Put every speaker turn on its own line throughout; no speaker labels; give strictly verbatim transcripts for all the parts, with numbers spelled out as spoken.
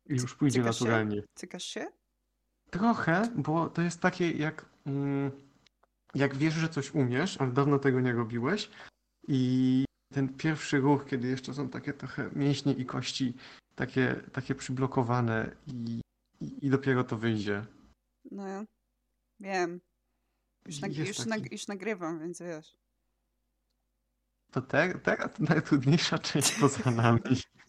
i
Cy-
już pójdzie
cykasz się?
naturalnie.
Cykasz się?
Trochę, bo to jest takie jak, mm, jak wiesz, że coś umiesz, ale dawno tego nie robiłeś i ten pierwszy ruch, kiedy jeszcze są takie trochę mięśnie i kości takie, takie przyblokowane i, i, i dopiero to wyjdzie.
No, ja wiem. Już, nag-
Jest
już, nag-
taki.
już nagrywam, więc wiesz.
To te, teraz to najtrudniejsza część poza nami.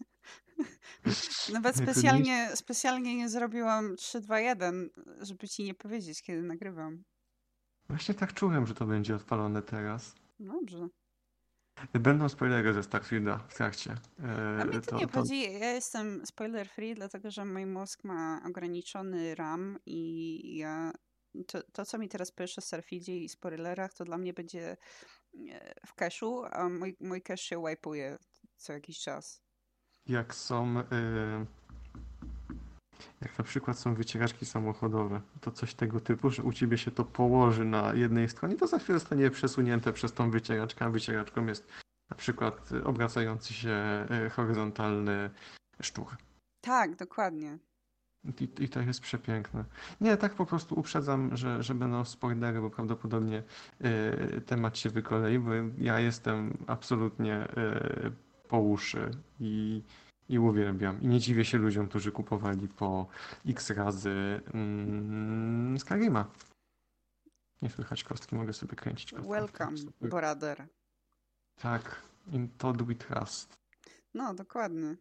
Nawet
Najtrudniejsza.
specjalnie, specjalnie nie zrobiłam trzy, dwa, jeden, żeby ci nie powiedzieć, kiedy nagrywam.
Właśnie tak czułem, że to będzie odpalone teraz.
Dobrze.
Będą spoilery ze Starfielda w trakcie.
A mnie
E,
to nie
to, to
obchodzi. Ja jestem spoiler free, dlatego że mój mózg ma ograniczony RAM i ja. To, to co mi teraz pisze w Starfieldzie i spoilerach, to dla mnie będzie e, w cache'u, a mój, mój cache się wipe'uje co jakiś czas.
jak są. E, jak na przykład są wycieraczki samochodowe, to coś tego typu, że u ciebie się to położy na jednej stronie, to za chwilę zostanie przesunięte przez tą wycieraczkę, a wycieraczką jest na przykład e, obracający się e, horyzontalny sztur.
Tak, dokładnie.
I, I to jest przepiękne. Nie, tak po prostu uprzedzam, że, że będą spoilery, bo prawdopodobnie e, temat się wykolei, bo ja jestem absolutnie e, po uszy i, i uwielbiam. I nie dziwię się ludziom, którzy kupowali po X razy mm, Skyrima. Nie słychać kostki, mogę sobie kręcić kostkami.
Welcome,
Super.
brother.
Tak, in to do we trust.
No, dokładnie.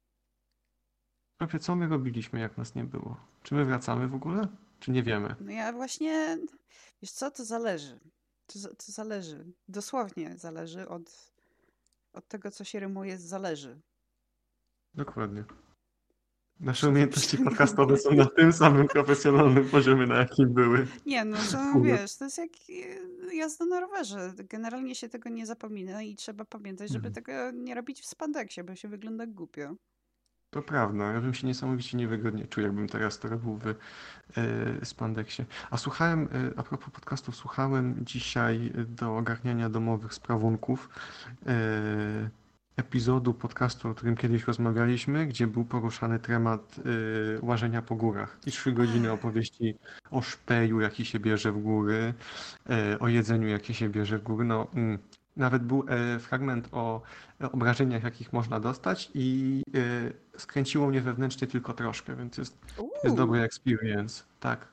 Prawie co my robiliśmy, jak nas nie było? Czy my wracamy w ogóle? Czy nie wiemy?
No ja właśnie, wiesz co, to zależy. To, za- to zależy. Dosłownie zależy od, od tego, co się rymuje z zależy.
Dokładnie. Nasze
Przy,
umiejętności
przy...
podcastowe są na tym samym profesjonalnym poziomie, na jakim były.
Nie, no to
Kurde.
wiesz, to jest jak e, jazda na rowerze. Generalnie się tego nie zapomina i trzeba pamiętać, żeby
Mhm.
tego nie robić w spandeksie, bo się wygląda głupio.
To prawda, ja bym się niesamowicie niewygodnie czuł, jakbym teraz to robił w e, spandeksie. A słuchałem, e, a propos podcastów, słuchałem dzisiaj do ogarniania domowych sprawunków e, epizodu podcastu, o którym kiedyś rozmawialiśmy, gdzie był poruszany temat e, łażenia po górach. I trzy godziny
Ach,
opowieści o szpeju, jaki się bierze w góry, e, o jedzeniu, jakie się bierze w góry. No, mm, nawet był e, fragment o e, obrażeniach, jakich można dostać i e, skręciło mnie wewnętrznie tylko troszkę, więc jest, jest dobry
uuu,
experience. Tak.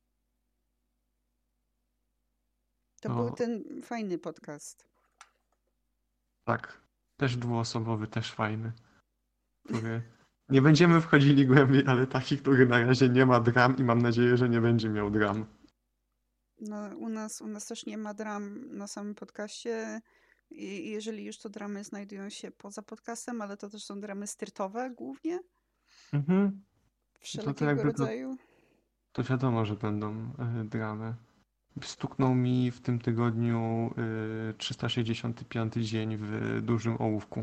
to był
To
ten fajny podcast.
tak. Też dwuosobowy, też fajny, który nie będziemy wchodzili głębiej, ale taki, który na razie nie ma dram i mam nadzieję, że nie będzie miał dram.
No, u nas, u nas też nie ma dram na samym podcaście. I jeżeli już to dramy znajdują się poza podcastem, ale to też są dramy styrtowe głównie,
Mhm. To, to
wszelkiego
jakby to,
rodzaju.
to wiadomo, że będą e, dramy. Stuknął mi w tym tygodniu e, trzysta sześćdziesiąty piąty dzień w dużym ołówku.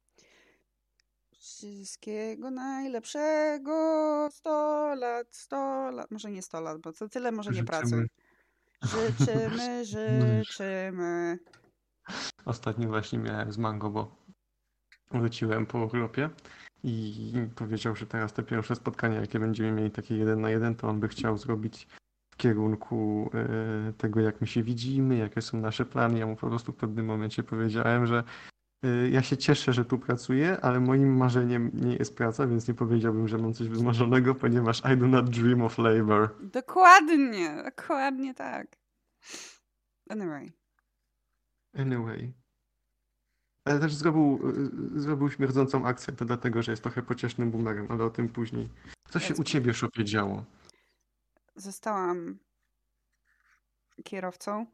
Wszystkiego najlepszego, sto lat, sto lat, może nie sto lat, bo to tyle może nie
Życzymy.
pracuj. Życzymy, życzymy.
Ostatnio właśnie miałem z Mango, bo wróciłem po urlopie i powiedział, że teraz te pierwsze spotkania, jakie będziemy mieli takie jeden na jeden, to on by chciał zrobić w kierunku e, tego, jak my się widzimy, jakie są nasze plany. Ja mu po prostu w pewnym momencie powiedziałem, że e, ja się cieszę, że tu pracuję, ale moim marzeniem nie jest praca, więc nie powiedziałbym, że mam coś wymarzonego, ponieważ I do not dream of labor.
Dokładnie, dokładnie tak. Anyway.
Anyway. Ale też zrobił, y, zrobił śmierdzącą akcję, to dlatego, że jest trochę pociesznym boomerem, ale o tym później. Co się u
Jacku,
ciebie, Szopie, działo?
zostałam kierowcą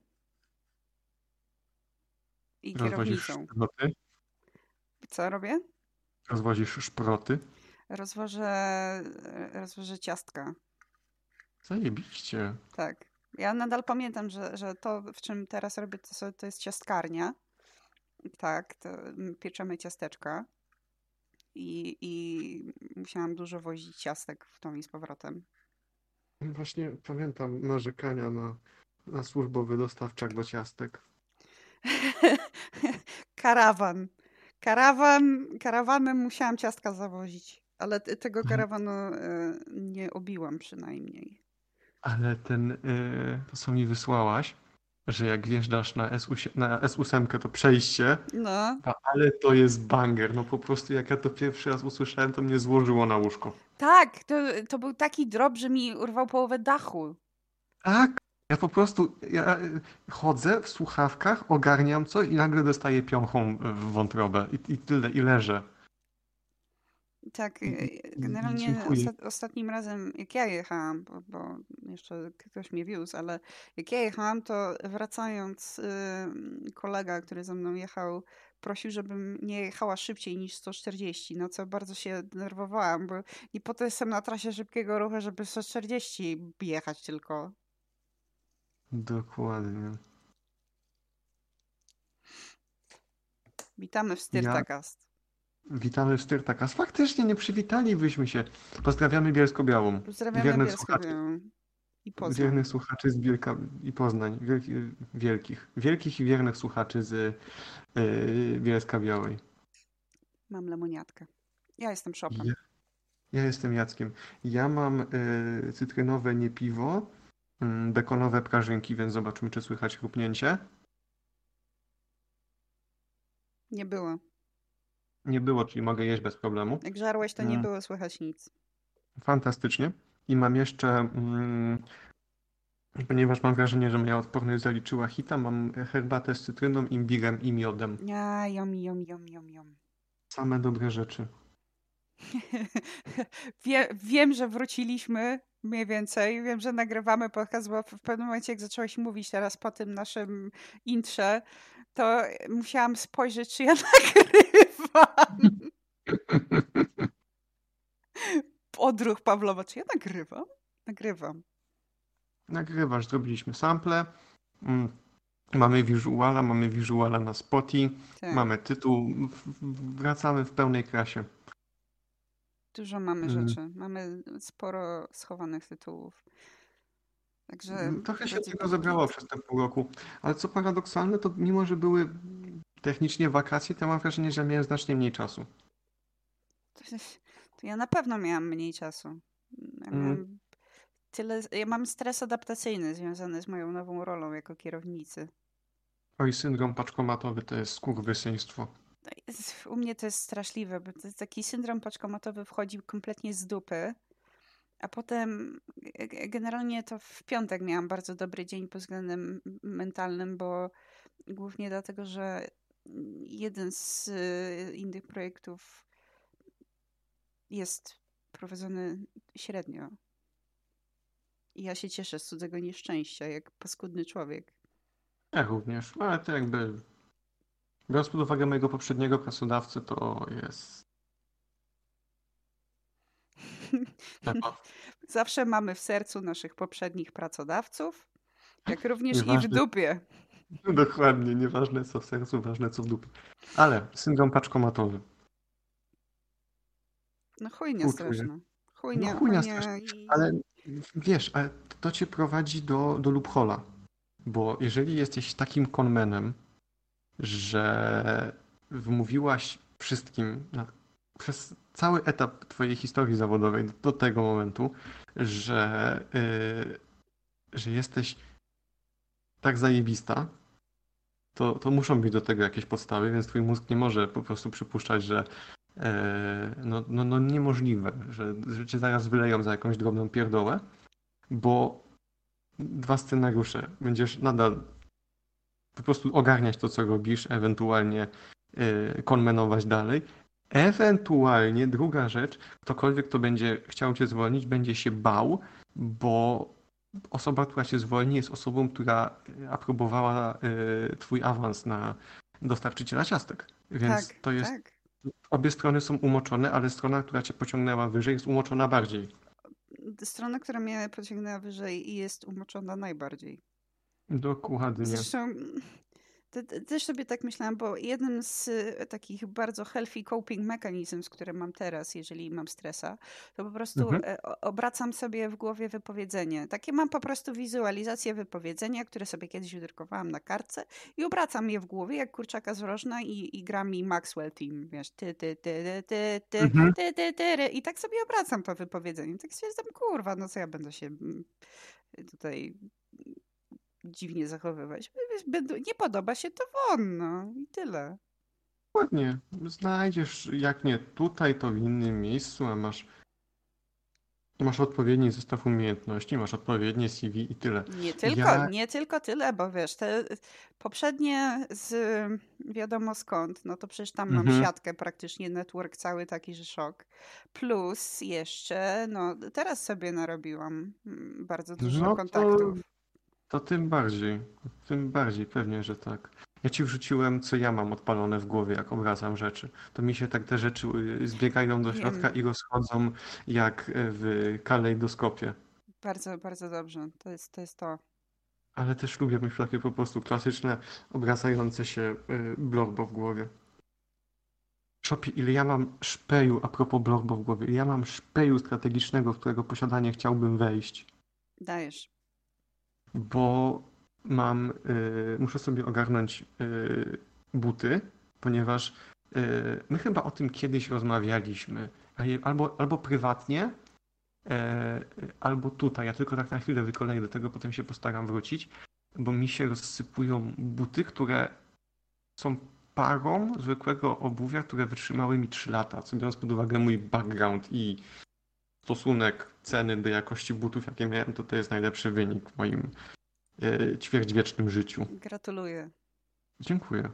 i
Rozwozisz
kierownicą.
szproty?
Co robię?
Rozwozisz szproty?
Rozwożę, rozwożę ciastka.
Zajebiście.
Tak. Ja nadal pamiętam, że, że to, w czym teraz robię, to, so- to jest ciastkarnia. Tak, to mm, pieczemy ciasteczka i, i musiałam dużo wozić ciastek w tą i z powrotem.
Właśnie pamiętam narzekania na, na służbowy dostawczak do ciastek.
Karawan. Karawan, karawanem musiałam ciastka zawozić. Ale t- tego
Ale,
karawanu e, nie obiłam przynajmniej.
ale ten, y, to co mi wysłałaś, że jak wjeżdżasz na S osiem, na S osiem to przejście,
No,
a, ale to jest banger. No po prostu jak ja to pierwszy raz usłyszałem, to mnie złożyło na łóżko.
tak, to, to był taki drop, że mi urwał połowę dachu.
Tak, ja po prostu ja y, chodzę w słuchawkach, ogarniam coś i nagle dostaję piąchą w wątrobę i, i tyle, i leżę.
Tak,
I,
e,
i, i
generalnie
dziękuję.
osta- ostatnim razem, jak ja jechałam, bo, bo jeszcze ktoś mnie wiózł, ale jak ja jechałam, to wracając, y, kolega, który ze mną jechał, prosił, żebym nie jechała szybciej niż sto czterdzieści, no co bardzo się denerwowałam, bo nie po to jestem na trasie szybkiego ruchu, żeby sto czterdzieści jechać tylko.
Dokładnie.
Witamy w
Ja
Styrtakast.
witamy w Styrtakas. Faktycznie nie przywitalibyśmy się. Pozdrawiamy Bielsko-Białą.
Pozdrawiamy
Wiernych słuchaczy,
Bielsko-Białą i Poznań.
wiernych słuchaczy z Bielka i Poznań. Wielki, wielkich, wielkich i wiernych słuchaczy z yy, Bielska-Białej.
Mam lemoniatkę. Ja jestem szopem.
Ja, ja jestem Jackiem. Ja mam yy, cytrynowe nie piwo, yy, bekonowe prażynki, więc zobaczymy, czy słychać chrupnięcie.
Nie było.
Nie było, czyli mogę jeść bez problemu.
Jak żarłeś, to nie
Mm,
było słychać nic.
fantastycznie. I mam jeszcze, mm, ponieważ mam wrażenie, że moja odporność zaliczyła hita, mam herbatę z cytryną, imbirem i miodem.
Ja, yum, yum, yum, yum, yum.
Same dobre rzeczy.
Wie, wiem, że wróciliśmy mniej więcej. Wiem, że nagrywamy podcast, bo w pewnym momencie, jak zacząłeś mówić teraz po tym naszym intrze, to musiałam spojrzeć, czy ja nagrywam. Odruch Pawlowa, czy ja nagrywam? Nagrywam.
Nagrywasz, zrobiliśmy sample, mm, mamy wizuala, mamy wizuala na Spotify,
Tak,
mamy tytuł, w- w- wracamy w pełnej krasie.
dużo mamy
Mm,
rzeczy. Mamy sporo schowanych tytułów. Także
mm, Trochę się
będzie
tego
git,
zebrało
git.
przez ten pół roku, ale co paradoksalne, to mimo, że były technicznie wakacje, to mam wrażenie, że miałem znacznie mniej czasu.
To, to ja na pewno miałam mniej czasu. Ja
Mm,
miałam tyle, ja mam stres adaptacyjny związany z moją nową rolą jako kierownicy.
Oj, syndrom paczkomatowy to jest skurwysyństwo.
No i z- U mnie to jest straszliwe, bo to jest taki syndrom paczkomatowy wchodzi kompletnie z dupy, a potem g- g- generalnie to w piątek miałam bardzo dobry dzień pod względem m- mentalnym, bo głównie dlatego, że jeden z y, innych projektów jest prowadzony średnio. I ja się cieszę z cudzego nieszczęścia, jak paskudny człowiek.
Ja również, ale to jakby, biorąc pod uwagę mojego poprzedniego pracodawcę, to jest temat.
Zawsze mamy w sercu naszych poprzednich pracodawców, jak również i w
Nieważne,
dupie.
dokładnie, nieważne co w sercu, ważne co w dupie. Ale syndrom paczkomatowy.
No chujnia
Współczuję.
straszna.
No
Chujnia,
chujnia strasznie,
chujnia i...
ale wiesz, ale to cię prowadzi do, do loophola. Bo jeżeli jesteś takim conmanem, że wmówiłaś wszystkim na, przez cały etap twojej historii zawodowej do, do tego momentu, że, yy, że jesteś tak zajebista, to, to muszą być do tego jakieś podstawy, więc twój mózg nie może po prostu przypuszczać, że e, no, no, no niemożliwe, że, że cię zaraz wyleją za jakąś drobną pierdołę, bo dwa scenariusze. Będziesz nadal po prostu ogarniać to, co robisz, ewentualnie e, konmenować dalej. Ewentualnie druga rzecz, ktokolwiek, kto będzie chciał cię zwolnić, będzie się bał, bo osoba, która cię zwolni, jest osobą, która aprobowała y, twój awans na dostarczyciela ciastek. Więc
Tak,
to jest,
tak.
obie strony są umoczone, ale strona, która cię pociągnęła wyżej, jest umoczona bardziej.
Strona, która mnie pociągnęła wyżej i jest umoczona najbardziej.
Dokładnie.
Zresztą Te- te- Też sobie tak myślałam, bo jednym z y, takich bardzo healthy coping mechanisms, które mam teraz, jeżeli mam stresa, to po prostu
Mhm.
e, o- obracam sobie w głowie wypowiedzenie. Takie mam po prostu wizualizację wypowiedzenia, które sobie kiedyś wydrukowałam na kartce i obracam je w głowie jak kurczaka z wrożna i, i gra mi Maxwell Team, wiesz, ty, ty, ty, ty, ty,
Mhm.
ty, ty, ty, ty, ry. I tak sobie obracam to wypowiedzenie. Tak stwierdzam, kurwa, no co ja będę się mm, tutaj dziwnie zachowywać. Będą- Nie podoba się, to won, no i tyle.
Ładnie. Znajdziesz, jak nie tutaj, to w innym miejscu, a masz, masz odpowiedni zestaw umiejętności, masz odpowiednie C V i tyle.
Nie tylko,
Ja.
nie tylko tyle, bo wiesz, te poprzednie z wiadomo skąd, no to przecież tam mam
Mhm.
siatkę, praktycznie network cały taki, że szok. Plus jeszcze, no teraz sobie narobiłam mm, bardzo dużo
No to,
kontaktów.
to tym bardziej. Tym bardziej, pewnie, że tak. Ja ci wrzuciłem, co ja mam odpalone w głowie, jak obracam rzeczy. To mi się tak te rzeczy y, zbiegają do środka
Wiem,
i rozchodzą jak w kalejdoskopie.
bardzo, bardzo dobrze. To jest to. Jest to.
Ale też lubię mieć takie po prostu klasyczne, obracające się y, blorbo w głowie. Szopie, ile ja mam szpeju, a propos blorbo w głowie, ile ja mam szpeju strategicznego, w którego posiadanie chciałbym wejść,
Dajesz.
bo mam, y, muszę sobie ogarnąć y, buty, ponieważ y, my chyba o tym kiedyś rozmawialiśmy, a je- albo, albo prywatnie, e, albo tutaj. Ja tylko tak na chwilę wykoleję do tego, potem się postaram wrócić, bo mi się rozsypują buty, które są parą zwykłego obuwia, które wytrzymały mi trzy lata, co biorąc pod uwagę mój background i stosunek ceny do jakości butów, jakie miałem, to to jest najlepszy wynik w moim e, ćwierćwiecznym życiu.
Gratuluję.
Dziękuję.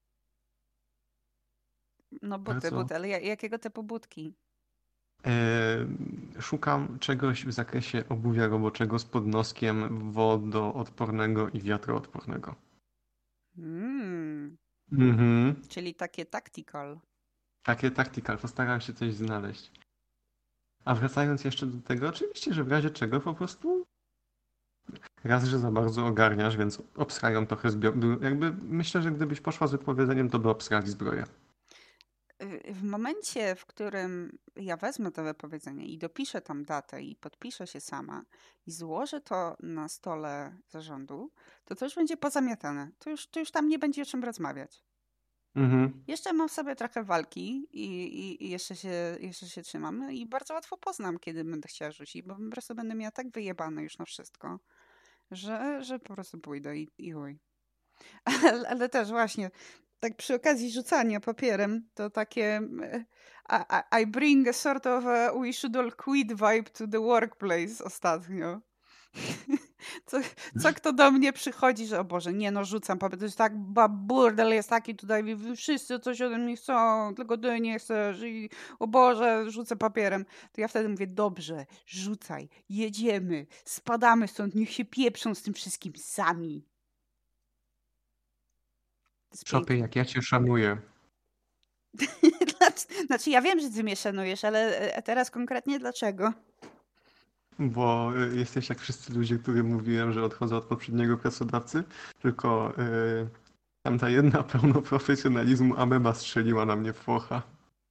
No buty,
Bardzo.
buty, ale ja- jakiego typu budki?
E, Szukam czegoś w zakresie obuwia roboczego z podnoskiem wodoodpornego i wiatroodpornego.
Mm,
Mhm.
czyli takie tactical.
Takie tactical, postaram się coś znaleźć. A wracając jeszcze do tego, oczywiście, że w razie czego po prostu raz, że za bardzo ogarniasz, więc obsrają trochę zbioru. Jakby myślę, że gdybyś poszła z wypowiedzeniem, to by obsrali zbroję.
W w momencie, w którym ja wezmę to wypowiedzenie i dopiszę tam datę i podpiszę się sama i złożę to na stole zarządu, to to już będzie pozamiatane. To już, to już tam nie będzie o czym rozmawiać.
Mhm.
Jeszcze mam w sobie trochę walki i, i, i jeszcze, się, jeszcze się trzymam i bardzo łatwo poznam, kiedy będę chciała rzucić, bo po prostu będę miała tak wyjebane już na wszystko, że, że po prostu pójdę i, i chuj. Ale, ale też właśnie, tak przy okazji rzucania papierem, to takie e, I, I bring a sort of a we should all quit vibe to the workplace ostatnio. Co, co kto do mnie przychodzi, że o Boże, nie no, rzucam papier, to jest tak, ba- burdel jest taki tutaj, wy wszyscy coś ode mnie chcą, tylko ty nie chcesz i o Boże, rzucę papierem. To ja wtedy mówię, dobrze, rzucaj, jedziemy, spadamy stąd, niech się pieprzą z tym wszystkim sami. To jest
Szopie,
piękne.
jak ja cię szanuję,
Dlac- Znaczy, ja wiem, że ty mnie szanujesz, ale e, teraz konkretnie dlaczego?
bo y, jesteś jak wszyscy ludzie, którym mówiłem, że odchodzę od poprzedniego pracodawcy, tylko yy, tamta jedna pełno profesjonalizmu ameba strzeliła na mnie w focha.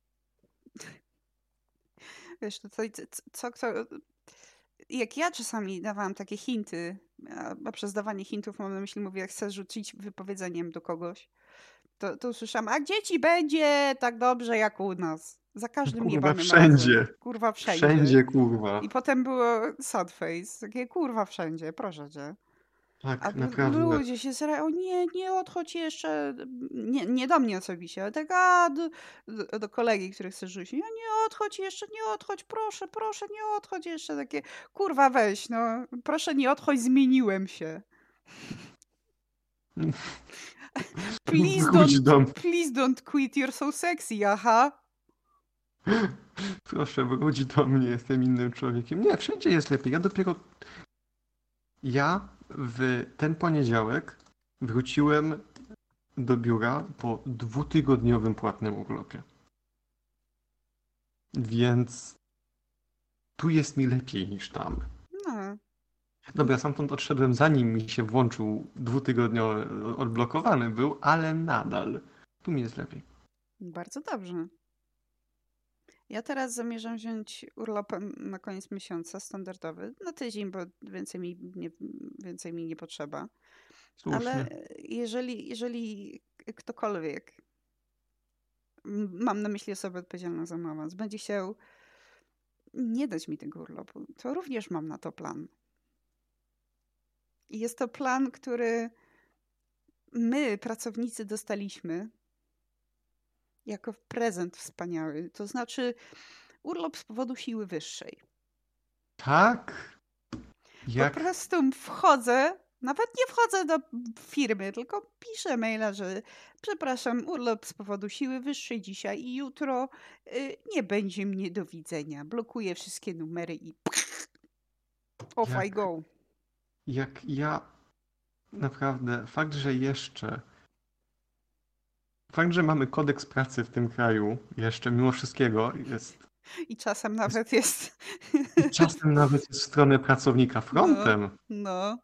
Wiesz, to co, co, co, jak ja czasami dawałam takie hinty, a a przez dawanie hintów mam na myśli, mówię, jak chcę rzucić wypowiedzeniem do kogoś, to, to usłyszałam, a gdzie ci będzie tak dobrze jak u nas? Za każdym
Kurwa,
jebanym razem.
wszędzie.
Kurwa, wszędzie.
Wszędzie, kurwa.
I potem było sad face, takie kurwa wszędzie, proszę cię. A
Tak,
b-
naprawdę.
ludzie się zra... o nie, nie odchodź jeszcze, nie, nie do mnie osobiście, ale tak a, do, do, do kolegi, który chce rzucić, no nie odchodź jeszcze, nie odchodź, proszę, proszę, nie odchodź jeszcze, takie, kurwa weź, no, proszę nie odchodź, zmieniłem się. Please
Wróć
don't,
do mnie.
please don't quit, you're so sexy, aha.
Proszę, wróć do mnie, jestem innym człowiekiem. Nie, wszędzie jest lepiej. Ja dopiero. Ja w ten poniedziałek wróciłem do biura po dwutygodniowym płatnym urlopie. Więc tu jest mi lepiej niż tam.
No,
Dobra, stamtąd odszedłem zanim mi się włączył dwutygodniowy, odblokowany był, ale nadal. Tu mi jest lepiej.
Bardzo dobrze. Ja teraz zamierzam wziąć urlop na koniec miesiąca, standardowy, na tydzień, bo więcej mi nie, więcej mi nie potrzeba.
Słusznie.
Ale jeżeli, jeżeli ktokolwiek, m- mam na myśli osobę odpowiedzialną za awans, będzie chciał nie dać mi tego urlopu, to również mam na to plan. I jest to plan, który my, pracownicy, dostaliśmy jako prezent wspaniały. To znaczy urlop z powodu siły wyższej.
Tak?
Po
Jak
prostu wchodzę, nawet nie wchodzę do firmy, tylko piszę maila, że przepraszam, urlop z powodu siły wyższej dzisiaj i jutro y, nie będzie mnie do widzenia. Blokuję wszystkie numery i off I
jak
go.
jak ja naprawdę, fakt, że jeszcze, fakt, że mamy kodeks pracy w tym kraju, jeszcze mimo wszystkiego jest,
I czasem
jest
nawet jest.
i czasem nawet jest w stronę pracownika
No,
frontem.
no.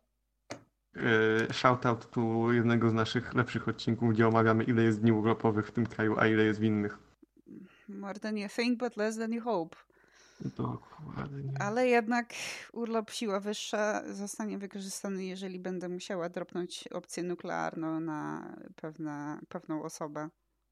Yy, Shoutout tu jednego z naszych lepszych odcinków, gdzie omawiamy, ile jest dni urlopowych w tym kraju, a ile jest w innych.
More than you think, but less than you hope.
Dokładnie.
Ale jednak urlop siła wyższa zostanie wykorzystany, jeżeli będę musiała dropnąć opcję nuklearną na pewne, pewną osobę.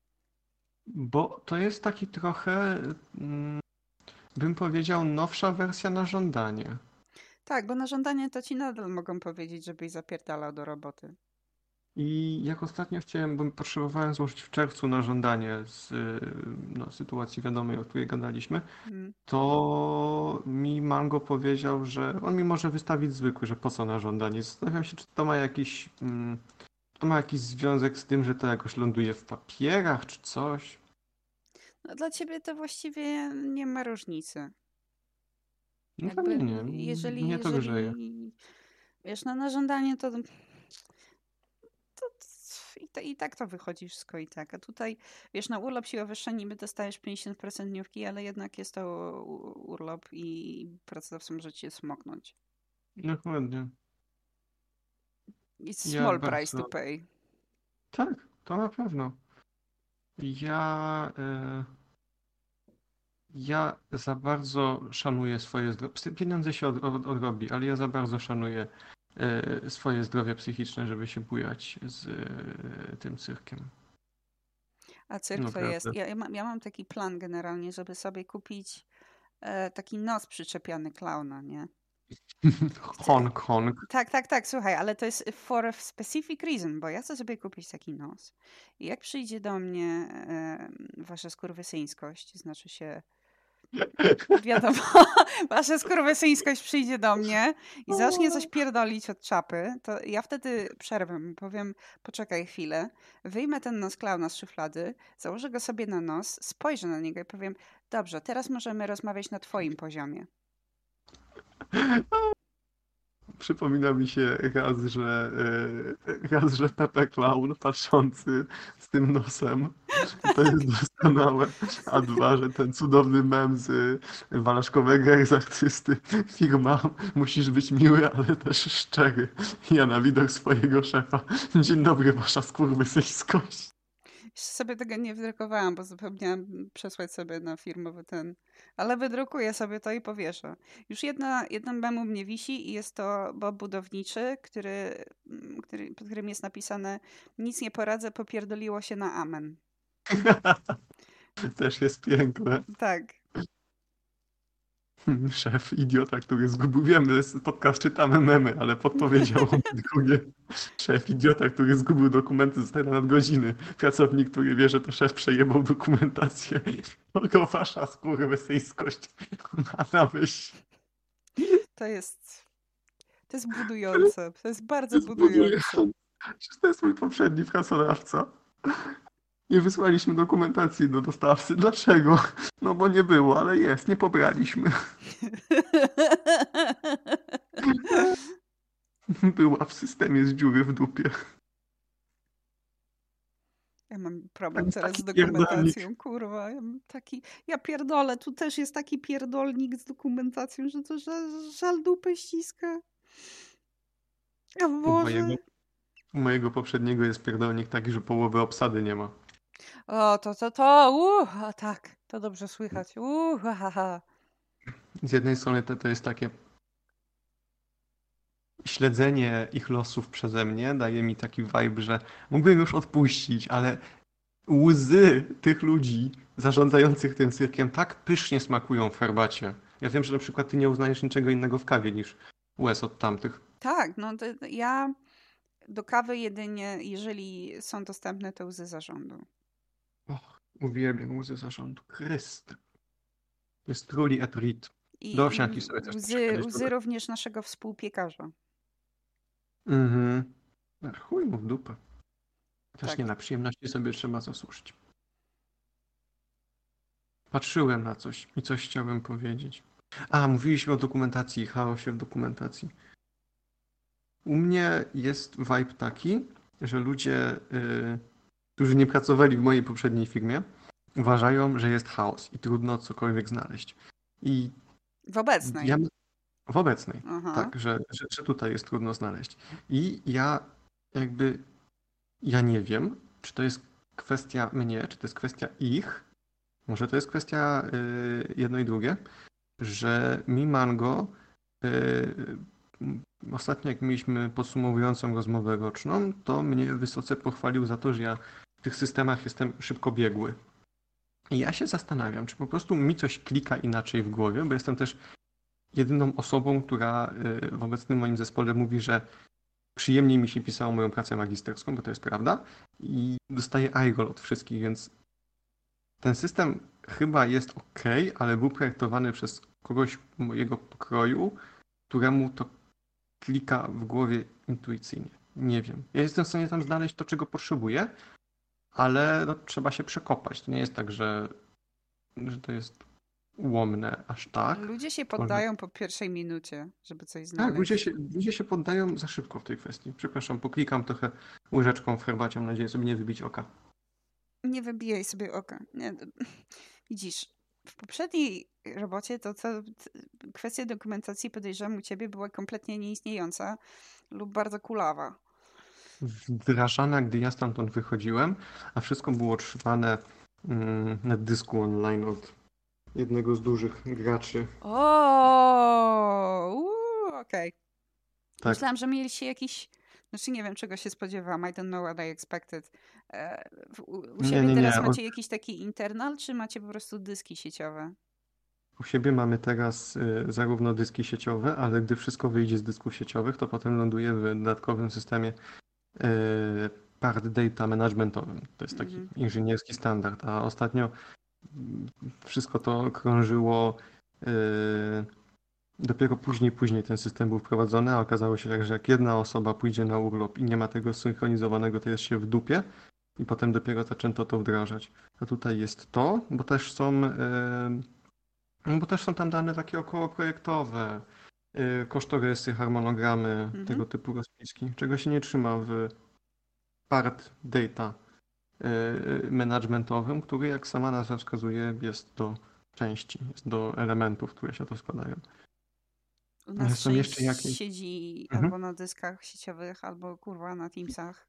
Bo to jest taki trochę, mm, bym powiedział, nowsza wersja na żądanie.
Tak, bo na żądanie to ci nadal mogą powiedzieć, żebyś zapierdalał do roboty.
I jak ostatnio chciałem, bo potrzebowałem złożyć w czerwcu na żądanie z y, no, sytuacji wiadomej, o której gadaliśmy,
Mm.
to mi Mango powiedział, że on mi może wystawić zwykły, że po co na żądanie. Zastanawiam się, czy to ma jakiś, mm, to ma jakiś związek z tym, że to jakoś ląduje w papierach, czy coś.
No, dla ciebie to właściwie nie ma różnicy.
No dla
Jakby,
mnie nie,
jeżeli,
mnie to grzeje.
jeżeli, wiesz, no, na żądanie to, to i, to i tak to wychodzi wszystko i tak. A tutaj, wiesz, na urlop siła wyższa niby dostajesz pięćdziesiąt procent dniówki, ale jednak jest to u- urlop i pracodawca może cię smoknąć.
Dokładnie.
It's
Ja
small price to
bardzo,
pay.
tak, to na pewno. Ja, e, ja za bardzo szanuję swoje zdrowie. Pieniądze się od, od, odrobi, ale ja za bardzo szanuję e, swoje zdrowie psychiczne, żeby się bujać z e, tym cyrkiem.
A cyrk to
Naprawdę.
jest. Ja, ja, mam, ja mam taki plan generalnie, żeby sobie kupić e, taki nos przyczepiany klauna, nie? Chcę,
Honk, honk.
tak, tak, tak, słuchaj, ale to jest for a specific reason, bo ja chcę sobie kupić taki nos. I jak przyjdzie do mnie e, wasza skurwysyńskość, znaczy się, wiadomo, wasza skurwysyńskość przyjdzie do mnie i zacznie coś pierdolić od czapy, to ja wtedy przerwę mu, powiem, poczekaj chwilę, wyjmę ten nos klauna z szuflady, założę go sobie na nos, spojrzę na niego i powiem, dobrze, teraz możemy rozmawiać na twoim poziomie.
Przypomina mi się raz, że e, raz, że Pepe Clown patrzący z tym nosem, to jest doskonałe. A dwa, że ten cudowny mem z Walaszkowego egzorcysty. Firma, musisz być miły, ale też szczery. Ja na widok swojego szefa. Dzień dobry, wasza skurwysyjskość.
Jeszcze sobie tego nie wydrukowałam, bo zapomniałam przesłać sobie na firmowy ten. Ale wydrukuję sobie to i powieszę. Już jedna, jeden memu mnie wisi i jest to Bob Budowniczy, który, mm, który, pod którym jest napisane nic nie poradzę, popierdoliło się na amen.
Też jest piękne.
Tak.
Szef, idiota, który zgubił. Wiemy, z podcast czytamy memy, ale podpowiedział on drugie. Szef, idiota, który zgubił dokumenty, zostaje na nadgodziny. Pracownik, który wie, że to szef przejebał dokumentację. Tylko wasza skurwysyjskość ma na myśl.
To jest. To jest budujące. To jest bardzo
jest
budujące.
Przecież to jest mój poprzedni pracodawca. Nie wysłaliśmy dokumentacji do dostawcy. Dlaczego? No bo nie było, ale jest, nie pobraliśmy. Była w systemie z dziury w dupie.
Ja mam
To
problem
jest
teraz
taki
z
pierdolnik.
dokumentacją, kurwa. Ja mam taki, ja pierdolę, tu też jest taki pierdolnik z dokumentacją, że to żal, żal dupy ściska. O
U
Boże.
mojego, u mojego poprzedniego jest pierdolnik taki, że połowy obsady nie ma.
O, to, to, to, uh, a tak, to dobrze słychać. Uh, ha, ha, ha.
Z jednej strony to, to jest takie śledzenie ich losów przeze mnie, daje mi taki vibe, że mógłbym już odpuścić, ale łzy tych ludzi zarządzających tym cyrkiem tak pysznie smakują w herbacie. Ja wiem, że na przykład ty nie uznajesz niczego innego w kawie niż łez od tamtych.
Tak, no to to ja do kawy jedynie, jeżeli są dostępne te łzy zarządu.
Och, uwielbiam łzy zarządu. Chryste. To jest truly a treat. Do
I, i
owsianki sobie też muszę
łzy,
kiedyś
łzy
dodać.
również naszego współpiekarza.
Mhm. Ach, chuj mu w dupę. Też nie
Tak.
na przyjemności sobie trzeba zasłużyć. Patrzyłem na coś i coś chciałem powiedzieć. A, mówiliśmy o dokumentacji i chaosie w dokumentacji. U mnie jest vibe taki, że ludzie, y, którzy nie pracowali w mojej poprzedniej firmie, uważają, że jest chaos i trudno cokolwiek znaleźć. I
W
ja
obecnej.
w obecnej,
Aha.
tak, że, że, że tutaj jest trudno znaleźć. I ja jakby, ja nie wiem, czy to jest kwestia mnie, czy to jest kwestia ich, może to jest kwestia y, jedno i drugie, że mi Mango y, ostatnio jak mieliśmy podsumowującą rozmowę roczną, to mnie wysoce pochwalił za to, że ja w tych systemach jestem szybko biegły. I ja się zastanawiam, czy po prostu mi coś klika inaczej w głowie, bo jestem też jedyną osobą, która y, w obecnym moim zespole mówi, że przyjemniej mi się pisało moją pracę magisterską, bo to jest prawda, i dostaję iRoll od wszystkich, więc ten system chyba jest ok, ale był projektowany przez kogoś mojego pokroju, któremu to klika w głowie intuicyjnie. Nie wiem. Ja jestem w stanie tam znaleźć to, czego potrzebuję, ale no, trzeba się przekopać. To nie jest tak, że, że to jest ułomne aż tak.
Ludzie się
Tylko, że
poddają po pierwszej minucie, żeby coś
tak, ludzie
znaleźć.
się, ludzie się poddają za szybko w tej kwestii. Przepraszam, poklikam trochę łyżeczką w herbacie, mam nadzieję, żeby nie wybić oka.
Nie wybijaj sobie oka. Nie, to- widzisz, w poprzedniej robocie to, to t- kwestia dokumentacji podejrzewam u ciebie była kompletnie nieistniejąca lub bardzo kulawa.
Wdrażana, gdy ja stamtąd wychodziłem, a wszystko było trzymane mm, na dysku online od jednego z dużych graczy.
O, uuu, okej.
Tak.
Myślałam, że mieliście jakiś. Znaczy nie wiem, czego się spodziewałam. I don't know what I expected. E, w- u, u
Nie,
siebie
nie, nie.
teraz macie jakiś taki internal, czy macie po prostu dyski sieciowe?
U siebie mamy teraz y, zarówno dyski sieciowe, ale gdy wszystko wyjdzie z dysków sieciowych, to potem ląduje w dodatkowym systemie y, part data managementowym. To jest taki
Mhm.
inżynierski standard, a ostatnio mm, wszystko to krążyło. y, Dopiero później, później ten system był wprowadzony, a okazało się, że jak jedna osoba pójdzie na urlop i nie ma tego synchronizowanego, to jest się w dupie i potem dopiero zaczęto to wdrażać. A tutaj jest to, bo też są y, no bo też są tam dane takie okołoprojektowe, yy, kosztorysy, harmonogramy,
Mhm.
tego typu rozpiski, czego się nie trzyma w part data yy, managementowym, który jak sama nazwa wskazuje jest do części, jest do elementów, które się to składają.
U
Ale
nas
są jeszcze
część
jakieś...
siedzi
Mhm.
albo na dyskach sieciowych, albo kurwa na Teamsach.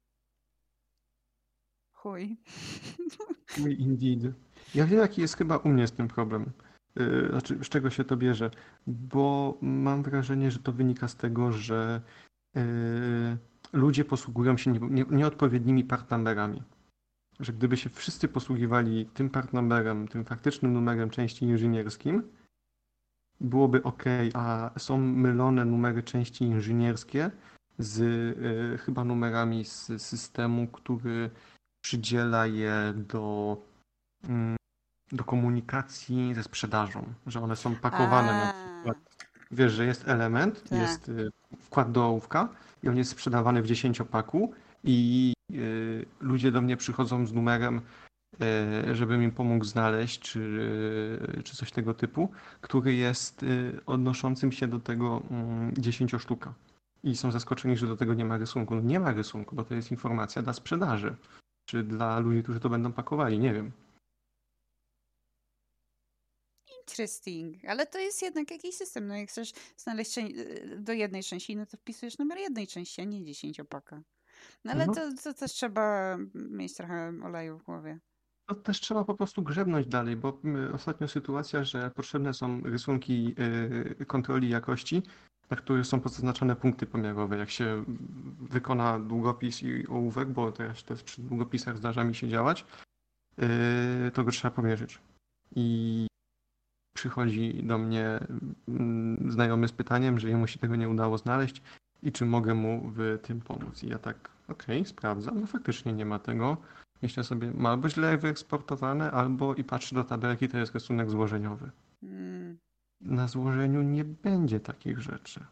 Chuj.
Ui, Indeed. Ja wiem, jaki jest chyba u mnie z tym problem. Yy, znaczy, z czego się to bierze, bo mam wrażenie, że to wynika z tego, że yy, ludzie posługują się nie, nie, nieodpowiednimi part numberami. Że gdyby się wszyscy posługiwali tym part numberem, tym faktycznym numerem części inżynierskim, byłoby ok, a są mylone numery części inżynierskie z yy, chyba numerami z systemu, który przydziela je do mm, do komunikacji ze sprzedażą, że one są pakowane na
A,
przykład. Wiesz, że jest element,
tak.
jest y, wkład do ołówka i on jest sprzedawany w dziesięciopaku i y, ludzie do mnie przychodzą z numerem, y, żebym im pomógł znaleźć, czy, y, czy coś tego typu, który jest y, odnoszącym się do tego mm, dziesięć sztuka. I są zaskoczeni, że do tego nie ma rysunku. No nie ma rysunku, bo to jest informacja dla sprzedaży, czy dla ludzi, którzy to będą pakowali, nie wiem.
Interesting, ale to jest jednak jakiś system. No jak chcesz znaleźć czę- do jednej części, no to wpisujesz numer jednej części, a nie dziesięciopaka. No ale
No,
to, to też trzeba mieć trochę oleju w głowie.
to też trzeba po prostu grzebnąć dalej, bo y, ostatnio sytuacja, że potrzebne są rysunki y, kontroli jakości, na których są pozaznaczone punkty pomiarowe. Jak się wykona długopis i ołówek, bo też, też przy długopisach zdarza mi się działać, y, to go trzeba pomierzyć. I przychodzi do mnie mm, znajomy z pytaniem, że jemu się tego nie udało znaleźć i czy mogę mu w tym pomóc. I ja tak, okej, sprawdzam, no faktycznie nie ma tego. Myślę sobie, ma albo źle wyeksportowane, albo i patrzę do tabelki, to jest rysunek złożeniowy.
Mm.
Na złożeniu nie będzie takich rzeczy.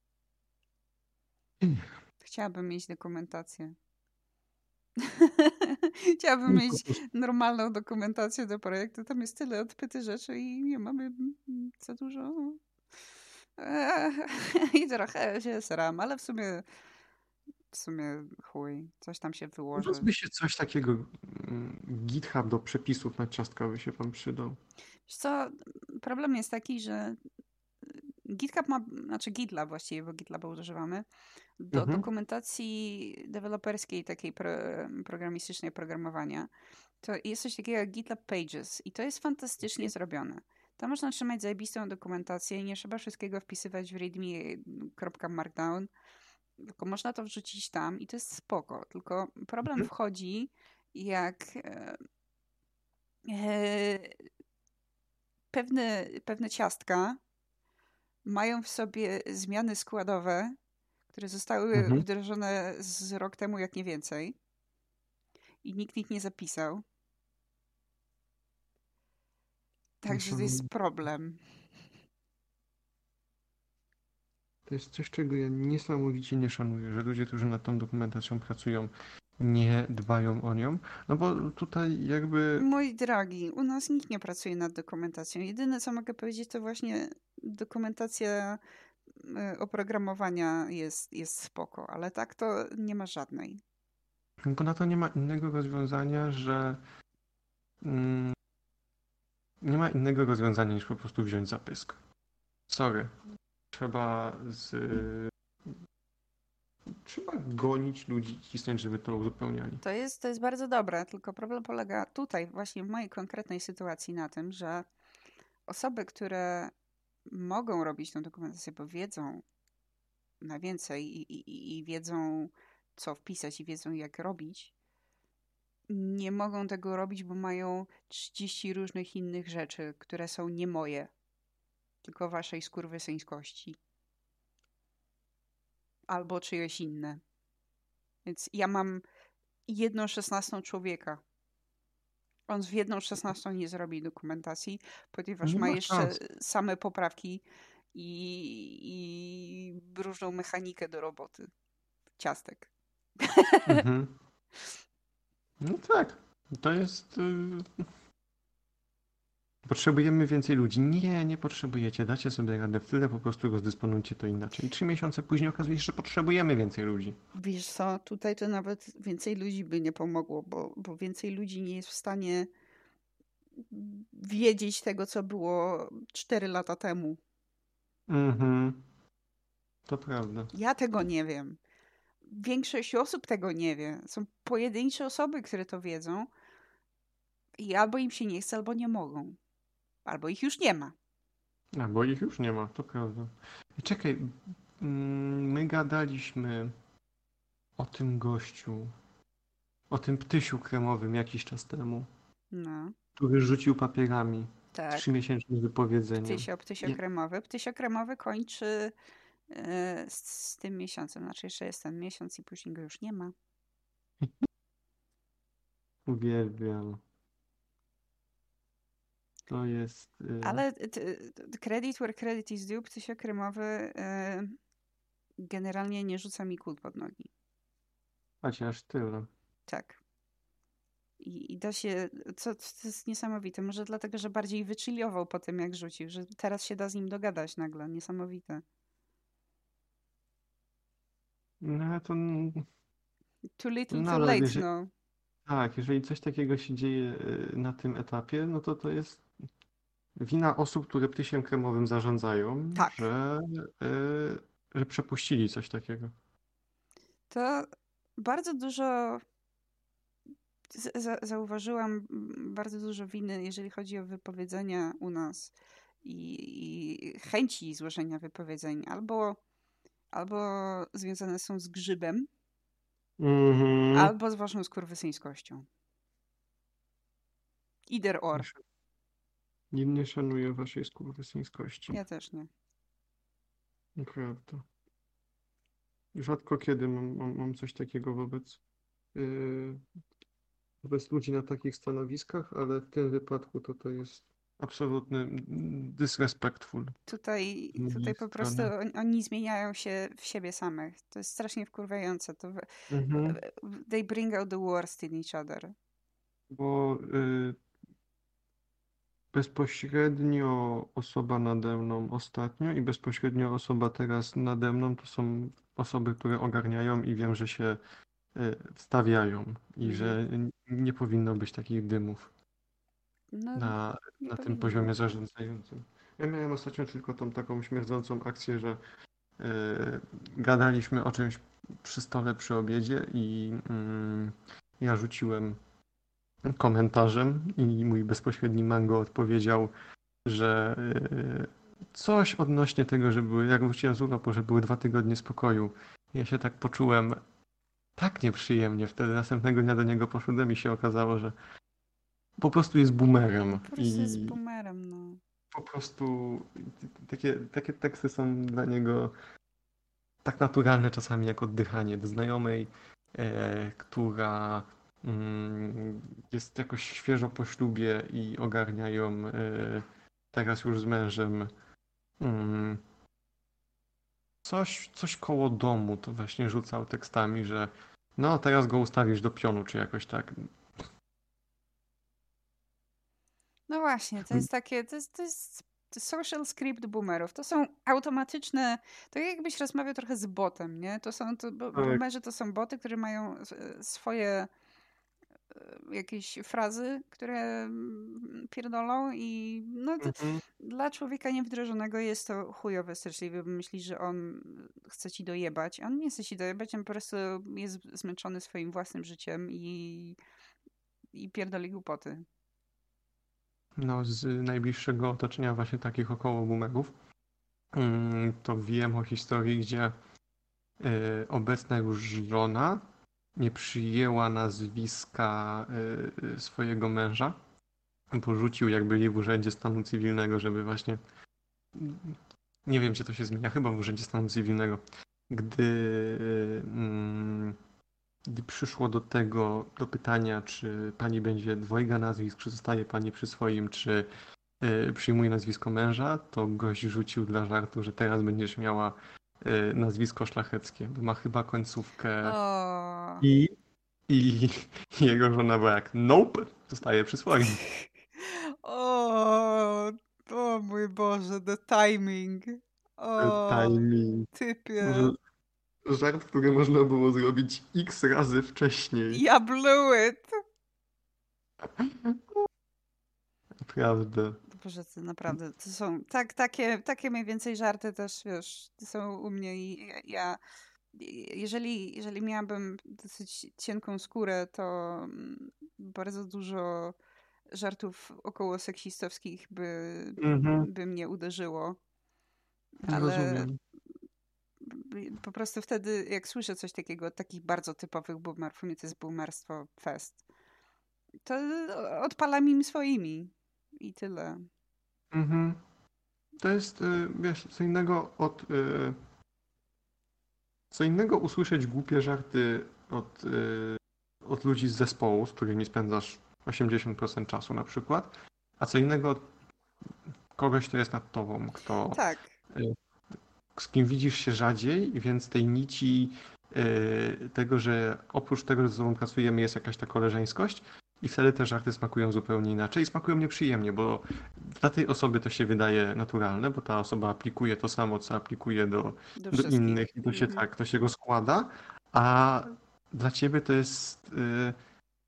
Chciałabym mieć dokumentację. Chciałabym
I po
mieć
prostu
normalną dokumentację do projektu. Tam jest tyle odpyty rzeczy i nie mamy mm, za dużo. Eee, I trochę się sram, ale w sumie w sumie chuj, coś tam się wyłoży.
by się coś takiego, mm, GitHub do przepisów naciastkowych się wam przydał.
Wiesz co, problem jest taki, że GitHub ma, znaczy GitLab właściwie, bo GitLaba używamy, do
Mhm.
dokumentacji deweloperskiej, takiej pro, programistycznej programowania, to jest coś takiego jak GitLab Pages i to jest fantastycznie zrobione. Tam można trzymać zajebistą dokumentację i nie trzeba wszystkiego wpisywać w readme.markdown, tylko można to wrzucić tam i to jest spoko. Tylko problem
Mhm.
wchodzi, jak e, e, pewne, pewne ciastka mają w sobie zmiany składowe, które zostały
Mhm.
wdrożone z rok temu, jak nie więcej. I nikt ich nie zapisał. Także to jest
Niesamowite.
problem.
To jest coś, czego ja niesamowicie nie szanuję, że ludzie, którzy nad tą dokumentacją pracują, nie dbają o nią. No bo tutaj jakby.
Mój drogi, u nas nikt nie pracuje nad dokumentacją. Jedyne, co mogę powiedzieć, to właśnie dokumentacja y, oprogramowania jest, jest spoko, ale tak to nie ma żadnej.
Bo na to nie ma innego rozwiązania, że. Mm, nie ma innego rozwiązania niż po prostu wziąć zapysk. Sorry. Trzeba z. Trzeba gonić ludzi, cisnąć, żeby to uzupełniali.
To jest, to jest bardzo dobre, tylko problem polega tutaj, właśnie w mojej konkretnej sytuacji, na tym, że osoby, które mogą robić tę dokumentację, bo wiedzą na więcej i, i, i wiedzą, co wpisać i wiedzą, jak robić, nie mogą tego robić, bo mają trzydzieści różnych innych rzeczy, które są nie moje, tylko waszej skurwysyńskości. Albo czyjeś inne. Więc ja mam jedną szesnastą człowieka. On w jedną szesnastą nie zrobi dokumentacji, ponieważ
Nie
ma
ma
jeszcze
szans.
same poprawki i, i różną mechanikę do roboty. Ciastek.
Mhm. No tak. To jest. y, Potrzebujemy więcej ludzi. Nie, nie potrzebujecie. Dacie sobie radę w tyle, po prostu rozdysponujcie to inaczej. I trzy miesiące później okazuje się, że potrzebujemy więcej ludzi.
Wiesz co, tutaj to nawet więcej ludzi by nie pomogło, bo, bo więcej ludzi nie jest w stanie wiedzieć tego, co było cztery lata temu.
Mhm. To prawda.
Ja tego nie wiem. Większość osób tego nie wie. Są pojedyncze osoby, które to wiedzą i albo im się nie chce, albo nie mogą. Albo ich już nie ma.
A, bo ich już nie ma, to prawda. I czekaj, mm, my gadaliśmy o tym gościu, o tym ptysiu kremowym jakiś czas temu,
No,
który rzucił papierami
tak.
trzymiesięcznym wypowiedzeniem.
Ptysio, ptysio
Ja,
kremowy. Ptysio kremowy kończy e, z, z tym miesiącem. Znaczy jeszcze jest ten miesiąc i później go już nie ma.
uwielbiam. To jest. y,
Ale t- t- credit where credit is due, ptysio kremowy e, generalnie nie rzuca mi kłód pod nogi.
Chociaż tyle.
Tak. I, i da się, co to jest niesamowite. Może dlatego, że bardziej wychillował po tym, jak rzucił, że teraz się da z nim dogadać nagle. Niesamowite.
No ale to.
Too little, too
Nadal,
late,
jeżeli,
no.
tak, jeżeli coś takiego się dzieje y, na tym etapie, no to to jest wina osób, które ptysiem kremowym zarządzają,
Tak,
że, y, że przepuścili coś takiego.
to bardzo dużo z- za- zauważyłam mm, bardzo dużo winy, jeżeli chodzi o wypowiedzenia u nas i, i chęci złożenia wypowiedzeń, albo, albo związane są z grzybem,
Mhm.
albo z waszą skurwysyńskością. Either
Nie
or.
sz- Nie, nie szanuję waszej skurwysyńskości.
Ja też nie.
Naprawdę. Rzadko kiedy mam, mam, mam coś takiego wobec, yy, wobec ludzi na takich stanowiskach, ale w tym wypadku to to jest absolutny disrespectful
Tutaj,
z mojej
tutaj po prostu
strony.
on- oni zmieniają się w siebie samych. To jest strasznie wkurwiające. To w-
Mhm.
they bring out the worst in each other.
Bo y, bezpośrednio osoba nade mną ostatnio i bezpośrednio osoba teraz nade mną to są osoby, które ogarniają i wiem, że się y, wstawiają i
Mhm.
że n- nie powinno być takich dymów
No,
na,
nie
na tym
powinno.
poziomie zarządzającym. Ja miałem ostatnio tylko tą taką śmierdzącą akcję, że y, gadaliśmy o czymś przy stole przy obiedzie i mm, ja rzuciłem komentarzem i mój bezpośredni mango odpowiedział, że y, coś odnośnie tego, że były, jak wróciłem z urlopu, że były dwa tygodnie spokoju. Ja się tak poczułem tak nieprzyjemnie. Wtedy następnego dnia do niego poszedłem i się okazało, że po prostu jest boomerem
Po prostu jest
i
boomerem, no.
po prostu takie, takie teksty są dla niego tak naturalne czasami jak oddychanie do znajomej, e, która mm, jest jakoś świeżo po ślubie i ogarnia ją e, teraz już z mężem mm, coś, coś koło domu, to właśnie rzucał tekstami, że no teraz go ustawisz do pionu, czy jakoś tak.
No właśnie, to jest takie, to jest, to jest social script boomerów. To są automatyczne, to jakbyś rozmawiał trochę z botem, nie? To są, to, bo-
Tak.
boomerzy to są boty, które mają s- swoje e, jakieś frazy, które mm, pierdolą i no to,
Mhm.
dla człowieka niewdrożonego jest to chujowe, straszliwe, bo myśli, że on chce ci dojebać. On nie chce ci dojebać, on po prostu jest zmęczony swoim własnym życiem i, i pierdoli głupoty.
No, z najbliższego otoczenia właśnie takich około boomerów, mm, to wiem o historii, gdzie y, obecna już żona nie przyjęła nazwiska y, swojego męża, bo rzucił jak byli w urzędzie stanu cywilnego, żeby właśnie, nie wiem gdzie to się zmienia, chyba w urzędzie stanu cywilnego, gdy, mm, gdy przyszło do tego, do pytania, czy pani będzie dwojga nazwisk, czy zostaje pani przy swoim, czy y, przyjmuje nazwisko męża, to gość rzucił dla żartu, że teraz będziesz miała y, nazwisko szlacheckie, bo ma chyba końcówkę
O.
i, i jego żona była jak nope, zostaje przy swoim.
O, o mój Boże, the timing. O,
Timing.
typie.
Że żart, który można było zrobić x razy wcześniej.
Ja blew it.
Naprawdę.
Boże, to naprawdę, to są tak, takie, takie mniej więcej żarty też, wiesz, to są u mnie i ja, ja jeżeli, jeżeli miałabym dosyć cienką skórę, to mm, bardzo dużo żartów około seksistowskich by,
Mhm.
by mnie uderzyło, ale
Rozumiem.
po prostu wtedy, jak słyszę coś takiego od takich bardzo typowych boomerów, u mnie to jest boomerstwo fest, to odpalam im swoimi i tyle.
Mhm. To jest, y, wiesz, co innego od, y, co innego usłyszeć głupie żarty od, y, od ludzi z zespołu, z którymi spędzasz osiemdziesiąt procent czasu na przykład, a co innego od kogoś, kto jest nad tobą, kto,
Tak,
y, z kim widzisz się rzadziej, więc tej nici y, tego, że oprócz tego, że ze sobą pracujemy, jest jakaś ta koleżeńskość i wtedy te żarty smakują zupełnie inaczej i smakują nieprzyjemnie, bo dla tej osoby to się wydaje naturalne, bo ta osoba aplikuje to samo, co aplikuje do,
do
do
wszystkich.
innych i to się
Mhm.
tak, to się go składa, a dla ciebie to jest y,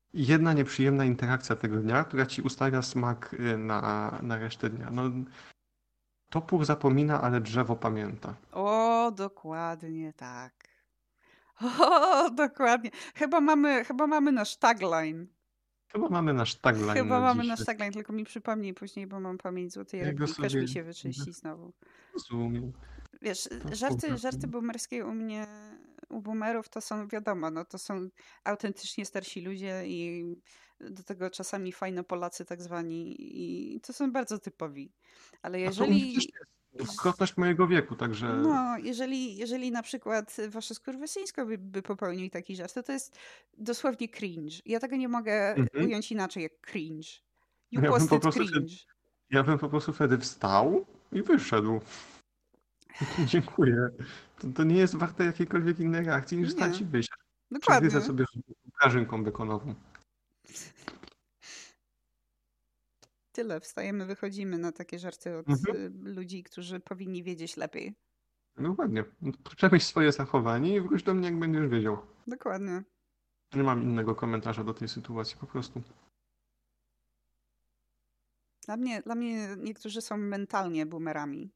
jedna nieprzyjemna interakcja tego dnia, która ci ustawia smak y, na, na resztę dnia. No, topór zapomina, ale drzewo pamięta.
O, dokładnie tak. O, dokładnie. Chyba mamy, chyba mamy nasz tagline.
Chyba mamy nasz tagline
Chyba
na
mamy nasz
dzisiaj.
tagline, tylko mi przypomnij później, bo mam pamięć złotej
Ja go
rybki. Każ mi
sobie
się wyczyści znowu.
rozumiem.
Wiesz,
Topór
żarty, żarty
zapomina.
boomerskie u mnie, u boomerów to są, wiadomo, no to są autentycznie starsi ludzie i do tego czasami fajno Polacy tak zwani i to są bardzo typowi. Ale
A to u mnie też
jeżeli,
jest dwukrotność mojego wieku, także
no, jeżeli, jeżeli na przykład wasze skurwysyńsko by, by popełnił taki żart, to to jest dosłownie cringe. Ja tego nie mogę
mhm.
ująć inaczej jak cringe. You
Ja bym po
posted
prostu wtedy,
cringe.
ja bym po prostu wtedy wstał i wyszedł. Dziękuję. To, to nie jest warte jakiejkolwiek innej reakcji niż stać
Nie,
i wyjść. Przegryzę
dokładnie.
sobie prażynką bekonową.
Tyle, wstajemy, wychodzimy na takie żarty od
Mhm.
y, ludzi, którzy powinni wiedzieć lepiej.
No ładnie. Przemyśl swoje zachowanie i wróć do mnie, jak będziesz wiedział.
Dokładnie.
Nie mam innego komentarza do tej sytuacji, po prostu.
Dla mnie, dla mnie niektórzy są mentalnie boomerami.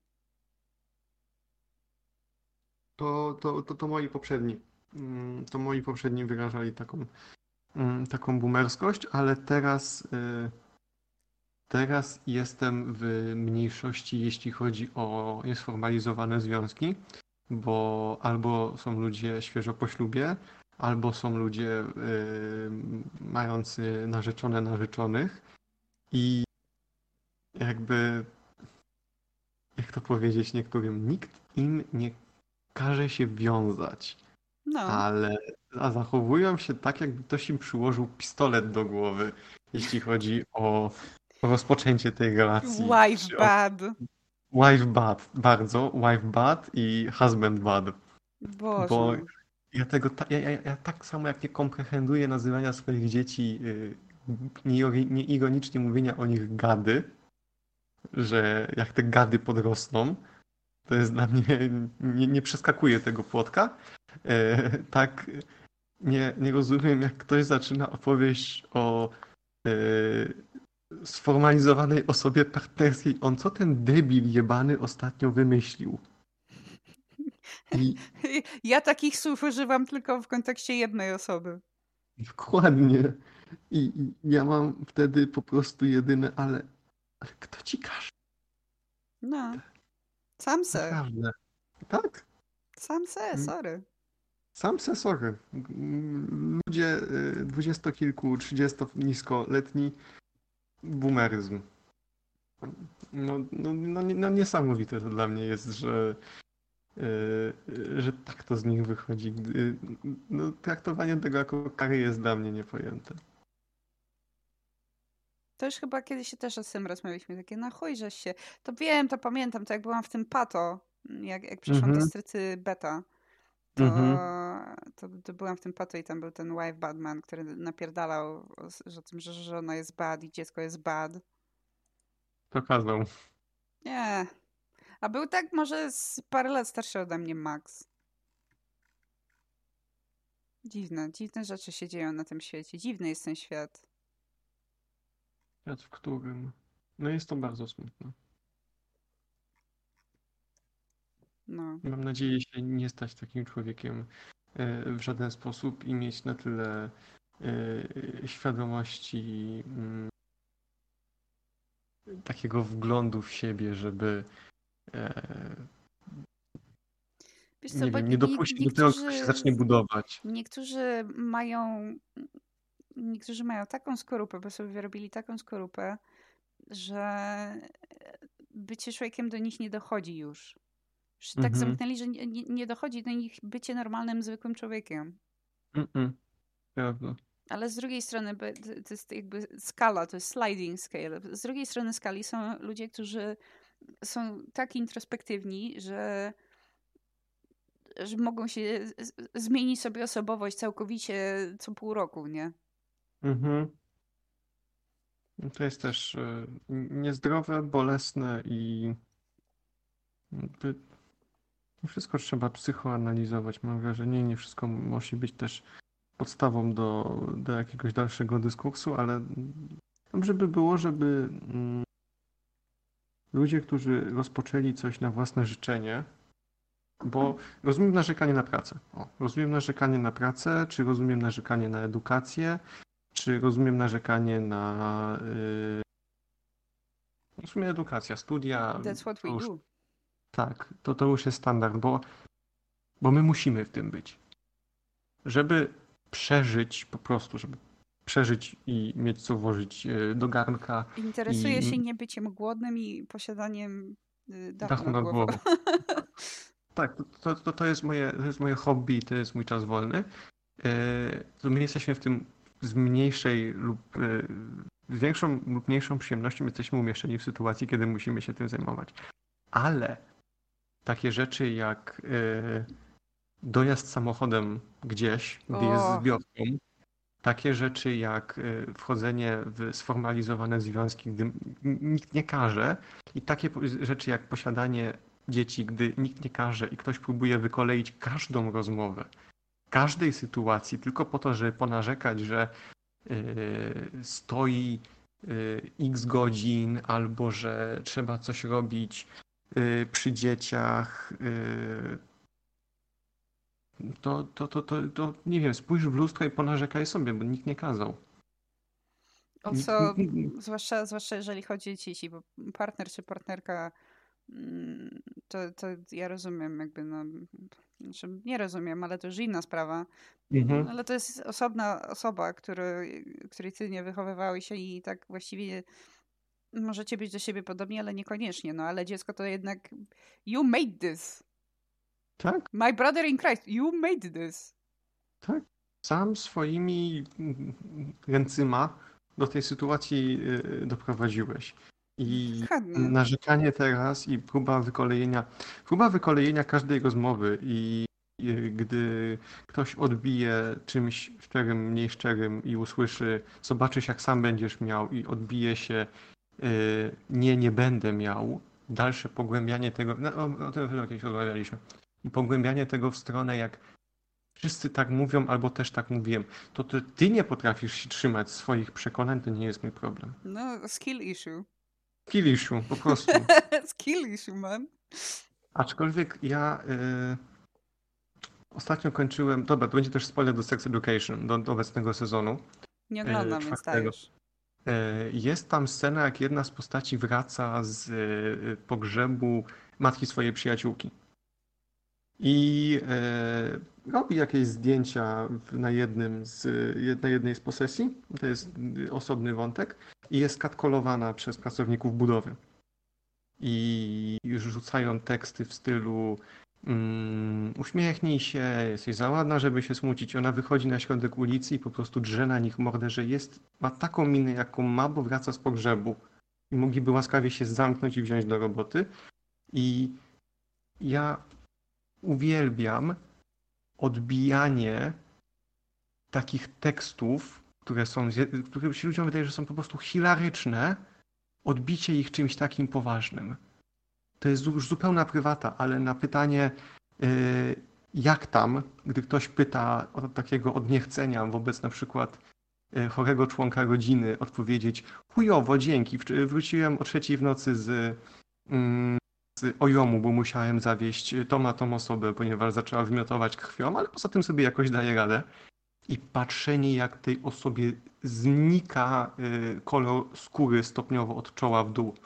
To, to, to, to moi poprzedni. mm, To moi poprzedni wyrażali taką, mm, taką boomerskość, ale teraz, y, teraz jestem w mniejszości, jeśli chodzi o niesformalizowane związki, bo albo są ludzie świeżo po ślubie, albo są ludzie y, mający narzeczone, narzeczonych i jakby, jak to powiedzieć niektórym, nikt im nie każe się wiązać,
No.
ale a zachowują się tak, jakby ktoś im przyłożył pistolet do głowy, jeśli chodzi o rozpoczęcie tej relacji.
Wife
Czy o
bad.
wife bad, bardzo, wife bad i husband bad. Bo
Boże.
ja tego, ta, ja, ja, ja tak samo jak nie komprehenduję nazywania swoich dzieci y, nieiro- nieironicznie mówienia o nich gady, że jak te gady podrosną, to jest dla mnie, nie, nie przeskakuje tego płotka. E, tak nie, nie rozumiem, jak ktoś zaczyna opowieść o e, sformalizowanej osobie partnerskiej. On co ten debil jebany ostatnio wymyślił? I
Ja takich słów używam tylko w kontekście jednej osoby.
dokładnie. I, I ja mam wtedy po prostu jedyne, ale, ale kto ci każe?
No. Sam se.
Naprawdę. Tak?
Sam se, sorry.
Sam se sorry. Ludzie y, dwudziestokilku, trzydziesto niskoletni boomeryzm. No, no, no, nie- no niesamowite to dla mnie jest, że, y, że tak to z nich wychodzi. Gdy, no, traktowanie tego jako kary jest dla mnie niepojęte.
To już chyba kiedyś się też o tym rozmawialiśmy. Takie, no chuj, żeś się. To wiem, to pamiętam, to jak byłam w tym pato, jak, jak przeszłam te
Mhm,
strycy beta, to,
mhm.
to, to byłam w tym pato i tam był ten wife badman, który napierdalał o, że o tym, że żona jest bad i dziecko jest bad.
To kazał.
Nie. A był tak może z parę lat starszy ode mnie Max. Dziwne, dziwne rzeczy się dzieją na tym świecie. Dziwny jest ten świat.
Świat, w którym... No jest to bardzo smutne.
No.
Mam nadzieję się nie stać takim człowiekiem e, w żaden sposób i mieć na tyle e, świadomości mm, takiego wglądu w siebie, żeby e,
Wiesz co,
nie
bo
wiem, nie
nie,
dopuścić do tego, kto się
niektórzy,
zacznie budować.
niektórzy mają, niektórzy mają taką skorupę, bo sobie wyrobili taką skorupę, że bycie człowiekiem do nich nie dochodzi już. Już się tak
Mhm.
zamknęli, że nie, nie nie dochodzi do nich bycie normalnym, zwykłym człowiekiem.
Mm-mm. Prawda.
Ale z drugiej strony, bo to to jest jakby skala, to jest sliding scale. Z drugiej strony skali są ludzie, którzy są tak introspektywni, że, że mogą się z- z- zmienić sobie osobowość całkowicie co pół roku, nie?
Mhm. To jest też e, niezdrowe, bolesne i jakby nie wszystko trzeba psychoanalizować. Mam wrażenie, nie wszystko musi być też podstawą do, do jakiegoś dalszego dyskursu, ale dobrze by było, żeby mm, ludzie, którzy rozpoczęli coś na własne życzenie, bo rozumiem narzekanie na pracę. O, rozumiem narzekanie na pracę, czy rozumiem narzekanie na edukację, czy rozumiem narzekanie na yy, w sumie edukacja, studia.
That's what
To
we
już,
do.
tak, to, to już jest standard, bo, bo my musimy w tym być. Żeby przeżyć po prostu, żeby przeżyć i mieć co włożyć yy, do garnka
Interesuje
i
się niebyciem głodnym i posiadaniem y, dachu
dachu
nad
nad
głową.
głową. Tak, to, to, to, jest moje, to jest moje hobby, to jest mój czas wolny. E, To my jesteśmy w tym z mniejszej lub e, z większą lub mniejszą przyjemnością jesteśmy umieszczeni w sytuacji, kiedy musimy się tym zajmować. Ale takie rzeczy jak e, dojazd samochodem gdzieś, gdy jest
O,
zbiorką, takie rzeczy jak e, wchodzenie w sformalizowane związki, gdy nikt nie każe, i takie po- rzeczy jak posiadanie dzieci, gdy nikt nie każe i ktoś próbuje wykoleić każdą rozmowę, każdej sytuacji, tylko po to, żeby ponarzekać, że y, stoi y, x godzin, albo że trzeba coś robić y, przy dzieciach, y, to, to, to, to, to nie wiem, spójrz w lustro i ponarzekaj sobie, bo nikt nie kazał.
o
Nikt,
co,
nikt, nikt,
zwłaszcza, zwłaszcza jeżeli chodzi o dzieci, bo partner czy partnerka, mm, to, to ja rozumiem jakby, no, znaczy nie rozumiem, ale to już inna sprawa. Mm,
mhm.
Ale to jest osobna osoba, który, której ty nie wychowywałeś się i tak właściwie możecie być do siebie podobni, ale niekoniecznie. No ale dziecko to jednak you made this.
Tak,
My brother in Christ, you made this.
tak. Sam swoimi ręcyma do tej sytuacji y, doprowadziłeś. I
Dokładnie.
narzekanie teraz i próba wykolejenia, próba wykolejenia każdej rozmowy i y, gdy ktoś odbije czymś szczerym, mniej szczerym i usłyszy, zobaczysz jak sam będziesz miał i odbije się, y, nie, nie będę miał, dalsze pogłębianie tego, no, o, o tym chyba kiedyś rozmawialiśmy, i pogłębianie tego w stronę jak wszyscy tak mówią, albo też tak mówiłem, to ty, ty nie potrafisz się trzymać swoich przekonań, to nie jest mój problem.
No, skill issue.
Kiliszu, po prostu.
Skill issue, man.
Aczkolwiek ja y, ostatnio kończyłem, dobra, to będzie też spoiler do Sex Education, do, do obecnego sezonu
Nie
y,
oglądam, więc
czwartego.
dajesz.
Y, jest tam scena, jak jedna z postaci wraca z y, pogrzebu matki swojej przyjaciółki. I e, robi jakieś zdjęcia w- na jednym z, jed- na jednej z posesji. To jest y, osobny wątek. I jest katkolowana przez pracowników budowy. I już rzucają teksty w stylu mm, uśmiechnij się, jesteś za ładna, żeby się smucić. Ona wychodzi na środek ulicy i po prostu drze na nich mordę, że jest, ma taką minę, jaką ma, bo wraca z pogrzebu. I mogliby łaskawie się zamknąć i wziąć do roboty. I ja uwielbiam odbijanie takich tekstów, które są, z- które się ludziom wydaje, że są po prostu hilaryczne, odbicie ich czymś takim poważnym. To jest już zupełna prywata, ale na pytanie, yy, jak tam, gdy ktoś pyta o takiego od niechcenia wobec na przykład yy, chorego członka rodziny, odpowiedzieć chujowo, dzięki, wcz- wróciłem o trzeciej w nocy z, mm, z ojomu, bo musiałem zawieźć tą a tą osobę, ponieważ zaczęła wymiotować krwią, ale poza tym sobie jakoś daję radę. I patrzenie, jak tej osobie znika y, kolor skóry stopniowo od czoła w dół.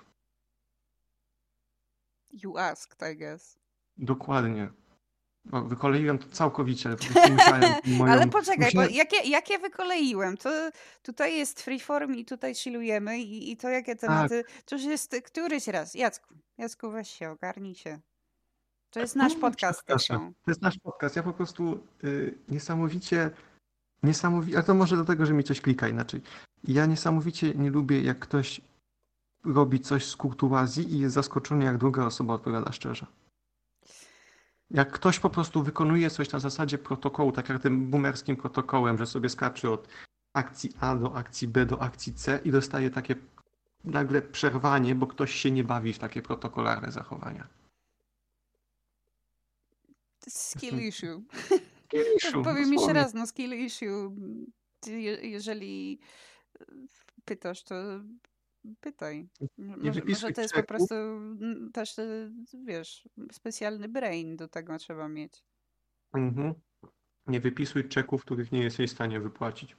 You asked, I guess.
Dokładnie. No, wykoleiłem to całkowicie, ale po prostu musiałem moją...
Ale poczekaj, bo
Musiałem...
jakie, jakie wykoleiłem? To tutaj jest freeform i tutaj chillujemy i, i to jakie
Tak,
tematy, to już jest któryś raz. Jacku, Jacku, weź się, ogarnij się. To jest
no,
nasz podcast,
przepraszam.
Tysią.
To jest nasz podcast. Ja po prostu y, niesamowicie, niesamowicie, a to może dlatego, że mi coś klika inaczej. Ja niesamowicie nie lubię, jak ktoś robi coś z kurtuazji i jest zaskoczony, jak druga osoba odpowiada szczerze. Jak ktoś po prostu wykonuje coś na zasadzie protokołu, tak jak tym boomerskim protokołem, że sobie skacze od akcji A do akcji B do akcji C i dostaje takie nagle przerwanie, bo ktoś się nie bawi w takie protokolarne zachowania.
Skill issue.
Kiliszu,
Powiem jeszcze
dosłownie.
raz, no skill issue. Ty, je- jeżeli pytasz, to pytaj. M-
Nie
Może, może
wypisuj
to jest po
czeków.
prostu mm, też, y, wiesz, specjalny brain do tego trzeba mieć.
Mhm. Nie wypisuj czeków, których nie jesteś w stanie wypłacić.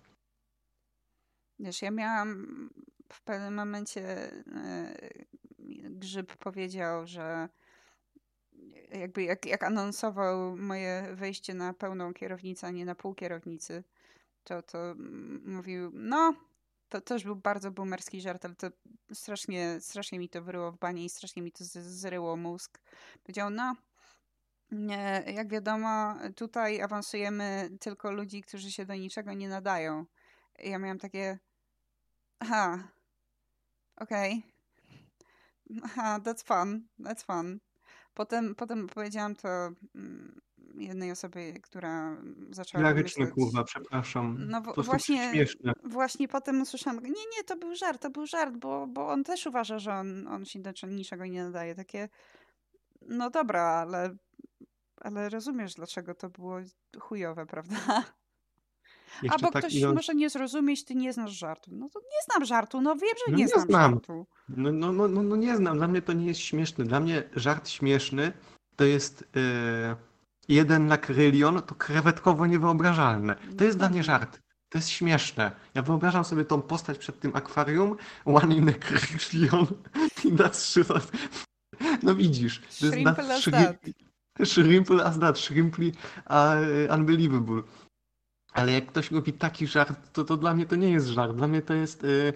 Wiesz, ja miałam w pewnym momencie e, Grzyb powiedział, że jakby jak, jak anonsował moje wejście na pełną kierownicę, a nie na pół kierownicy, to, to mm, mówił, no, to też był bardzo boomerski żart, ale to strasznie, strasznie mi to wyryło w banie i strasznie mi to z- zryło mózg. Powiedział, no, nie, jak wiadomo, tutaj awansujemy tylko ludzi, którzy się do niczego nie nadają. I ja miałam takie, aha, okej, aha, that's fun, that's fun. Potem, potem powiedziałam to mm, jednej osobie, która zaczęła
Hilaryczne,
wymyślać.
kurwa, przepraszam.
No
Po
w-
prostu
właśnie,
śmieszne.
właśnie potem usłyszałam, nie, nie, to był żart, to był żart, bo, bo on też uważa, że on, on się do niczego nie nadaje. Takie, no dobra, ale, ale rozumiesz, dlaczego to było chujowe, prawda?
Jeszcze
Albo
tak
ktoś
idąc.
może nie zrozumieć, ty nie znasz żartu. No to nie znam żartu, no wiem, że
No
nie
nie
znam
znam.
żartu.
No, no, no, no, no nie znam. Dla mnie to nie jest śmieszne. Dla mnie żart śmieszny to jest e, jeden na krylion, to krewetkowo niewyobrażalne. To jest dla mnie
Dokładnie.
żart. To jest śmieszne. Ja wyobrażam sobie tą postać przed tym akwarium, one in a krylion i that's shit. No widzisz, to jest
Shrimple
that's
as
shrimp,
that.
shrimple as that, shrimply uh, unbelievable. Ale jak ktoś robi taki żart, to, to dla mnie to nie jest żart. Dla mnie to jest... y,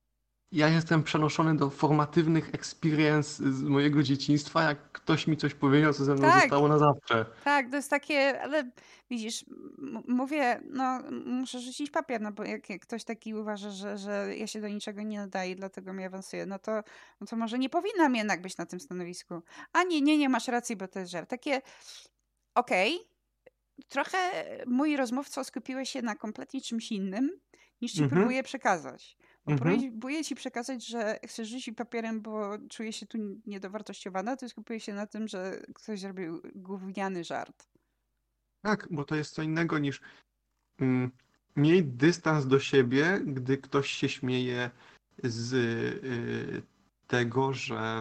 ja jestem przenoszony do formatywnych experience z mojego dzieciństwa, jak ktoś mi coś powiedział, co ze mną
Tak,
zostało na zawsze.
tak, to jest takie, ale widzisz, m- mówię, no muszę rzucić papier, no bo jak, jak ktoś taki uważa, że, że ja się do niczego nie nadaję, dlatego mnie awansuję, no to, no to może nie powinnam jednak być na tym stanowisku. A nie, nie, nie, masz rację, bo to jest żart. Takie, okej, trochę mój rozmówca skupiły się na kompletnie czymś innym, niż ci
Mhm,
próbuję przekazać. Bo
mhm.
próbuję ci przekazać, że chcę rzucić papierem, bo czuję się tu niedowartościowana, to skupię się na tym, że ktoś zrobił gówniany żart.
Tak, bo to jest co innego niż mm, miej dystans do siebie, gdy ktoś się śmieje z y, tego, że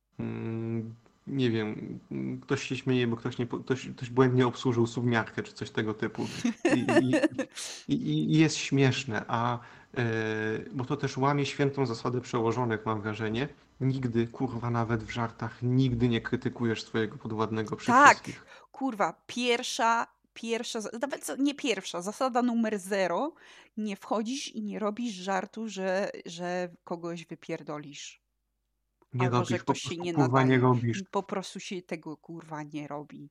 mm, nie wiem, mm, ktoś się śmieje, bo ktoś, nie, po- ktoś, ktoś błędnie obsłużył submiarkę czy coś tego typu. I, i, i, i jest śmieszne, a e, bo to też łamie świętą zasadę przełożonych, mam wrażenie. Nigdy, kurwa, nawet w żartach, nigdy nie krytykujesz swojego podwładnego przy
Tak,
wszystkich.
kurwa, pierwsza, pierwsza, za- nawet co- nie pierwsza, zasada numer zero, nie wchodzisz i nie robisz żartu, że, że kogoś wypierdolisz.
Nie
Albo że
robisz, po
ktoś się
prostu
nie
kurwa nie
nadaje.
robisz.
Po prostu się tego kurwa nie robi.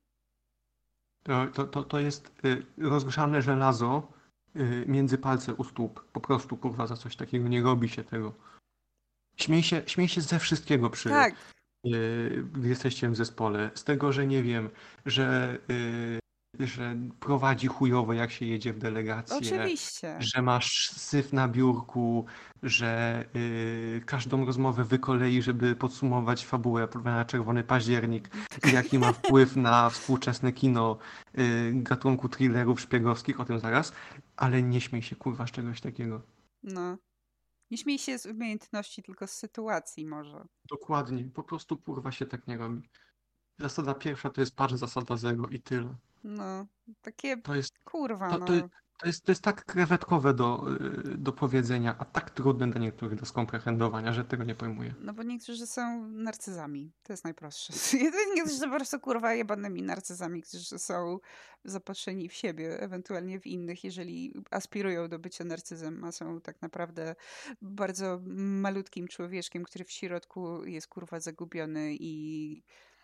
To, to, to, to jest y, rozgrzane żelazo y, między palce u stóp. Po prostu, kurwa, za coś takiego nie robi się tego. Śmiej się, śmiej się ze wszystkiego przy,
Tak,
y, gdy jesteście w zespole. Z tego, że nie wiem, że, y, że prowadzi chujowo, jak się jedzie w delegację,
oczywiście.
że masz syf na biurku, że y, każdą rozmowę wykolei, żeby podsumować fabułę na Czerwony Październik i jaki ma wpływ na współczesne kino y, gatunku thrillerów szpiegowskich, o tym zaraz, ale nie śmiej się kurwa z czegoś takiego.
No. Nie śmiej się z umiejętności, tylko z sytuacji może.
Dokładnie, po prostu kurwa się tak nie robi. Zasada pierwsza to jest patrz zasada zero i tyle.
No. Takie
To jest,
kurwa,
to, to,
no.
to jest, to jest tak krewetkowe do, y, do powiedzenia, a tak trudne dla niektórych do skomprehendowania, że tego nie pojmuję.
No bo niektórzy są narcyzami. To jest najprostsze. Niektórzy są po prostu kurwa jebanymi narcyzami, którzy są zapatrzeni w siebie, ewentualnie w innych, jeżeli aspirują do bycia narcyzem, a są tak naprawdę bardzo malutkim człowieczkiem, który w środku jest kurwa zagubiony i,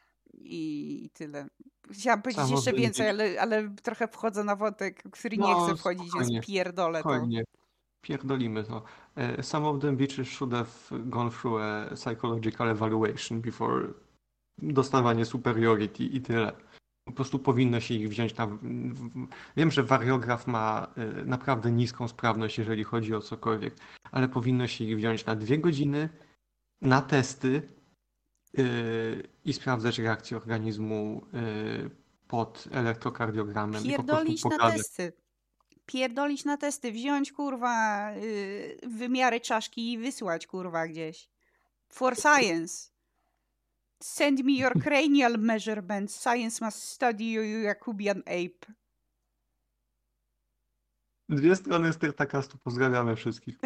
i, i tyle. Chciałam powiedzieć
Some of
jeszcze
them
więcej,
bitch.
ale, ale trochę wchodzę na wątek, w który nie chcę
No,
wchodzić, więc
spokojnie,
pierdolę to.
spokojnie. Pierdolimy to. E, Some of them bitches should have gone through a psychological evaluation before dostawanie superiority i tyle. Po prostu powinno się ich wziąć na... w- w- Wiem, że wariograf ma e, naprawdę niską sprawność, jeżeli chodzi o cokolwiek, ale powinno się ich wziąć na dwie godziny na testy e, i sprawdzać reakcję organizmu e, pod elektrokardiogramem i po prostu
Pierdolić na
pogadać.
testy. Pierdolić na testy. Wziąć, kurwa, yy, wymiary czaszki i wysłać, kurwa, gdzieś. For science. Send me your cranial measurements. Science must study you, you Jakubian ape.
Dwie strony z Tyrtakastu, pozdrawiamy wszystkich.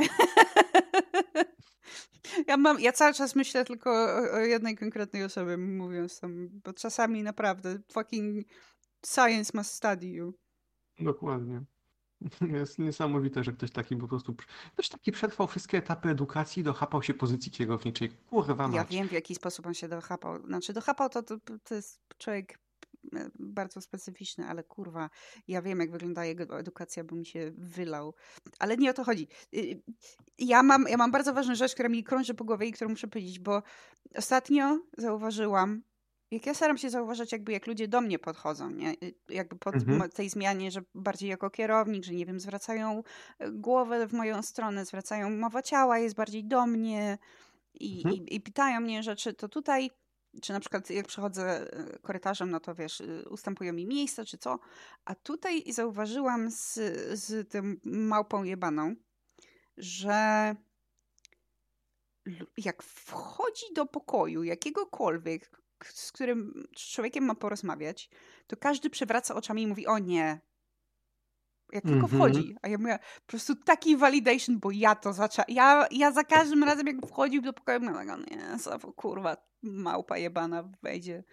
Ja mam, ja cały czas myślę tylko o, o jednej konkretnej osobie, mówiąc tam, bo czasami naprawdę fucking science must study you.
Dokładnie. Jest niesamowite, że ktoś taki po prostu... Ktoś taki przetrwał wszystkie etapy edukacji i dochapał się pozycji kierowniczej. Kurwa
Ja
mać.
wiem, w jaki sposób on się dochapał. Znaczy, dochapał to, to, to jest człowiek e, bardzo specyficzny, ale kurwa, ja wiem, jak wygląda jego edukacja, bo mi się wylał. Ale nie o to chodzi. Y, Ja mam, ja mam bardzo ważną rzecz, która mi krąży po głowie i którą muszę powiedzieć, bo ostatnio zauważyłam, jak ja staram się zauważać, jakby jak ludzie do mnie podchodzą, nie? Y, Jakby po
Mhm.
mo- tej zmianie, że bardziej jako kierownik, że nie wiem, zwracają e, głowę w moją stronę, zwracają, mowa ciała jest bardziej do mnie i,
Mhm.
i, i pytają mnie, że czy to tutaj, czy na przykład jak przechodzę e, korytarzem, no to wiesz, y, ustępują mi miejsca, czy co. A tutaj zauważyłam z, z tym małpą jebaną, że lu- jak wchodzi do pokoju jakiegokolwiek, k- z którym człowiekiem ma porozmawiać, to każdy przewraca oczami i mówi: o nie. Jak tylko
Mhm.
wchodzi. A ja mówię, po prostu taki validation, bo ja to zaczęłam. Ja, ja za każdym razem, jak wchodził do pokoju, mówię: no nie, Safo, kurwa, małpa jebana wejdzie.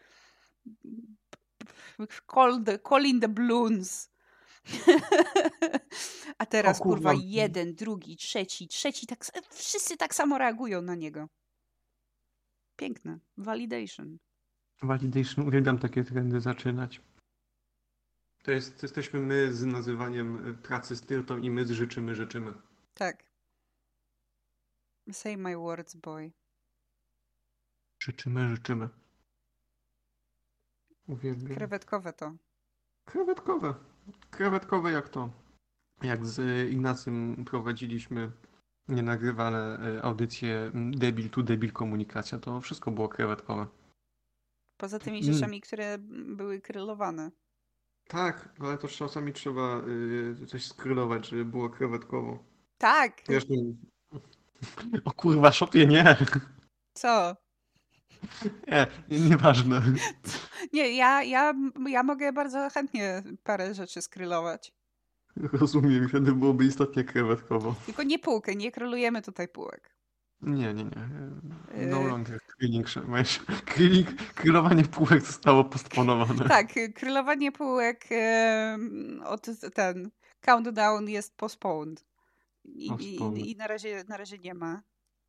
Call, the, call in the balloons. A
O
teraz, kurwa,
kurwa.
jeden, drugi, trzeci, trzeci, tak, s- wszyscy tak samo reagują na niego. Piękne. Validation.
Validation, uwielbiam takie trendy zaczynać. To jest, to jesteśmy my z nazywaniem y, pracy styrtą i my z życzymy, życzymy.
Tak. Say my words, boy.
Życzymy, życzymy. Uwielbiam.
Krewetkowe to.
Krewetkowe. Krewetkowe jak to. Jak z Ignacym prowadziliśmy nienagrywane y, audycje mm, debil to debil komunikacja, to wszystko było krewetkowe.
Poza tymi
Mm.
rzeczami, które były krylowane.
Tak, ale to czasami trzeba y, coś skrylować, żeby było krewetkowo.
Tak.
Zresztą... O kurwa, szopie, nie.
Co?
Nie, nie, nieważne.
Nie, ja, ja, ja mogę bardzo chętnie parę rzeczy skrylować.
Rozumiem, wtedy byłoby istotnie krewetkowo.
Tylko nie półkę, nie królujemy tutaj półek.
Nie, nie, nie. No
Yy,
longer grilling. Grilling, grillowanie półek zostało postponowane.
tak, królowanie półek em, od ten countdown jest postponed. I, i,
Postponed.
i na, razie, na razie nie ma.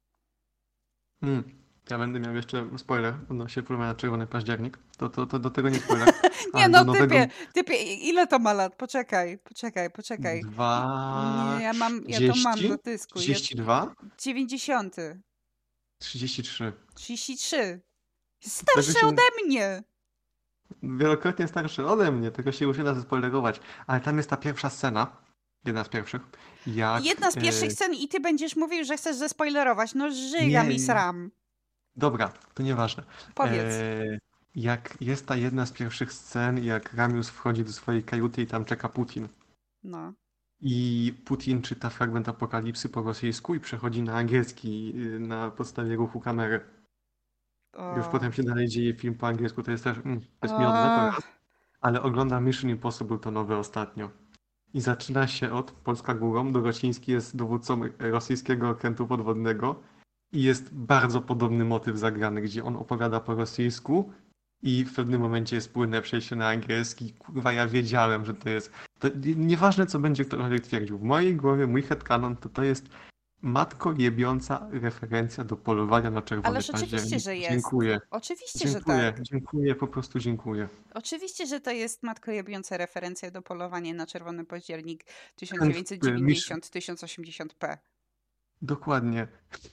Hmm. Ja będę miał jeszcze spoiler odnośnie pływania na czerwony październik. To, to, to do tego nie spoiler.
Nie
Ale
no,
do nowego
typie, typie, ile to ma lat? Poczekaj, poczekaj, poczekaj.
dwa...
Nie, ja mam, ja to mam na dysku. Ja,
trzydzieści dwa?
dziewięćdziesiąty.
trzydzieści trzy.
trzydzieści trzy. Jest
Tego
starszy
się-
ode mnie.
Wielokrotnie starszy ode mnie, tego się już nie da zaspoilerować. Ale tam jest ta pierwsza scena, jedna z pierwszych, jak...
Jedna z
e,
pierwszych scen i ty będziesz mówił, że chcesz zespoilerować. No żyga
Nie,
mi
nie.
sram.
Dobra, to nieważne.
Powiedz.
E, jak jest ta jedna z pierwszych scen, jak Ramius wchodzi do swojej kajuty i tam czeka Putin.
No.
I Putin czyta fragment Apokalipsy po rosyjsku i przechodzi na angielski y, na podstawie ruchu kamery.
O.
Już potem się dalej dzieje film po angielsku, to jest też mm, to jest
O.
miodne, to raz. Ale oglądam Mission Impossible to nowe ostatnio. I zaczyna się od Polska górą, Dorociński jest dowódcą rosyjskiego okrętu podwodnego i jest bardzo podobny motyw zagrany, gdzie on opowiada po rosyjsku i w pewnym momencie jest płynne przejście na angielski. Kurwa, ja wiedziałem, że to jest... To, nieważne, co będzie ktokolwiek twierdził. W mojej głowie, mój headcanon, to to jest matko jebiąca referencja do polowania na czerwony
Ależ oczywiście,
październik.
że jest.
Dziękuję.
Oczywiście, że
Dziękuję,
tak.
dziękuję, po prostu dziękuję.
Oczywiście, że to jest matko jebiąca referencja do polowania na czerwony październik
Misz-
tysiąc dziewięćset dziewięćdziesiąt do tysiąc osiemdziesiąt p.
Dokładnie.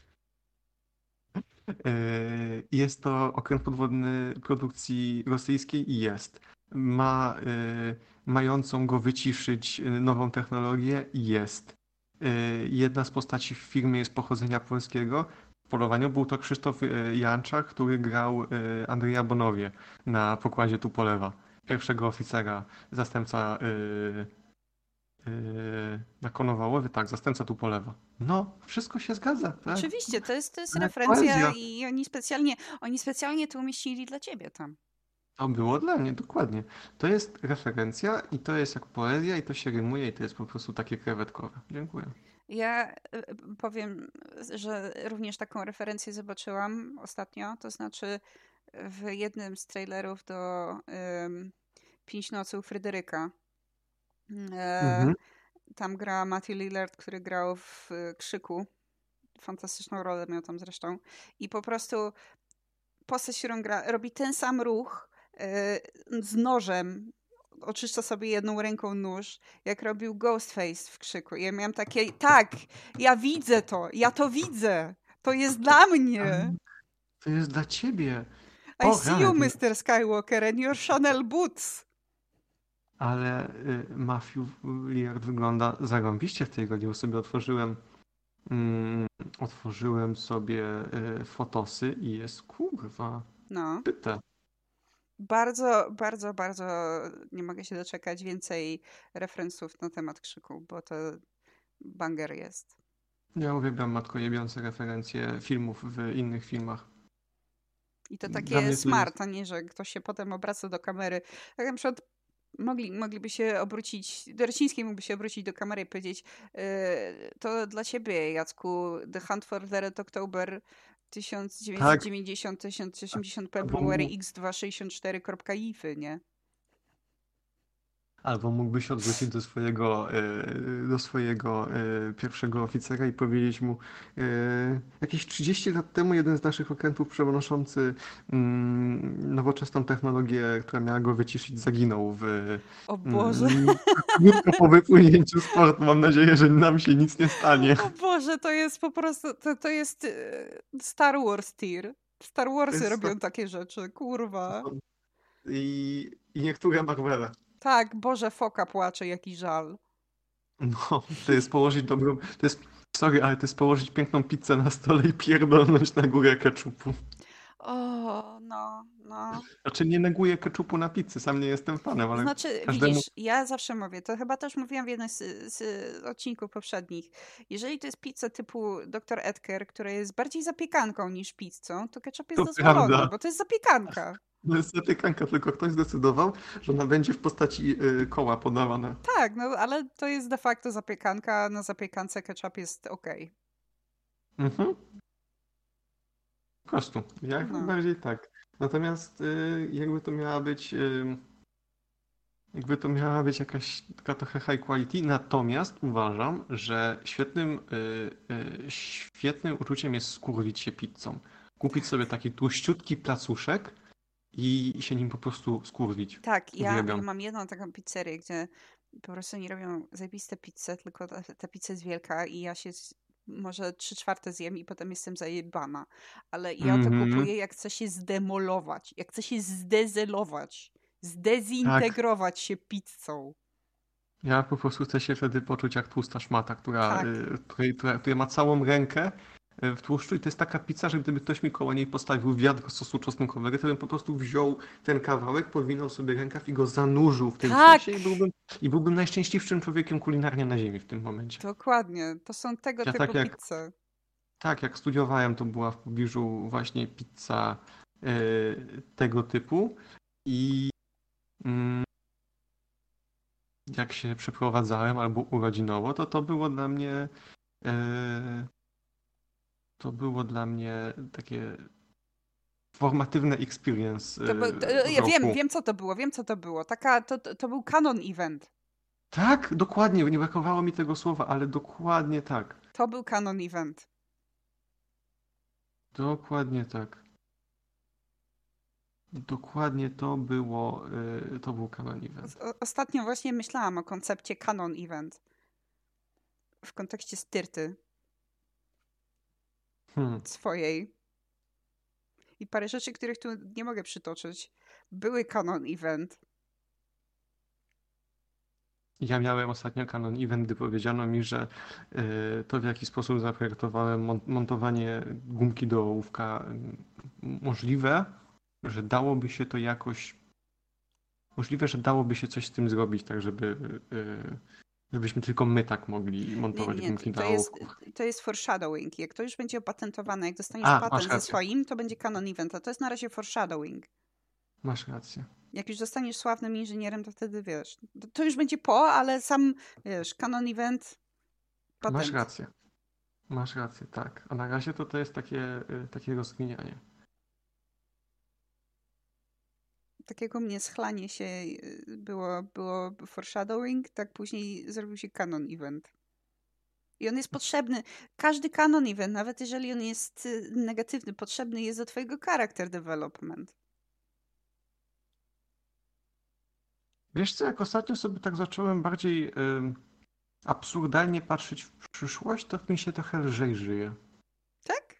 E, Jest to okręt podwodny produkcji rosyjskiej i jest. Ma e, mającą go wyciszyć e, nową technologię i jest. E, Jedna z postaci w filmie jest pochodzenia polskiego. W polowaniu był to Krzysztof e, Janczak, który grał e, Andrzeja Bonowie na pokładzie Tupolewa. pierwszego oficera, zastępca yy, yy, na Konowałowie, tak, zastępca tu po lewo. No, wszystko się zgadza, tak?
Oczywiście, to jest, to jest
Ale
referencja
poezja.
i oni specjalnie, oni specjalnie to umieścili dla ciebie tam.
To było dla mnie, dokładnie. To jest referencja i to jest jak poezja i to się rymuje i to jest po prostu takie krewetkowe. Dziękuję.
Ja e, powiem, że również taką referencję zobaczyłam ostatnio, to znaczy w jednym z trailerów do um, Pięć nocy u Fryderyka. E,
Mhm.
tam gra Matthew Lillard, który grał w e, Krzyku. Fantastyczną rolę miał tam zresztą. I po prostu postać, którą gra, robi ten sam ruch e, z nożem. Oczyszcza sobie jedną ręką nóż, jak robił Ghostface w Krzyku. I ja miałam takie, tak, ja widzę to, ja to widzę. To jest dla mnie.
To jest dla ciebie.
I
O,
see
rany,
you,
to
mister Skywalker, and your Chanel boots.
ale y, Matthew Lillard wygląda zarąbiście w tej roli. Już sobie otworzyłem mm, otworzyłem sobie y, fotosy i jest kurwa
No.
pyte.
Bardzo, bardzo, bardzo nie mogę się doczekać więcej referencji na temat Krzyku, bo to banger jest.
Ja uwielbiam matko jebiące referencje filmów w innych filmach.
I to
Dla
takie
mnie to jest...
smart, a nie, że ktoś się potem obraca do kamery. Tak na przykład mogli, mogliby się obrócić, Dorociński mógłby się obrócić do kamery i powiedzieć yy, to dla ciebie, Jacku, The Hunt for the Red October tysiąc dziewięćset
Tak,
dziewięćdziesiąt do tysiąc osiemdziesiąt
albo,
February
mógł,
X dwieście sześćdziesiąt cztery kropka i f y, nie?
albo mógłby się odwrócić do swojego, y, do swojego y, pierwszego oficera i powiedzieć mu y, jakieś trzydzieści lat temu jeden z naszych okrętów przenoszący mm, nowoczesną technologię, która miała go wyciszyć, zaginął w
O Boże.
mm, krótko po wypłynięciu z portu. Mam nadzieję, że nam się nic nie stanie.
O Boże, to jest po prostu, to, to jest e, Star Wars tier. Star
To
Warsy
jest
robią takie rzeczy, kurwa.
I, i niektóre Marvele.
Tak, Boże, foka płacze, jaki żal.
No, to jest położyć dobrą. To jest. Sorry, ale to jest położyć piękną pizzę na stole i pierdolnąć na górę keczupu.
O, no, no.
Znaczy nie neguję keczupu na pizzy, sam nie jestem fanem, ale
Znaczy,
każdemu.
widzisz, ja zawsze mówię, to chyba też mówiłam w jednym z, z odcinków poprzednich. Jeżeli to jest pizza typu doktor Edgar, która jest bardziej zapiekanką niż pizzą, to ketchup jest
To
dozwolony,
prawda.
bo to jest zapiekanka.
To jest zapiekanka, tylko ktoś zdecydował, że ona będzie w postaci y, koła podawana.
Tak, no ale to jest de facto zapiekanka, a na zapiekance ketchup jest okej.
Mhm. Po prostu. Jak
No.
najbardziej tak. Natomiast y, jakby to miała być. Y, Jakby to miała być jakaś taka trochę high quality, natomiast uważam, że świetnym, y, y, świetnym uczuciem jest skurwić się pizzą. Kupić sobie taki tłuściutki placuszek i się nim po prostu skurwić.
Tak, ja, ja
Uwielbiam.
mam jedną taką pizzerię, gdzie po prostu nie robią zajebiste pizze, tylko ta, ta pizza jest wielka i ja się z- może trzy czwarte zjem i potem jestem zajebana. Ale ja to
Mhm.
kupuję, jak chcę się zdemolować, jak chcę się zdezelować,
Tak.
zdezintegrować się pizzą.
Ja po prostu chcę się wtedy poczuć jak tłusta szmata, która,
Tak,
y, której, która, która ma całą rękę y, w tłuszczu i to jest taka pizza, że gdyby ktoś mi koło niej postawił wiadro sosu czosnkowego, to bym po prostu wziął ten kawałek, podwinął sobie rękaw i go zanurzył w tym
tak,
sosie i byłbym, i byłbym najszczęśliwszym człowiekiem kulinarnie na ziemi w tym momencie.
dokładnie. To są tego
Ja
typu
tak jak,
pizze.
tak jak studiowałem, to była w pobliżu właśnie pizza y, tego typu i mm, jak się przeprowadzałem albo urodzinowo, to to było dla mnie e, to było dla mnie takie formatywne experience
To,
e,
był- to,
w
ja wiem,
roku.
wiem co to było, wiem co to było. Taka, to, to to był canon event.
Tak, dokładnie, nie brakowało mi tego słowa, ale dokładnie tak.
To był canon event.
Dokładnie tak. Dokładnie to było, e, to był Canon Event.
O- Ostatnio właśnie myślałam o koncepcie canon event w kontekście styrty
Hmm.
swojej. I parę rzeczy, których tu nie mogę przytoczyć, były canon event.
Ja miałem ostatnio Canon Event, gdy powiedziano mi, że e, to w jaki sposób zaprojektowałem mon- montowanie gumki do ołówka m, możliwe, że dałoby się to jakoś możliwe, że dałoby się coś z tym zrobić, tak żeby, yy, żebyśmy tylko my tak mogli
Nie,
montować
nie,
gumki
to
na
jest,
ołówkach.
to jest foreshadowing. Jak to już będzie opatentowane, jak dostaniesz
A, masz
patent ze
rację,
swoim, to będzie canon event, a to jest na razie foreshadowing.
masz rację.
Jak już zostaniesz sławnym inżynierem, to wtedy wiesz, to, to już będzie po, ale sam, wiesz, canon event,
Masz
patent.
rację. Masz rację, tak. A na razie to to jest takie, y, takie rozkminianie.
Takiego mnie schlanie się y, było, było foreshadowing, tak później zrobił się canon event. I on jest potrzebny. Każdy canon event, nawet jeżeli on jest y, negatywny, potrzebny jest do twojego character development.
Wiesz co, jak ostatnio sobie tak zacząłem bardziej y, absurdalnie patrzeć w przyszłość, to mi się trochę lżej żyje.
Tak?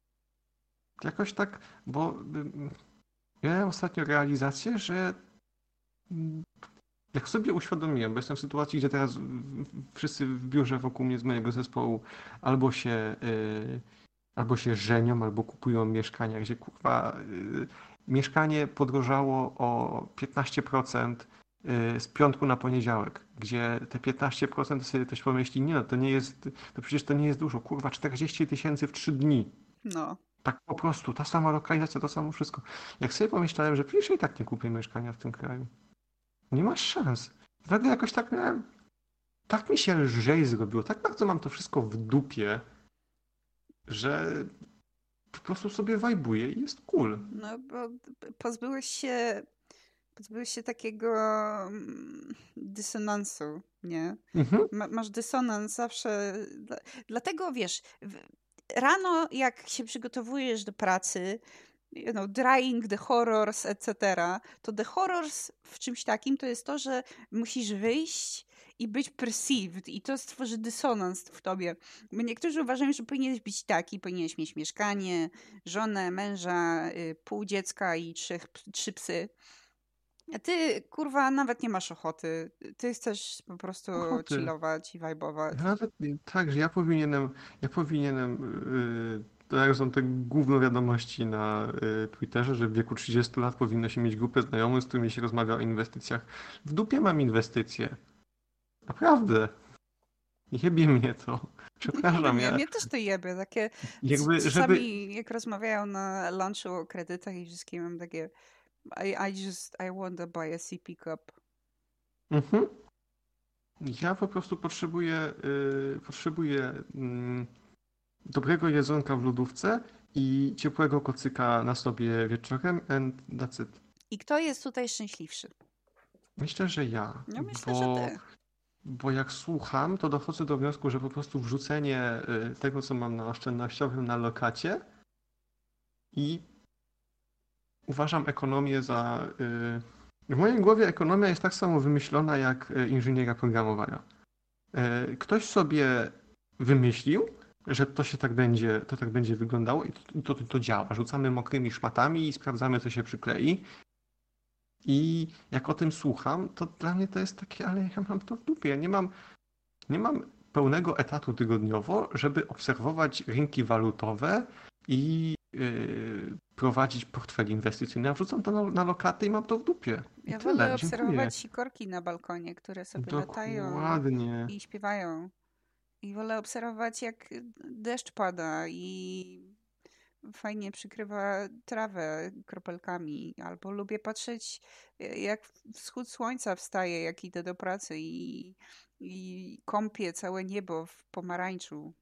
Jakoś tak, bo y, miałem ostatnio realizację, że y, jak sobie uświadomiłem, bo jestem w sytuacji, gdzie teraz wszyscy w biurze wokół mnie z mojego zespołu albo się, y, albo się żenią, albo kupują mieszkania, gdzie kurwa y, mieszkanie podrożało o piętnaście procent y, z piątku na poniedziałek, gdzie te piętnaście procent sobie ktoś pomyśli, nie no, to nie jest, to przecież to nie jest dużo, kurwa, czterdzieści tysięcy w trzy dni.
No.
Tak po prostu, ta sama lokalizacja, to samo wszystko. Jak sobie pomyślałem, że przecież i tak nie kupię mieszkania w tym kraju. Nie masz szans. Wtedy jakoś tak miałem, tak mi się lżej zrobiło, tak bardzo mam to wszystko w dupie, że po prostu sobie wajbuję i jest cool.
No, bo pozbyłeś się, pozbyłeś się takiego mm, dysonansu, nie?
Mhm.
Ma, masz dysonans zawsze. Dla, dlatego wiesz, w, rano jak się przygotowujesz do pracy, you know, drying the horrors, et cetera, to the horrors w czymś takim to jest to, że musisz wyjść i być perceived i to stworzy dysonans w tobie. Bo niektórzy uważają, że powinieneś być taki, powinieneś mieć mieszkanie, żonę, męża, y, pół dziecka i trzech, trzy psy. A ty, kurwa, nawet nie masz ochoty. Ty chcesz po prostu
Ochoty.
chillować i vibe'ować.
Nawet nie- tak, że ja powinienem, ja powinienem, yy, to jak są te główne wiadomości na yy, Twitterze, że w wieku trzydziestu lat powinno się mieć grupę znajomych, z którymi się rozmawia o inwestycjach. W dupie mam inwestycje. Naprawdę. Jebie mnie to.
Nie,
Przepraszam,
nie,
ja
mnie też to jebie. Takie, c-
jakby, żeby...
czasami jak rozmawiają na lunchu o kredytach i wszystkim, mam takie I, I just, I want to buy a C P cup.
Mhm. Ja po prostu potrzebuję, yy, potrzebuję mm, dobrego jedzonka w lodówce i ciepłego kocyka na sobie wieczorem and that's it.
I kto jest tutaj szczęśliwszy?
Myślę, że ja,
No myślę, że
bo,
ty.
bo jak słucham, to dochodzę do wniosku, że po prostu wrzucenie y, tego, co mam na oszczędnościowym na lokacie i uważam ekonomię za... y, W mojej głowie ekonomia jest tak samo wymyślona jak y, inżynieria programowania. Y, Ktoś sobie wymyślił, że to się tak będzie, to tak będzie wyglądało i to, to, to działa. Rzucamy mokrymi szmatami i sprawdzamy, co się przyklei. I jak o tym słucham, to dla mnie to jest takie, ale ja mam to w dupie. Nie mam, nie mam pełnego etatu tygodniowo, żeby obserwować rynki walutowe i yy, prowadzić portfel inwestycyjny. Ja wrzucam to na, na lokaty i mam to w dupie. I
Ja
tyle.
wolę
Dziękuję.
obserwować sikorki na balkonie, które sobie latają
Dokładnie.
i śpiewają. I wolę obserwować, jak deszcz pada i fajnie przykrywa trawę kropelkami. Albo lubię patrzeć, jak wschód słońca wstaje, jak idę do pracy i, i kąpię całe niebo w pomarańczu.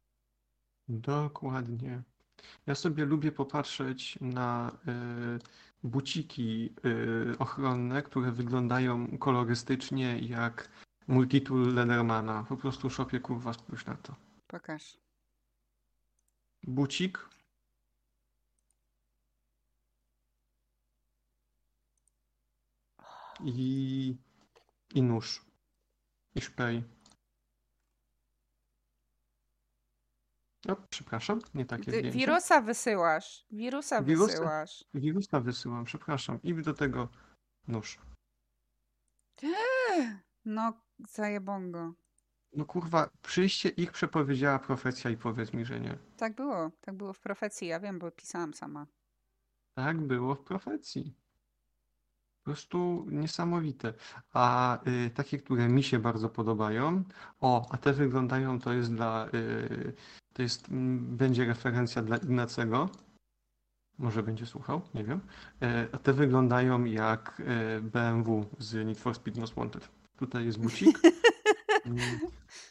Dokładnie. Ja sobie lubię popatrzeć na y, buciki y, ochronne, które wyglądają kolorystycznie jak multitool Leathermana. Po prostu szopie, kurwa, spójrz na to.
Pokaż.
Bucik i, i nóż. I szpej. O, przepraszam, nie takie
Ty
zdjęcie.
wirusa wysyłasz. Wirusa
Wirusa,
wysyłasz.
wirusa wysyłam, przepraszam. I do tego nóż.
No, zajebongo.
No kurwa, przyjście ich przepowiedziała profecja i powiedz mi, że nie.
Tak było. Tak było w profecji. Ja wiem, bo pisałam sama.
Tak było w profecji. prostu niesamowite. A y, takie, które mi się bardzo podobają, o, a te wyglądają, to jest dla, y, to jest, mm, będzie referencja dla Ignacego, może będzie słuchał, nie wiem. E, a te wyglądają jak e, B M W z Need for Speed Most Wanted. Tutaj jest bucik. Mm,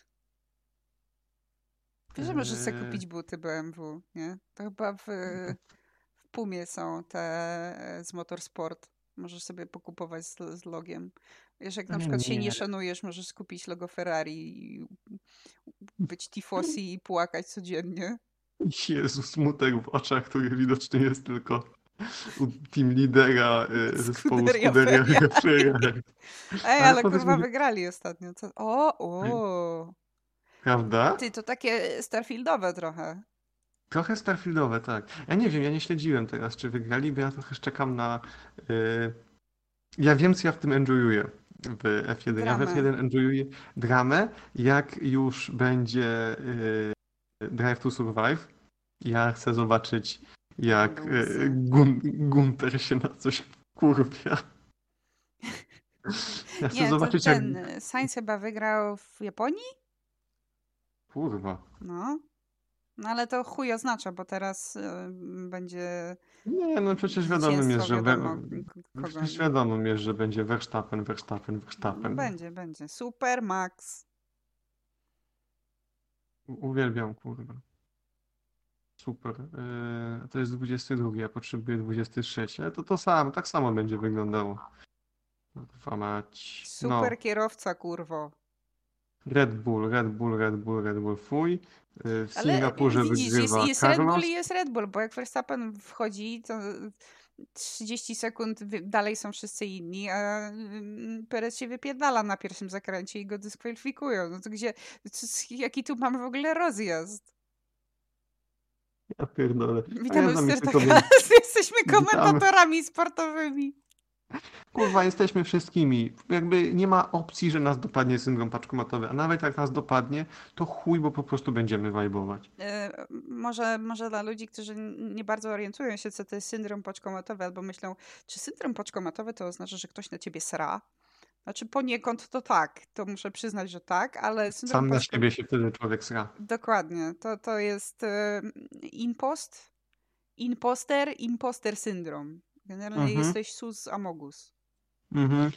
Wiesz, że możesz sobie
e,
kupić buty B M W, nie? To chyba w, w Pumie są te e, z Motorsport. Możesz sobie pokupować z, z logiem. Wiesz, jak na przykład się nie
nie,
szanujesz, możesz kupić logo Ferrari i być tifosi i płakać codziennie.
Jezu, smutek w oczach, który widocznie jest tylko u team lidera e, zespołu
Scuderia
Scuderia
Ferrari.
Ferrari.
Ej,
Ale
ale
powiedz
kurwa
mi,
wygrali ostatnio. Co? O, o.
prawda?
Ty, to takie Starfieldowe trochę.
Trochę Starfieldowe, tak. Ja nie wiem, ja nie śledziłem teraz, czy wygrali, bo ja trochę czekam na... e, Ja wiem, co ja w tym enjoyuję w F jeden. Ja w
Dramę.
F jeden enjoyuję dramę, jak już będzie y, Drive to Survive. Ja chcę zobaczyć, jak y,
Luzy.
Gun Gunter się na coś kurwia. Ja chcę
Nie, to
zobaczyć, jak...
ten y, Sainz chyba wygrał w Japonii?
Kurwa.
No. No ale to chuj oznacza, bo teraz y, będzie
Nie, no przecież wiadomym jest,
zwycięstwo
że... We...
wiadomo k- kogo,
Przecież
nie?
wiadomym jest, że będzie Verstappen, Verstappen,
No
Verstappen.
będzie, będzie. Super Max.
U- Uwielbiam, kurwa. Super. Yy, to jest dwudziesty drugi, ja potrzebuję dwudziesty trzeci. Ale to to samo, tak samo będzie wyglądało. Kurwa mać. No.
Super kierowca, kurwo.
Red Bull, Red Bull, Red Bull, Red Bull fuj. Yy, W
Ale
Singapurze
widzisz, jest,
wygrywa
jest Red Bull
Carlos.
i jest Red Bull, bo jak Verstappen wchodzi, to trzydzieści sekund wy- dalej są wszyscy inni, a mm, Perez się wypierdala na pierwszym zakręcie i go dyskwalifikują. No to gdzie, co- jaki tu mamy w ogóle rozjazd?
Ja pierdolę. A ja
Witamy w
znam jeszcze
Startach.
kobiet.
Jesteśmy
Witamy.
komentatorami sportowymi.
Kurwa, jesteśmy wszystkimi. Jakby nie ma opcji, że nas dopadnie syndrom paczkomatowy. A nawet jak nas dopadnie, to chuj, bo po prostu będziemy wajbować.
E, Może, może dla ludzi, którzy n- nie bardzo orientują się, co to jest syndrom paczkomatowy, albo myślą, czy syndrom paczkomatowy to oznacza, że ktoś na ciebie sra? Znaczy poniekąd to tak, to muszę przyznać, że tak, ale syndrom
Sam na
paczkomatowy...
siebie się wtedy człowiek sra.
Dokładnie, to, to jest e, impost, imposter, imposter syndrom. Generalnie
Mhm,
jesteś sus amogus.
mhm.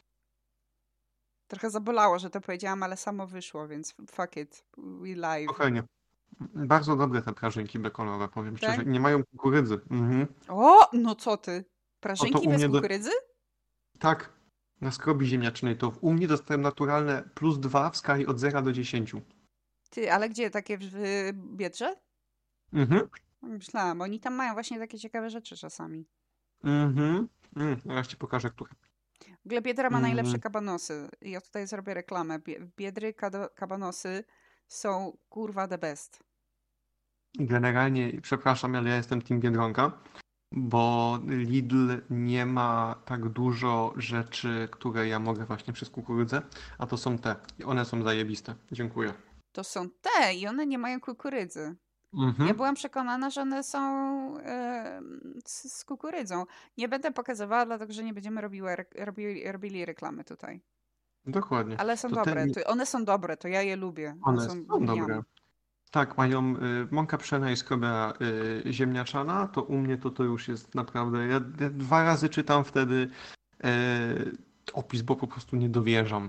Trochę zabolało, że to powiedziałam, ale samo wyszło, więc fuck it, we live.
Spokojnie. Bardzo dobre te prażynki bekonowe, powiem
Tak?
szczerze. Nie mają kukurydzy. Mhm.
O, no co ty?
O, to
Prażynki
u
bez
mnie do...
kukurydzy?
Tak, na skrobi ziemniacznej to u mnie dostałem naturalne plus dwa w skali od zera do dziesięciu.
Ty, ale gdzie? Takie w w Biedrze?
Mhm,
Myślałam, oni tam mają właśnie takie ciekawe rzeczy czasami.
mhm. Mm, zaraz ci pokażę, które.
W ogóle Biedra ma najlepsze
Mm,
kabanosy. Ja tutaj zrobię reklamę. Bie- Biedry kado- kabanosy są kurwa the best.
generalnie, przepraszam, ale ja jestem team Biedronka, bo Lidl nie ma tak dużo rzeczy, które ja mogę właśnie przez kukurydzę, a to są te. I one są zajebiste. Dziękuję.
To są te i one nie mają kukurydzy. Ja
Mhm.
byłam przekonana, że one są e, z, z kukurydzą. Nie będę pokazywała, dlatego że nie będziemy robiły, re- robili, robili reklamy tutaj.
Dokładnie.
Ale są
To te,
dobre. To, one są dobre, to ja je lubię. One
one
są
są dobre.
yum.
Tak, mają y, mąka pszena i skrobia y, ziemniaczana, to u mnie to, to już jest naprawdę. Ja, ja dwa razy czytam wtedy y, opis, bo po prostu nie dowierzam.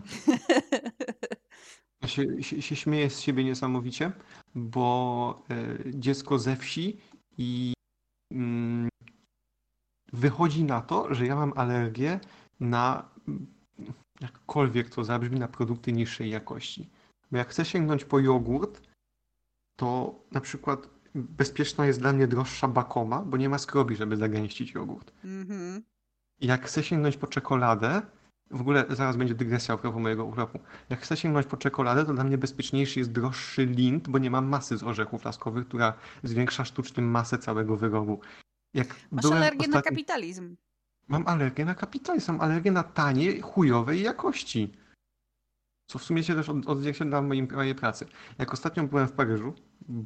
Ja się, się, się śmieję z siebie niesamowicie, bo y, dziecko ze wsi i mm, wychodzi na to, że ja mam alergię na, mm, jakkolwiek to zabrzmi, na produkty niższej jakości. Bo jak chcę sięgnąć po jogurt, to na przykład bezpieczna jest dla mnie droższa Bakoma, bo nie ma skrobi, żeby zagęścić jogurt.
Mhm.
Jak chcę sięgnąć po czekoladę, w ogóle zaraz będzie dygresja a propos mojego urlopu. Jak chcę sięgnąć po czekoladę, to dla mnie bezpieczniejszy jest droższy Lindt, bo nie mam masy z orzechów laskowych, która zwiększa sztucznie masę całego wyrobu. Jak
Masz
byłem
alergię na
ostatnio...
kapitalizm.
Mam alergię na kapitalizm, mam alergię na tanie, chujowej jakości. Co w sumie się też od- odzwierciedla w moim, mojej pracy. Jak ostatnio byłem w Paryżu,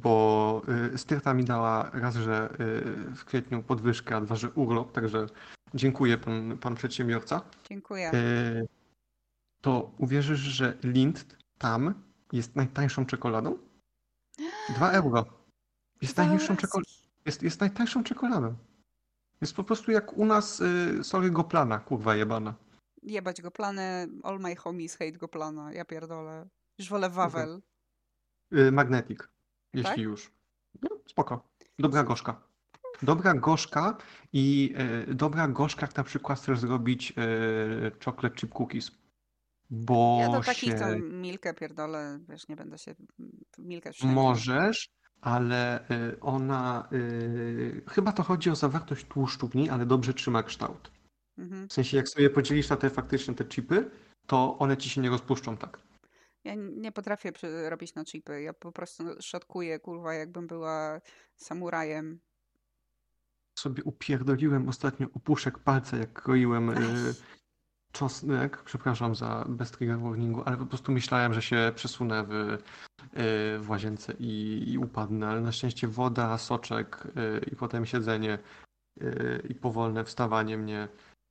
bo y, styrta mi dała raz, że y, w kwietniu podwyżkę, a dwa, że urlop, także dziękuję pan, pan przedsiębiorca,
Dziękuję.
e, to uwierzysz, że Lindt tam jest najtańszą czekoladą? Dwa euro. Jest
Dwa
najniższą czekoladą.
euroski.
Jest, jest najtańszą czekoladą. Jest po prostu jak u nas y, sorry Goplana, kurwa jebana.
Jebać go plany, all my homies hate go plana. Ja pierdolę. Już wolę
Kurwa.
Wawel.
Y, Magnetic,
Tak?
jeśli już. No, spoko. Dobra gorzka. Dobra gorzka i y, dobra gorzka jak na przykład chcesz zrobić y, chocolate chip cookies. Bo
Ja do takich
się
to Milkę pierdolę, wiesz, nie będę się Milkę wszędzie.
możesz, ale y, ona y, chyba to chodzi o zawartość tłuszczu w niej, ale dobrze trzyma kształt.
Mhm.
W sensie jak sobie podzielisz na te faktycznie te chipy, to one ci się nie rozpuszczą tak.
Ja nie potrafię przy- robić na chipy. Ja po prostu szatkuję, kurwa, jakbym była samurajem.
Sobie upierdoliłem ostatnio opuszek palca, jak kroiłem
Ej,
y, czosnek, przepraszam za bez trigger warningu, ale po prostu myślałem, że się przesunę w, y, w łazience i, i upadnę, ale na szczęście woda, soczek y, i potem siedzenie y, i powolne wstawanie mnie,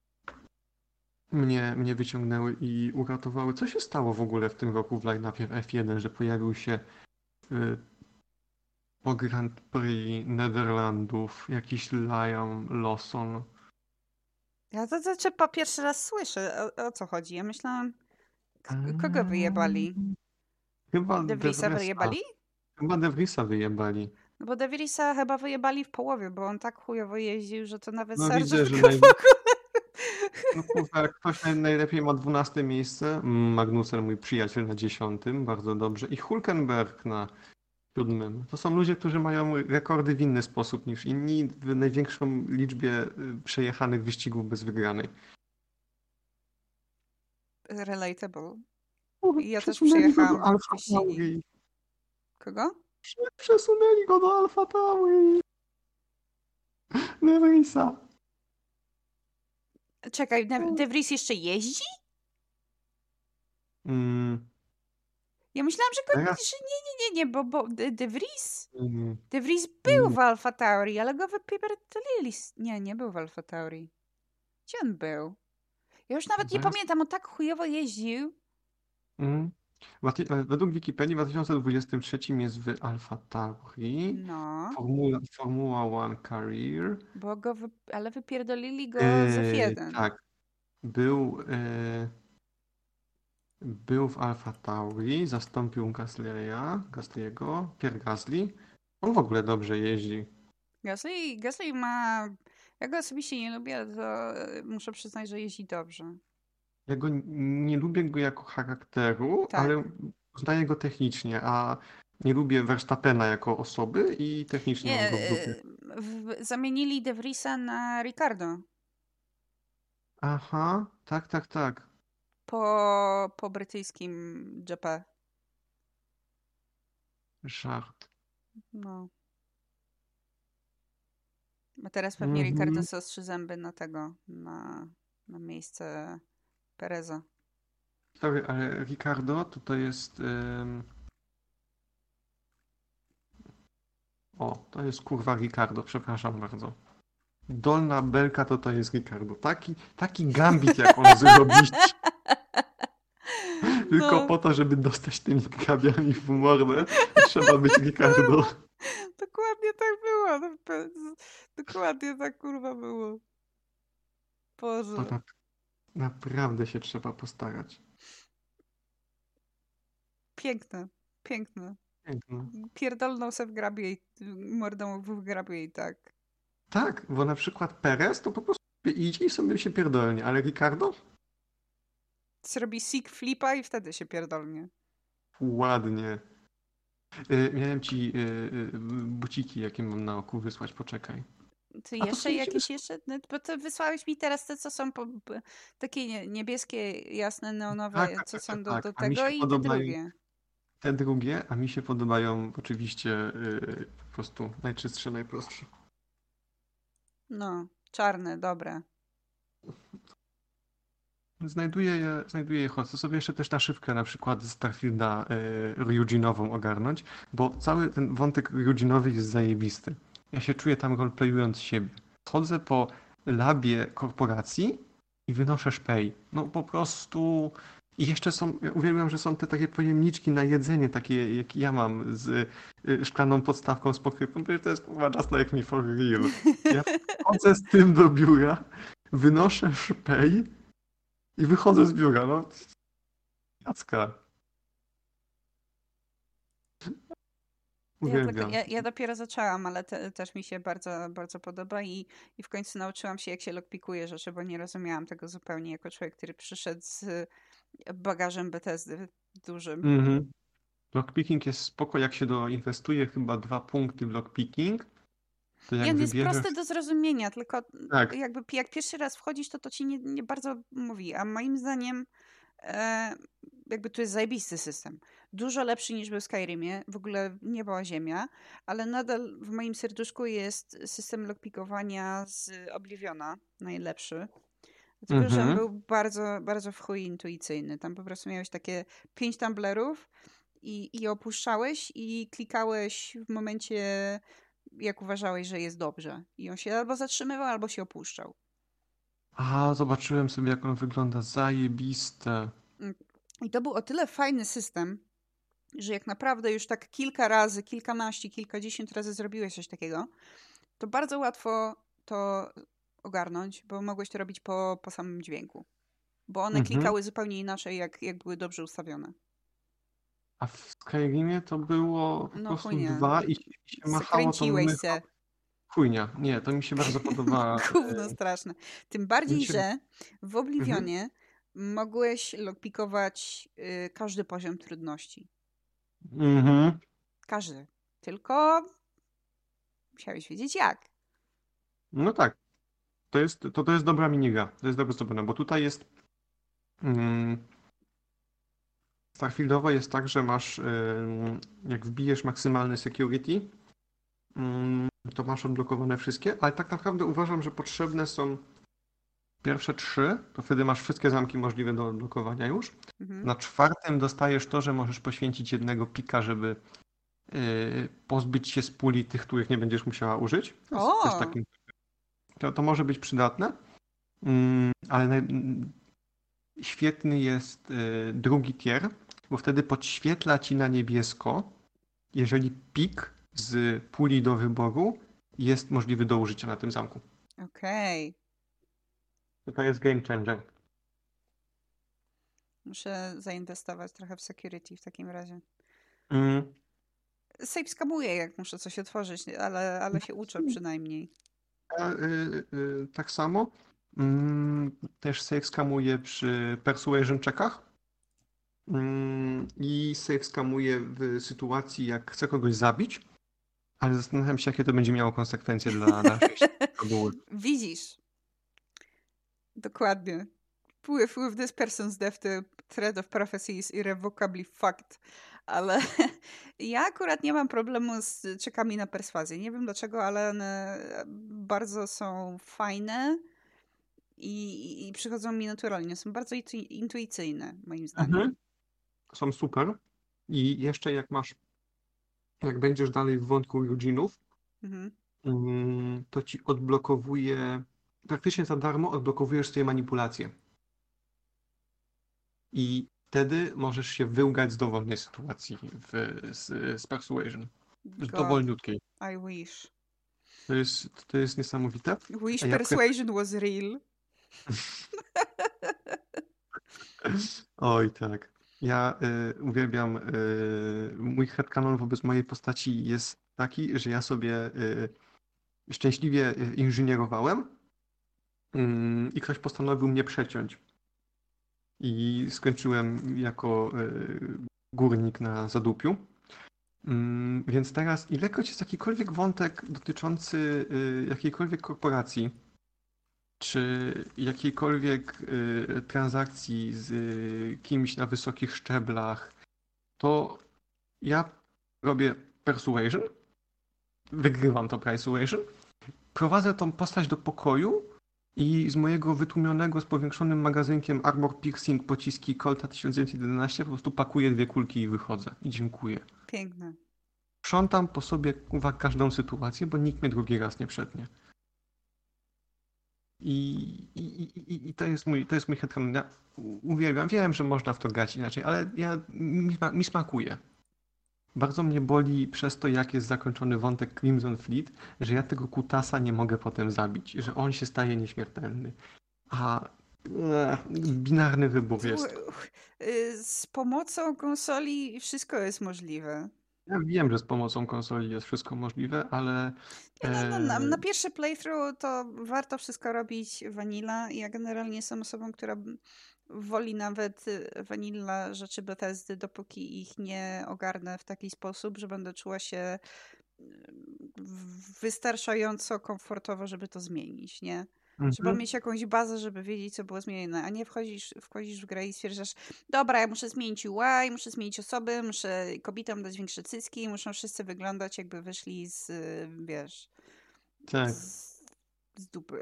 mnie, mnie wyciągnęły i uratowały. Co się stało w ogóle w tym roku w line-upie w F jeden, że pojawił się y, po Grand Prix Nederlandów jakiś Liam Lawson.
ja to, to trzeba pierwszy raz słyszę. O, o co chodzi? Ja myślałam, k- kogo wyjebali?
Chyba
De
De
Vriesa
Vriesa.
wyjebali?
Chyba De Vriesa wyjebali.
No bo De Vriesa chyba wyjebali w połowie, bo on tak chujowo jeździł, że to nawet
No
Sergio
widzę, że
go
naj...
w ogóle...
no, kurwa, jak ktoś naj- najlepiej ma dwunaste miejsce, mm, Magnussen, mój przyjaciel, na dziesiątym, bardzo dobrze, i Hulkenberg na siódmym. To są ludzie, którzy mają rekordy w inny sposób niż inni, w największą liczbie y, przejechanych wyścigów bez wygranej.
Relatable.
Kurwa,
I ja też
przesunęli go do
przyjechałam w
Alfa
wyścigi.
Tauri.
Kogo?
Prze- Przesunęli go do Alfa Tauri. De Vriesa.
Czekaj, De, De Vries jeszcze jeździ?
Mm,
Ja myślałam, że go...
teraz...
Że nie, nie, nie, nie, bo, bo De, De Vries...
Mm,
De Vries był
mm,
w Alfa Tauri, ale go wypierdolili. Nie, nie był w Alfa Tauri. Gdzie on był? Ja już nawet nie
zaraz...
pamiętam, on tak chujowo jeździł.
Mm. Wati- e, Według Wikipedii w dwa tysiące dwudziestym trzecim jest w Alfa Tauri,
No,
Formuła, Formuła One Career.
bo go... Wy... Ale wypierdolili go z F
E,
jeden.
tak, był, e, był w Alfa Tauri, zastąpił Gasly'a, Gasly'ego, Pierre Gasly. On w ogóle dobrze jeździ.
Gasly, Gasly ma... Ja go osobiście nie lubię, ale to e, muszę przyznać, że jeździ dobrze.
Ja go n- nie lubię go jako charakteru,
Tak.
ale uznaję go technicznie, a nie lubię Verstappena jako osoby i technicznie
Nie,
mam go w dupie.
e, w, zamienili De Vriesa na Ricardo
Aha, tak, tak, tak.
po, po brytyjskim G P.
Żart.
No. A teraz pewnie
Mhm.
Ricardo zaostrzy zęby na tego, na, na miejsce Pereza.
Sorry, ale Ricardo to to jest... ym, O, to jest kurwa Ricardo, przepraszam bardzo. Dolna belka to to jest Ricardo. Taki, taki gambit jak on zrobił, tylko
No,
po to, żeby dostać tymi grabiami w mordę, trzeba być Ricardo.
dokładnie tak było. no, pe- Dokładnie tak kurwa było.
To
Boże.
na, naprawdę się trzeba postarać.
Piękne, piękne.
Piękno.
Pierdolną se w grabie i mordą w grabie i tak.
Tak, bo na przykład Perez to po prostu idzie i sobie się pierdolnie, ale Ricardo?
Zrobi sick flipa i wtedy się pierdolnie.
Ładnie. Y, miałem ci y, y, buciki, jakie mam na oku wysłać, poczekaj.
Ty
A to
jeszcze
sobie ci
jakieś
wysłałem.
jeszcze? No, bo to wysłałeś mi teraz te, co są po, po, takie nie- niebieskie, jasne, neonowe,
Tak, tak,
co
tak,
są
tak,
do,
tak.
do
A mi
tego
się
i te
podobają
drugie.
te drugie, a mi się podobają oczywiście y, po prostu najczystsze, najprostsze.
No, czarne, dobre.
Znajduję je, znajduję je, chcę sobie jeszcze też naszywkę na przykład z Starfielda y, Ryujinową ogarnąć, bo cały ten wątek Ryujinowy jest zajebisty. Ja się czuję tam roleplayując siebie. Chodzę po labie korporacji i wynoszę szpej. No po prostu... I jeszcze są, ja uwielbiam, że są te takie pojemniczki na jedzenie, takie jak ja mam, z y, szklaną podstawką z pokrywką. To jest kurwa just like me for real. Ja wchodzę z tym do biura, wynoszę szpej i wychodzę z biura. No, jacka.
Ja, tylko,
Uwielbiam.
ja, ja dopiero zaczęłam, ale te, też mi się bardzo, bardzo podoba i, i w końcu nauczyłam się, jak się lockpikuje rzeczy, bo nie rozumiałam tego zupełnie jako człowiek, który przyszedł z bagażem Bethesdy dużym.
Mhm. Lockpicking jest spoko, jak się doinwestuje chyba dwa punkty w lockpicking, to
I
jak
on jest
wybierzesz...
prosty do zrozumienia, tylko
Tak.
jakby jak pierwszy raz wchodzisz, to to ci nie, nie bardzo mówi, a moim zdaniem e, jakby to jest zajebisty system. Dużo lepszy niż był w Skyrimie, w ogóle nieba ziemia, ale nadal w moim serduszku jest system lockpikowania z Obliviona najlepszy. Dlatego, że on
Mhm.
był bardzo, bardzo w chuj intuicyjny. Tam po prostu miałeś takie pięć tumblerów i, i opuszczałeś i klikałeś w momencie, jak uważałeś, że jest dobrze. I on się albo zatrzymywał, albo się opuszczał.
A, zobaczyłem sobie, jak on wygląda. Zajebiste.
Mm. I to był o tyle fajny system, że jak naprawdę już tak kilka razy, kilkanaście, kilkadziesiąt razy zrobiłeś coś takiego, to bardzo łatwo to ogarnąć, bo mogłeś to robić po, po samym dźwięku. Bo one
Mhm.
klikały zupełnie inaczej, jak, jak były dobrze ustawione.
A w Skyrimie to było po
No
prostu
chujnia.
dwa i się, i się machało tą
Zakręciłeś
mychą.
se.
Chujnia. Nie, to mi się bardzo podoba.
Gówno straszne. Tym bardziej,
Mi się...
że w
Mhm.
Oblivionie mogłeś lockpikować y, każdy poziom trudności.
Mhm.
Każdy. Tylko musiałeś wiedzieć jak.
No tak. To jest, to, to jest dobra minigra. To jest dobre zrobione, bo tutaj jest... Mm, Starfieldowo jest tak, że masz... ym, jak wbijesz maksymalny security, ym, to masz odblokowane wszystkie, ale tak naprawdę uważam, że potrzebne są pierwsze trzy, to wtedy masz wszystkie zamki możliwe do odblokowania już.
Mhm.
Na czwartym dostajesz to, że możesz poświęcić jednego pika, żeby yy, pozbyć się z puli tych, których nie będziesz musiała użyć. To jest
O!
też takim, to, to może być przydatne, mm, ale naj, świetny jest yy, drugi tier, bo wtedy podświetla ci na niebiesko, jeżeli pik z puli do wyboru jest możliwy do użycia na tym zamku.
Okej.
To jest game changer.
Muszę zainwestować trochę w security w takim razie.
Mm.
Save skamuję, jak muszę coś otworzyć, ale, ale się uczę przynajmniej.
Ja, y, y, tak samo. Mm, też save skamuje przy persuasion checkach. Mm, I save skamuje w sytuacji, jak chcę kogoś zabić, ale zastanawiam się, jakie to będzie miało konsekwencje dla dalszej fabuły.
Widzisz. Dokładnie. With, with this person's death, the threat of prophecy is irrevocably fucked. Ale ja akurat nie mam problemu z czekami na perswazję. Nie wiem dlaczego, ale one bardzo są fajne i, i przychodzą mi naturalnie. Są bardzo intu- intuicyjne, moim zdaniem.
Mhm. Są super. I jeszcze jak masz, jak będziesz dalej w wątku Eugene'ów,
Mhm.
mm, to ci odblokowuje, praktycznie za darmo odblokowujesz sobie manipulacje. I wtedy możesz się wyłgać z dowolnej sytuacji w, z, z Persuasion. Z
God,
dowolniutkiej.
I wish.
To jest, to jest niesamowite.
Wish
A ja
persuasion was real.
Oj, tak. Ja y, uwielbiam, y, mój headcanon wobec mojej postaci jest taki, że ja sobie y, szczęśliwie y, inżynierowałem y, i ktoś postanowił mnie przeciąć. I skończyłem jako y, górnik na zadupiu. Mm, Więc teraz, ilekroć jest jakikolwiek wątek dotyczący y, jakiejkolwiek korporacji, czy jakiejkolwiek y, transakcji z y, kimś na wysokich szczeblach, to ja robię persuasion, wygrywam to persuasion, prowadzę tą postać do pokoju i z mojego wytłumionego z powiększonym magazynkiem Armor Piercing pociski Colta tysiąc dziewięćset jedenaście po prostu pakuję dwie kulki i wychodzę. I dziękuję.
Piękne.
Sprzątam po sobie kurwa każdą sytuację, bo nikt mnie drugi raz nie przetnie. I, i, i, i to jest mój, to jest mój headcanon. Ja uwielbiam, wiem, że można w to grać inaczej, ale ja, mi, mi smakuje. Bardzo mnie boli przez to, jak jest zakończony wątek Crimson Fleet, że ja tego kutasa nie mogę potem zabić, że on się staje nieśmiertelny. A e, binarny wybór jest.
Y, Z pomocą konsoli wszystko jest możliwe.
Ja wiem, że z pomocą konsoli jest wszystko możliwe, ale
Nie, no, no, na,
e,
na pierwszy playthrough to warto wszystko robić vanilla. Ja generalnie jestem osobą, która b- woli nawet y, vanilla rzeczy Bethesdy, dopóki ich nie ogarnę w taki sposób, że będę czuła się y, w- wystarczająco komfortowo, żeby to zmienić, nie? Trzeba
mhm,
mieć jakąś bazę, żeby wiedzieć, co było zmienione, a nie wchodzisz, wchodzisz w grę i stwierdzasz, dobra, ja muszę zmienić U I, muszę zmienić osoby, muszę kobietom dać większe cycki, muszą wszyscy wyglądać jakby wyszli z, y, wiesz,
tak.
z, z dupy.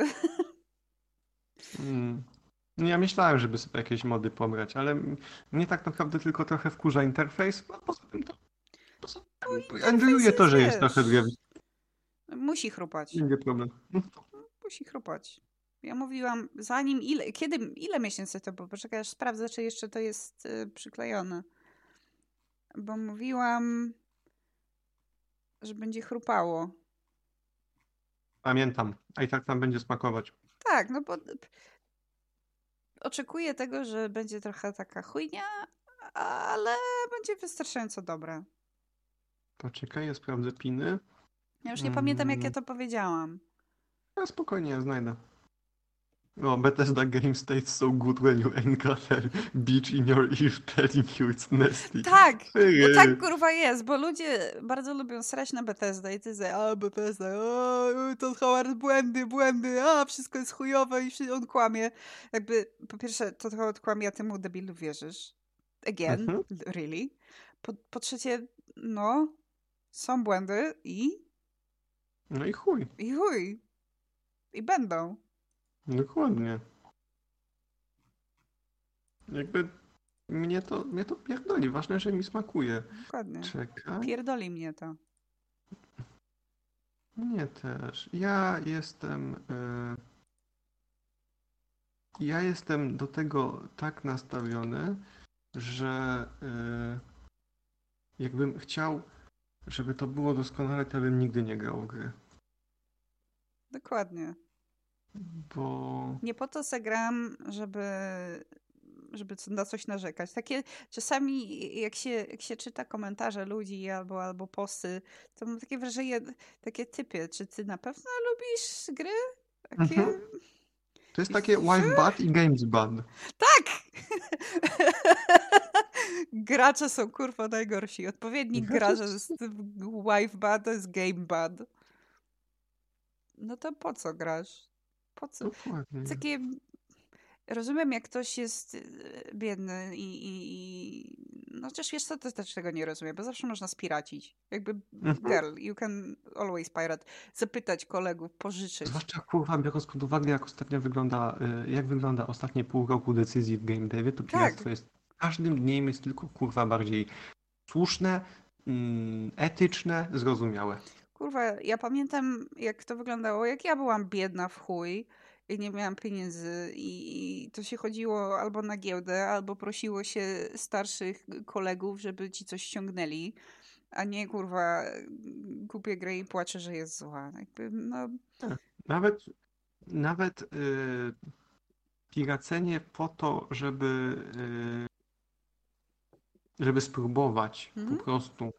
Mm. Ja myślałem, żeby sobie jakieś mody pobrać, ale m- mnie tak naprawdę tylko trochę wkurza interfejs, a poza tym to poza tym
Interfejs
enjoyuję to,
jest,
że jest trochę
wiesz,
dwie,
musi chrupać.
będzie problem.
Musi chrupać. Ja mówiłam, zanim, ile, kiedy, ile miesięcy to było? Poczekaj, aż sprawdzę, czy jeszcze to jest y, przyklejone. Bo mówiłam, że będzie chrupało.
Pamiętam, a i tak tam będzie smakować.
Tak, no bo oczekuję tego, że będzie trochę taka chujnia, ale będzie wystarczająco dobre.
Poczekaj, ja sprawdzę piny.
Ja już nie pamiętam, jak ja
Mm,
to powiedziałam.
ja spokojnie, ja znajdę. O, Bethesda game stays so good when you encounter beach in your ear telling you it's nasty.
Tak, bo
Yy.
tak kurwa jest, bo ludzie bardzo lubią srać na Bethesdę i ty ze, a Bethesda, o, to Howard błędy, błędy, a wszystko jest chujowe i wszy- on kłamie. Jakby, po pierwsze, to Howard kłamie, a ty mu debilu wierzysz. Again,
Mhm.
really. Po, po trzecie, no, są błędy i,
No i chuj.
i chuj. I będą.
Dokładnie. Jakby mnie to, mnie to pierdoli. Ważne, że mi smakuje.
Dokładnie.
Czekaj.
Pierdoli mnie to.
Mnie też. Ja jestem. y, Ja jestem do tego tak nastawiony, że y, jakbym chciał, żeby to było doskonale, to bym nigdy nie grał w gry.
Dokładnie.
Bo.
Nie po to se gram, żeby, żeby co- na coś narzekać. Takie czasami jak się, jak się czyta komentarze ludzi albo, albo posty, to mam takie wrażenie, takie typy, czy ty na pewno lubisz gry? Takie...
Mhm. To jest takie wife bad i games bad.
Tak! Gracze są kurwa najgorsi. Odpowiednik
Gracze
gracze z wife bad to jest game bad. No to po co grasz? Po co?
Dokładnie.
Takie rozumiem, jak ktoś jest y, biedny i, i, i... No chociaż wiesz co, to też tego nie rozumiem, bo zawsze można spiracić. Jakby
Mhm.
girl, you can always pirate. Zapytać kolegów, pożyczyć.
Zwłaszcza kurwa, biorąc pod uwagę, jak ostatnio wygląda, y, jak wygląda ostatnie pół roku decyzji w game devie, to piractwo jest każdym dniem jest tylko kurwa bardziej słuszne, mm, etyczne, zrozumiałe.
Kurwa, ja pamiętam, jak to wyglądało, jak ja byłam biedna w chuj i nie miałam pieniędzy i, i to się chodziło albo na giełdę, albo prosiło się starszych kolegów, żeby ci coś ściągnęli, a nie kurwa kupię grę i płaczę, że jest zła. Jakby, no,
Nawet, nawet y, piracenie po to, żeby, y, żeby spróbować
Mhm.
po prostu.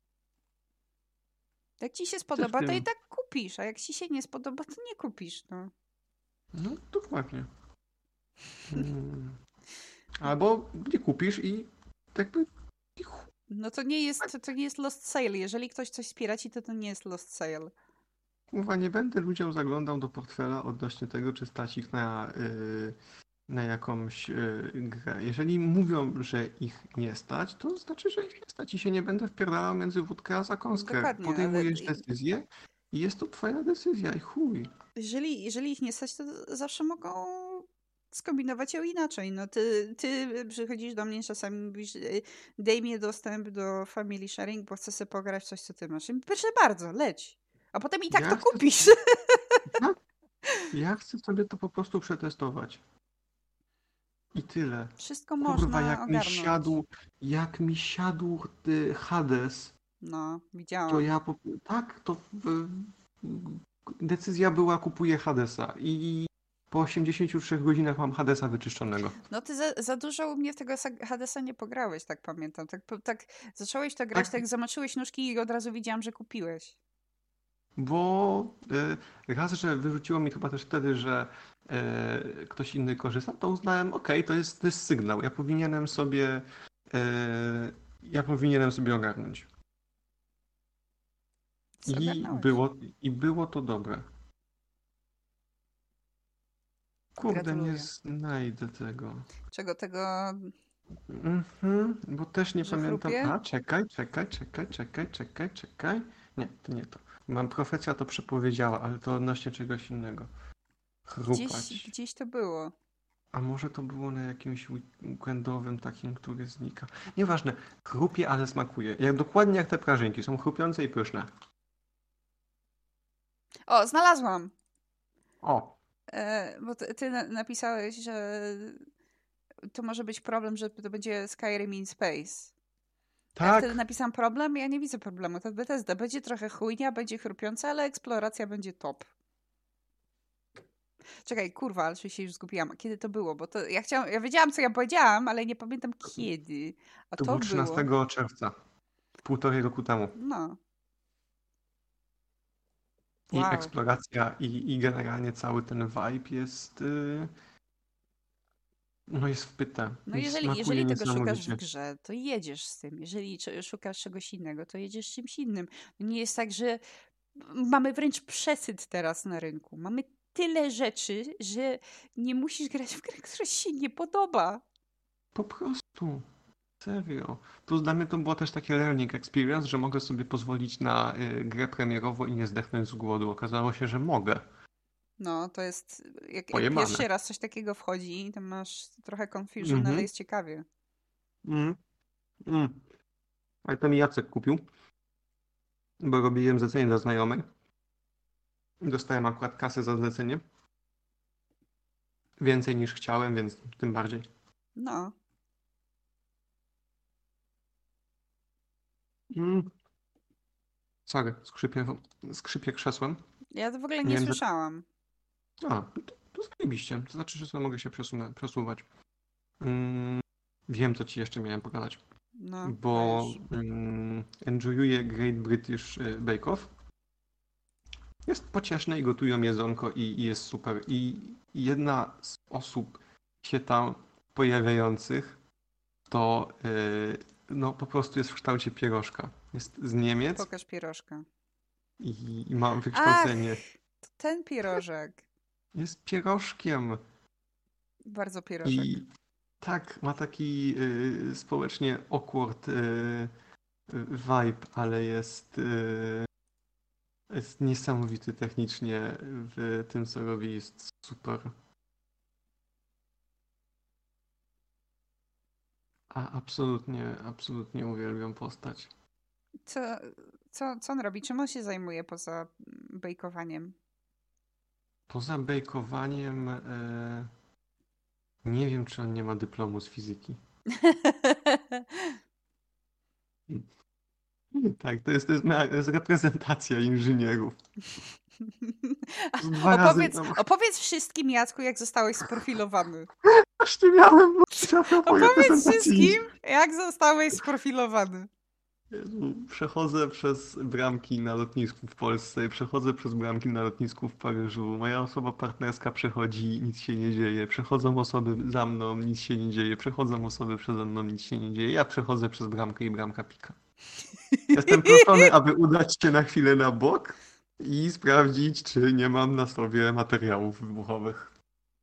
jak ci się spodoba, to
tym-
i tak kupisz, a jak ci się nie spodoba, to nie kupisz. No.
No, dokładnie. Mm. Albo nie kupisz i jakby i chuj.
No to nie jest, to, to nie jest lost sale. Jeżeli ktoś coś spieraci, to to nie jest lost sale.
Kurwa, nie będę ludziom zaglądał do portfela odnośnie tego, czy stać ich na, y, na jakąś y, grę. Jeżeli mówią, że ich nie stać, to znaczy, że ich nie stać i się nie będę wpierdalał między wódkę a zakąskę.
Dokładnie, ale-
Podejmujesz decyzję i jest to twoja decyzja i chuj.
Jeżeli, jeżeli ich nie stać, to zawsze mogą skombinować ją inaczej. No ty, ty przychodzisz do mnie czasami i mówisz, y, daj mi dostęp do family sharing, bo chcę sobie pograć w coś, co ty masz. I proszę bardzo, leć. A potem i tak
Ja
to
chcę-
kupisz.
Tak? Ja chcę sobie to po prostu przetestować. I tyle.
Wszystko
Kurwa,
można
jak mi
ogarnąć.
siadł, jak mi siadł y, Hades,
No,
to
widziałam.
ja po, tak, to w, decyzja była kupuję Hadesa i po osiemdziesięciu trzech godzinach mam Hadesa wyczyszczonego.
No ty za, za dużo u mnie w tego Sa- Hadesa nie pograłeś, tak pamiętam. Tak, po- tak zacząłeś to grać,
Tak,
tak zamoczyłeś nóżki i od razu widziałam, że kupiłeś.
bo y, raz, że wyrzuciło mi chyba też wtedy, że y, ktoś inny korzysta, to uznałem, okej, to jest, to jest sygnał. Ja powinienem sobie y, ja powinienem sobie ogarnąć.
Co
I
ogarnąłeś?
było, i było to dobre. Kurde, nie
Gratuluję.
znajdę tego.
Czego tego,
Mhm, bo też nie
że
pamiętam.
chrupie?
A, czekaj, czekaj, czekaj, czekaj, czekaj, czekaj. Nie, to nie to. Mam profecja to przepowiedziała, ale to odnośnie czegoś innego.
Gdzieś,
Chrupać.
gdzieś to było.
A może to było na jakimś weekendowym takim, który znika. Nieważne. Chrupie, ale smakuje. Jak dokładnie jak te prażynki. Są chrupiące i pyszne.
O, znalazłam!
O,
E, bo ty, ty na- napisałeś, że to może być problem, że to będzie Skyrim in Space. A ja wtedy
tak.
napisałam problem, ja nie widzę problemu. To Bethesda będzie trochę chujnia, będzie chrupiąca, ale eksploracja będzie top. Czekaj, kurwa, ale się już zgubiłam. A kiedy to było? Bo to ja chciałam, ja wiedziałam, co ja powiedziałam, ale nie pamiętam kiedy. A
To
to
było
było.
trzynastego czerwca. Półtorej roku temu.
No,
I
wow.
eksploracja, i, i generalnie cały ten vibe jest. Yy, no jest wpyte.
No
I
jeżeli,
smakuje
jeżeli tego szukasz w
niesamowicie.
grze, to jedziesz z tym. Jeżeli cze- szukasz czegoś innego, to jedziesz z czymś innym. Nie jest tak, że mamy wręcz przesyt teraz na rynku. Mamy tyle rzeczy, że nie musisz grać w grę, która ci się nie podoba.
Po prostu. Serio. Plus dla mnie to było też takie learning experience, że mogę sobie pozwolić na y, grę premierową i nie zdechnąć z głodu. Okazało się, że mogę.
No, to jest, jak, jak
Pojebane.
pierwszy raz coś takiego wchodzi, to masz trochę confusion, ale
Mhm.
jest ciekawie.
Mm. Mm. Ale to mi Jacek kupił, bo robiłem zlecenie dla znajomych. Dostałem akurat kasę za zlecenie. Więcej niż chciałem, więc tym bardziej.
No,
Mm. Sorry, skrzypię, skrzypię krzesłem.
ja to w ogóle
Nie
nie
wiem, za...
słyszałam.
A, to, to zajebiście. To znaczy, że sobie mogę się przesunę, przesuwać. Mm. Wiem, co ci jeszcze miałem pokazać.
No,
Bo
powiesz.
mm, enjoyuję Great British y, Bake Off. Jest pocieszne i gotują jedzonko i, i jest super. I jedna z osób się tam pojawiających to y, no po prostu jest w kształcie pierożka. Jest z Niemiec
Pokaż pierożka.
i, i ma
Ach,
wykształcenie.
to ten pierożek.
Jest pierożkiem.
Bardzo pierożek.
I tak, ma taki y, społecznie awkward y, y, vibe, ale jest y, Jest niesamowity technicznie w tym, co robi, jest super. A absolutnie, absolutnie uwielbiam postać.
Co, co, co on robi? Czym on się zajmuje poza bejkowaniem?
Poza bejkowaniem, e, nie wiem, czy on nie ma dyplomu z fizyki. Tak, to jest, to jest, to jest reprezentacja inżynierów. Dwa razy,
opowiedz,
no,
opowiedz wszystkim, Jacku, jak zostałeś sprofilowany.
właśnie miałem mówić a propos
Opowiedz
reprezentacji
wszystkim,
inżynierów.
jak zostałeś sprofilowany.
Jezu, przechodzę przez bramki na lotnisku w Polsce, przechodzę przez bramki na lotnisku w Paryżu. Moja osoba partnerska przechodzi, nic się nie dzieje. Przechodzą osoby za mną, nic się nie dzieje. Przechodzą osoby przede mną, nic się nie dzieje. Ja przechodzę przez bramkę i bramka pika. Jestem proszony, aby udać się na chwilę na bok i sprawdzić, czy nie mam na sobie materiałów wybuchowych.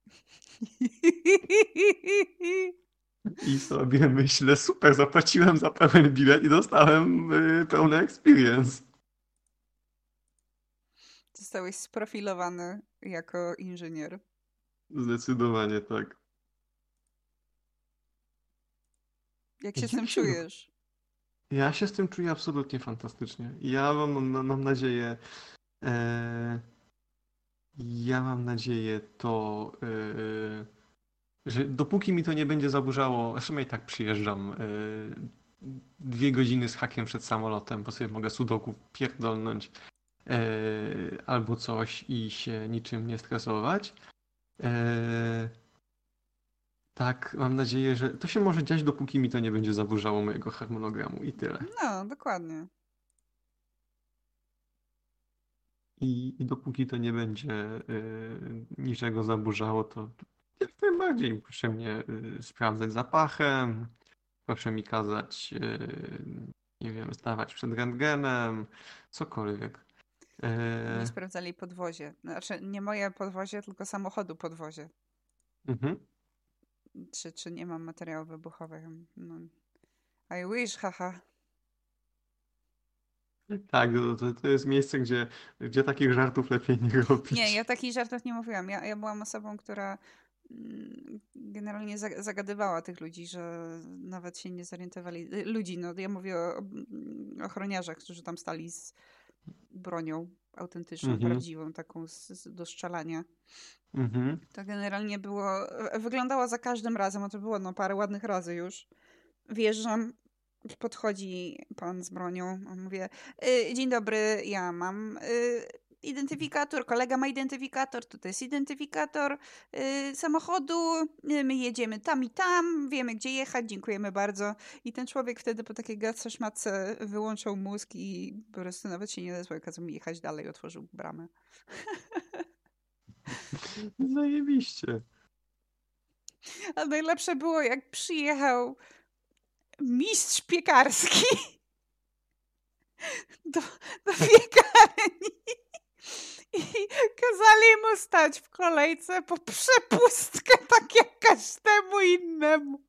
I sobie myślę, super, zapłaciłem za pełen bilet i dostałem y, pełny experience.
Zostałeś sprofilowany jako inżynier.
Zdecydowanie tak.
Jak się z tym
Jak się...
czujesz?
Ja się z tym czuję absolutnie fantastycznie. Ja mam, mam, mam nadzieję, e, Ja mam nadzieję to, yy, że dopóki mi to nie będzie zaburzało, zresztą ja i tak przyjeżdżam yy, dwie godziny z hakiem przed samolotem, bo sobie mogę sudoku pierdolnąć yy, albo coś i się niczym nie stresować. Yy, tak, mam nadzieję, że to się może dziać, dopóki mi to nie będzie zaburzało mojego harmonogramu i tyle.
No, dokładnie.
I, i dopóki to nie będzie y, niczego zaburzało, to jak najbardziej proszę mnie y, sprawdzać zapachem, proszę mi kazać, y, nie wiem, stawać przed rentgenem, cokolwiek.
Mi
Y,
sprawdzali podwozie. Znaczy, nie moje podwozie, tylko samochodu podwozie.
mhm.
Czy, czy nie mam materiałów wybuchowych. No. I wish, haha.
Tak, to, to to jest miejsce, gdzie, gdzie takich żartów lepiej nie
Nie, ja
robić.
takich żartów nie mówiłam. Ja, ja byłam osobą, która mm, generalnie za- zagadywała tych ludzi, że nawet się nie zorientowali. Y, Ludzi, no ja mówię o o, mm, ochroniarzach, którzy tam stali z bronią autentyczną,
Mhm,
prawdziwą, taką z, z, do strzelania.
mhm.
To generalnie było, e, wyglądało za każdym razem, a to było no parę ładnych razy już. Wjeżdżam, podchodzi pan z bronią, a mówię, y, dzień dobry, ja mam y, identyfikator, kolega ma identyfikator, tutaj jest identyfikator y, samochodu, y, my jedziemy tam i tam, wiemy gdzie jechać, dziękujemy bardzo. I ten człowiek wtedy po takiej gadce szmatce wyłączał mózg i po prostu nawet się nie odezwał, kazał mi jechać dalej, otworzył bramę.
Zajebiście.
A najlepsze było, jak przyjechał mistrz piekarski do, do piekarni i kazali mu stać w kolejce po przepustkę, tak jak każdemu innemu.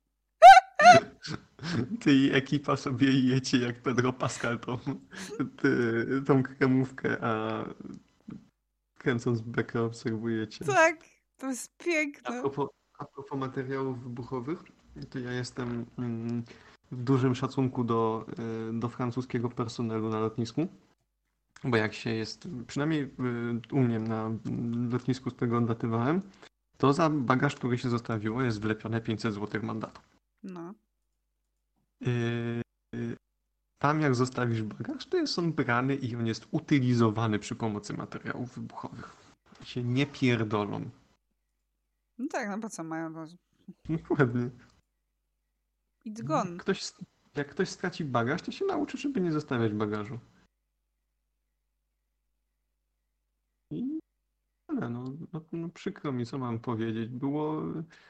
Ty i ekipa sobie jecie jak Pedro Pascal tą, ty, tą kremówkę, a kręcąc bekę obserwujecie.
Tak, to jest
A
piękne.
propos, a propos materiałów wybuchowych, to ja jestem mm, w dużym szacunku do, y, do francuskiego personelu na lotnisku, bo jak się jest, przynajmniej y, u mnie na mm, lotnisku, z którego odlatywałem, to za bagaż, który się zostawiło, jest wlepione pięćset złotych mandatu.
No.
Y, y, Tam jak zostawisz bagaż, to jest on brany i on jest utylizowany przy pomocy materiałów wybuchowych. I się nie pierdolą.
No tak, no po co mają to?
Dokładnie.
It's
Jak
gone.
ktoś, jak ktoś straci bagaż, to się nauczy, żeby nie zostawiać bagażu. I tyle, no, no, no przykro mi, co mam powiedzieć. Było,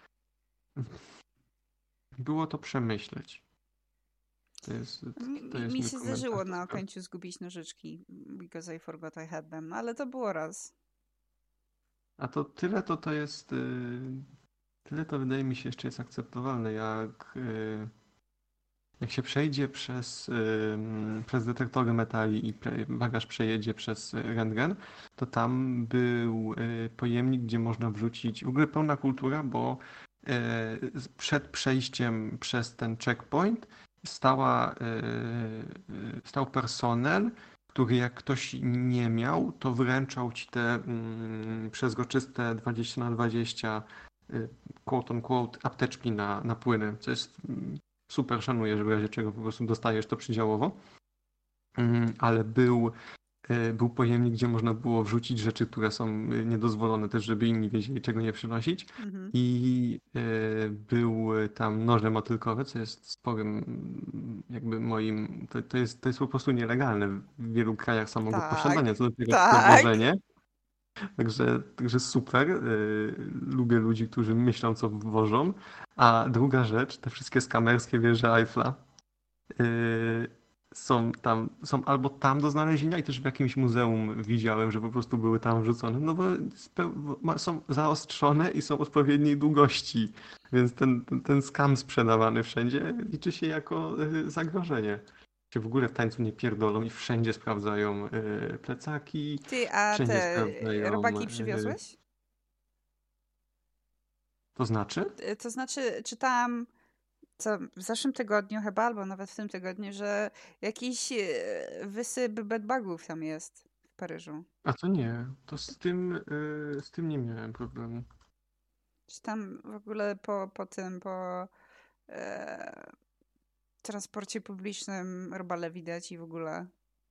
było to przemyśleć. To jest, to
Mi,
jest
mi
mój
się
komentarz
zdarzyło
do
na
sprawy.
Okęciu zgubić nożyczki, because I forgot I had them, ale to było raz.
A to tyle to to jest, y, tyle to wydaje mi się jeszcze jest akceptowalne, jak y, jak się przejdzie przez, ym, przez detektory metali i pre, bagaż przejedzie przez rentgen, to tam był y, pojemnik, gdzie można wrzucić, w ogóle pełna kultura, bo y, przed przejściem przez ten checkpoint stała, y, y, stał personel, który jak ktoś nie miał, to wręczał ci te mm, przezroczyste dwadzieścia na dwadzieścia y, quote on quote apteczki na, na płyny, co jest mm, super, szanuję, że w razie czego po prostu dostajesz to przydziałowo. Mm, Ale był, y, był pojemnik, gdzie można było wrzucić rzeczy, które są y, niedozwolone też, żeby inni wiedzieli, czego nie przynosić.
Mhm.
I y, był tam noże motylkowe, co jest sporym mm, jakby moim, to, to jest, to jest po prostu nielegalne w wielu krajach samego
Tak,
posiadania, co dopiero
tak.
dowożenie. Także, także super. y, Lubię ludzi, którzy myślą, co wożą. A druga rzecz, te wszystkie skamerskie wieże Eiffla y, są tam, są albo tam do znalezienia i też w jakimś muzeum widziałem, że po prostu były tam wrzucone, no bo spe- ma- są zaostrzone i są odpowiedniej długości, więc ten, ten, ten skam sprzedawany wszędzie liczy się jako y, zagrożenie. Się w ogóle w tańcu nie pierdolą i wszędzie sprawdzają y, plecaki,
Ty, a
wszędzie
te
sprawdzają.
robaki
y,
przywiozłeś?
To znaczy?
Y, To znaczy, czytałam co w zeszłym tygodniu chyba, albo nawet w tym tygodniu, że jakiś e, wysyp bedbugów tam jest w Paryżu.
A to nie, to z tym, y, z tym nie miałem problemu.
Czy tam w ogóle po, po tym, po e, transporcie publicznym robale widać i w ogóle.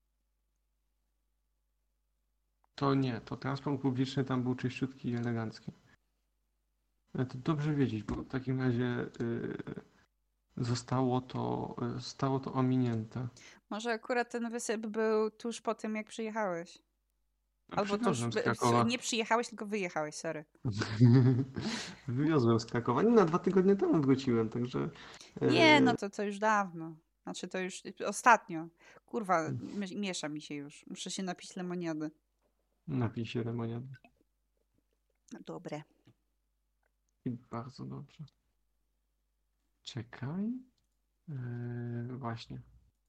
To nie, to transport publiczny tam był czyściutki i elegancki. Ale to dobrze wiedzieć, bo w takim razie y, zostało to, y, zostało to ominięte.
Może akurat ten wysyp był tuż po tym, jak przyjechałeś.
A
Albo tuż,
Przywiozłem z
by-
Krakowa.
nie przyjechałeś, tylko wyjechałeś, sorry.
Wywiozłem z Krakowa. Nie, na dwa tygodnie temu wróciłem, także
Nie, no
y,
to, to już dawno. Znaczy to już ostatnio. Kurwa, mi- miesza mi się już. Muszę się napić lemoniady.
napij się lemoniady.
Dobre.
I bardzo dobrze. Czekaj. Y, właśnie.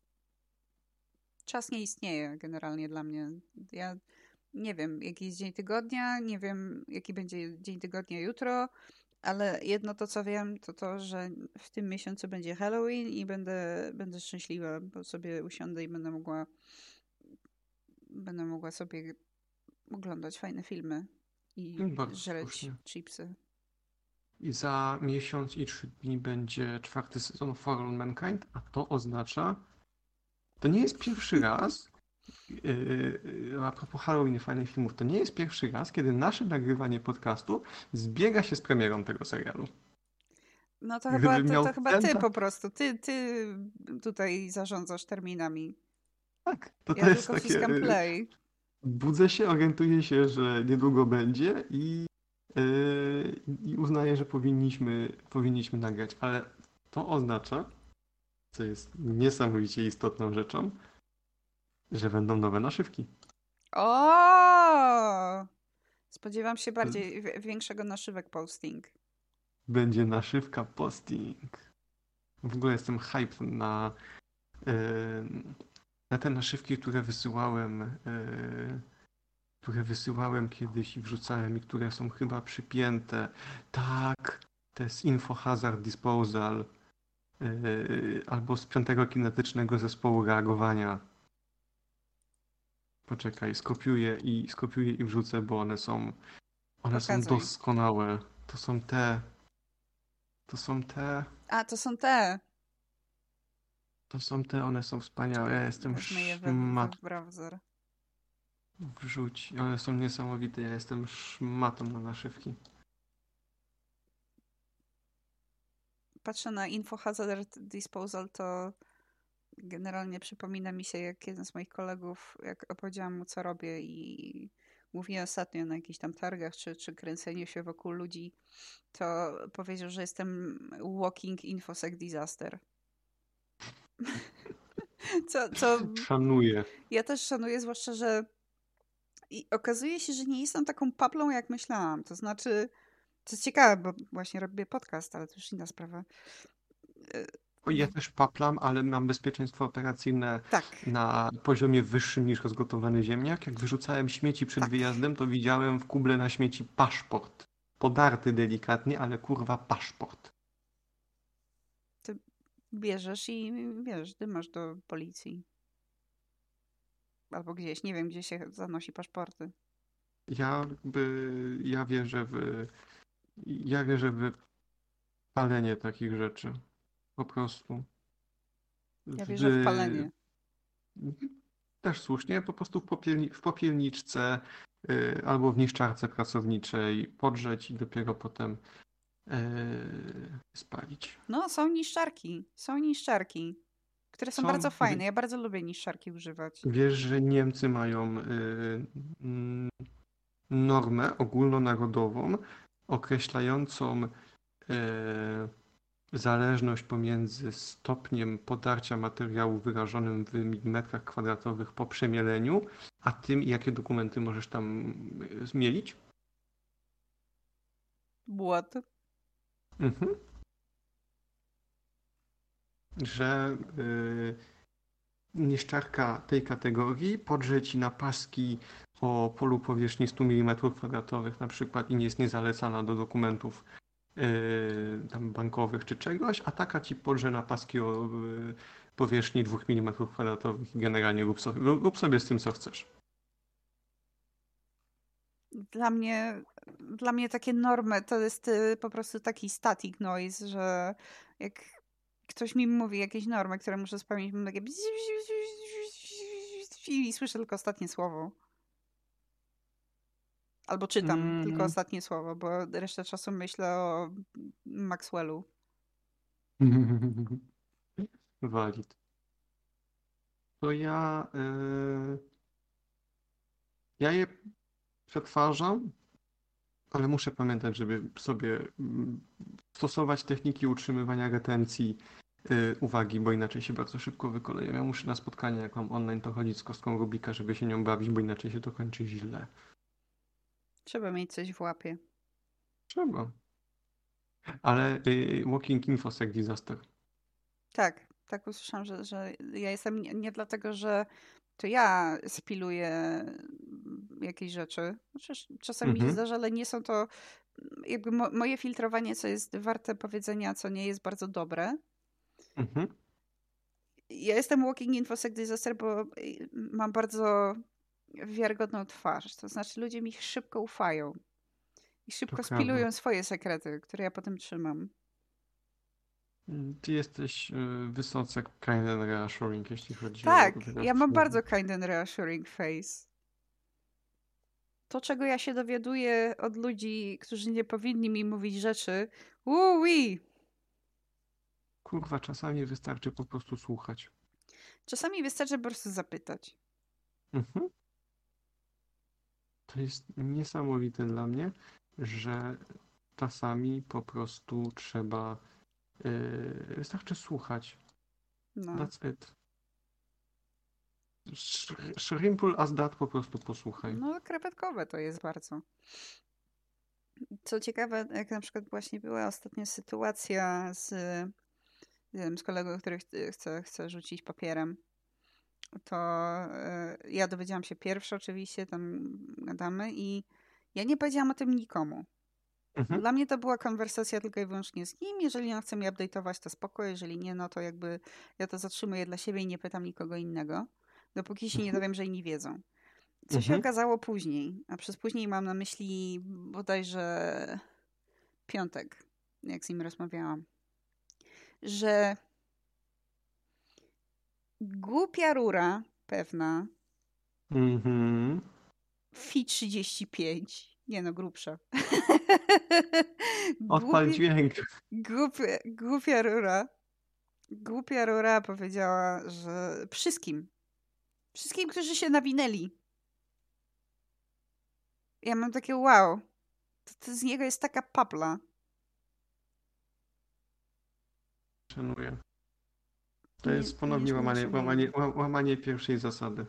Czas nie istnieje generalnie dla mnie. Ja nie wiem, jaki jest dzień tygodnia, nie wiem, jaki będzie dzień tygodnia jutro, ale jedno to, co wiem, to to, że w tym miesiącu będzie Halloween i będę, będę szczęśliwa, bo sobie usiądę i będę mogła będę mogła sobie oglądać fajne filmy
I
i
bardzo
żreć
słusznie.
chipsy.
I za miesiąc i trzy dni będzie czwarty sezon For All Mankind, a to oznacza, to nie jest pierwszy raz, yy, a propos Halloween i fajnych filmów, to nie jest pierwszy raz, kiedy nasze nagrywanie podcastu zbiega się z premierą tego serialu.
No to chyba,
Gdybym
to,
miał
to chyba ty
centa,
po prostu. Ty, ty tutaj zarządzasz terminami.
tak, to
Ja
to jest
tylko
takie,
wciskam
yy,
play.
budzę się, orientuję się, że niedługo będzie i, yy, i uznaję, że powinniśmy, powinniśmy nagrać, ale to oznacza, co jest niesamowicie istotną rzeczą, że będą nowe naszywki.
O! Spodziewam się bardziej w- większego naszywek posting.
Będzie naszywka posting. W ogóle jestem hype na, e, na te naszywki, które wysyłałem, e, które wysyłałem kiedyś i wrzucałem i które są chyba przypięte. Tak, to jest Info Hazard Disposal e, albo z piątego kinetycznego zespołu reagowania. Poczekaj, skopiuję i skopiuję i wrzucę, bo one są one są
Pokazuj.
doskonałe. To są te. To są te.
A, to są te.
To są te, one są wspaniałe. Ja jestem
Wezmę je we,
szmat.
we browser.
Wrzuć. One są niesamowite. Ja jestem szmatą na naszywki.
Patrzę na Info Hazard Disposal, to generalnie przypomina mi się, jak jeden z moich kolegów, jak opowiedziałam mu, co robię i mówię ostatnio na jakichś tam targach, czy, czy kręceniu się wokół ludzi, to powiedział, że jestem walking infosec disaster. Co, co
Szanuję.
ja też szanuję, zwłaszcza, że i okazuje się, że nie jestem taką paplą, jak myślałam. To znaczy, to jest ciekawe, bo właśnie robię podcast, ale to już inna sprawa. E,
O, ja też paplam, ale mam bezpieczeństwo operacyjne
Tak,
na poziomie wyższym niż rozgotowany ziemniak. Jak wyrzucałem śmieci przed
tak.
wyjazdem, to widziałem w kuble na śmieci paszport. Podarty delikatnie, ale kurwa paszport.
Bierzesz i wiesz, dymasz do policji. Albo gdzieś, nie wiem, gdzie się zanosi paszporty.
Ja jakby, ja wierzę w, ja wierzę w palenie takich rzeczy. Po prostu.
Ja wierzę w
W,
palenie.
też słusznie, po prostu w, popielni, w popielniczce y, albo w niszczarce pracowniczej podrzeć i dopiero potem y, spalić.
No, są niszczarki. Są niszczarki, które są bardzo
Co?
fajne. Ja bardzo lubię niszczarki używać.
Wiesz, że Niemcy mają y, mm, normę ogólnonarodową określającą y, zależność pomiędzy stopniem podarcia materiału wyrażonym w milimetrach kwadratowych po przemieleniu, a tym, jakie dokumenty możesz tam y, zmielić.
What?
Mhm. Że y, niszczarka tej kategorii podrze ci na paski o polu powierzchni stu milimetrów kwadratowych na przykład i nie jest niezalecana do dokumentów y, tam bankowych czy czegoś, a taka ci podrze na paski o y, powierzchni dwóch milimetrów kwadratowych i generalnie rób sobie, rób sobie z tym co chcesz.
Dla mnie, dla mnie takie normy to jest y, po prostu taki static noise, że jak ktoś mi mówi jakieś normy, które muszę spełnić, mam takie i słyszę tylko ostatnie słowo. Albo czytam tylko
Mm.
ostatnie słowo, bo resztę czasu myślę o Maxwellu.
Walid. To ja, y, ja je przetwarzam, ale muszę pamiętać, żeby sobie mm, stosować techniki utrzymywania retencji y, uwagi, bo inaczej się bardzo szybko wykoleję. Ja muszę na spotkanie, jak mam online, to chodzić z kostką Rubika, żeby się nią bawić, bo inaczej się to kończy źle.
Trzeba mieć coś w łapie.
Trzeba. Ale y, Walking Infosec Disaster.
Tak, tak usłyszałam, że, że ja jestem nie, nie dlatego, że to ja spiluję jakieś rzeczy. Chociaż czasem mi się
Mhm,
zdarza, ale nie są to jakby mo moje filtrowanie, co jest warte powiedzenia, co nie jest bardzo dobre.
mhm.
Ja jestem walking infosec disaster, bo y, mam bardzo wiarygodną twarz. To znaczy ludzie mi szybko ufają i
To
szybko
prawda.
spilują swoje sekrety, które ja potem trzymam.
Mm, Ty jesteś y, wysoce kind and reassuring, jeśli chodzi o
Tak,
wyraz
ja mam
słowa.
bardzo kind and reassuring face. To, czego ja się dowiaduję od ludzi, którzy nie powinni mi mówić rzeczy, uui!
Kurwa, czasami wystarczy po prostu słuchać.
Czasami wystarczy po prostu zapytać.
Mhm. To jest niesamowite dla mnie, że czasami po prostu trzeba, yy, wystarczy słuchać.
No,
That's it. Sh- Shrimple as that, po prostu posłuchaj.
no krewetkowe to jest bardzo. Co ciekawe, jak na przykład właśnie była ostatnia sytuacja z, nie wiem, z kolegą, który ch- chce, chce rzucić papierem, to e, ja dowiedziałam się pierwsza oczywiście, tam gadamy i ja nie powiedziałam o tym nikomu.
Mhm,
Dla mnie to była konwersacja tylko i wyłącznie z nim. Jeżeli on chce mnie update'ować, to spoko. Jeżeli nie, no to jakby ja to zatrzymuję dla siebie i nie pytam nikogo innego, dopóki się nie
mhm,
dowiem, że inni wiedzą. Co się
mhm.
okazało później, a przez później mam na myśli bodajże piątek, jak z nim rozmawiałam, że głupia rura pewna,
Mhm.
Fi trzydzieści pięć, nie no, grubsza.
Odpal
Głupi,
dźwięk.
głupia, głupia rura, głupia rura powiedziała, że wszystkim, wszystkim, którzy się nawinęli. Ja mam takie wow, to, to z niego jest taka papla.
Szanuję. To
Nie,
jest ponownie łamanie, łamanie,
niezmniejszenie.
ła- łamanie pierwszej zasady.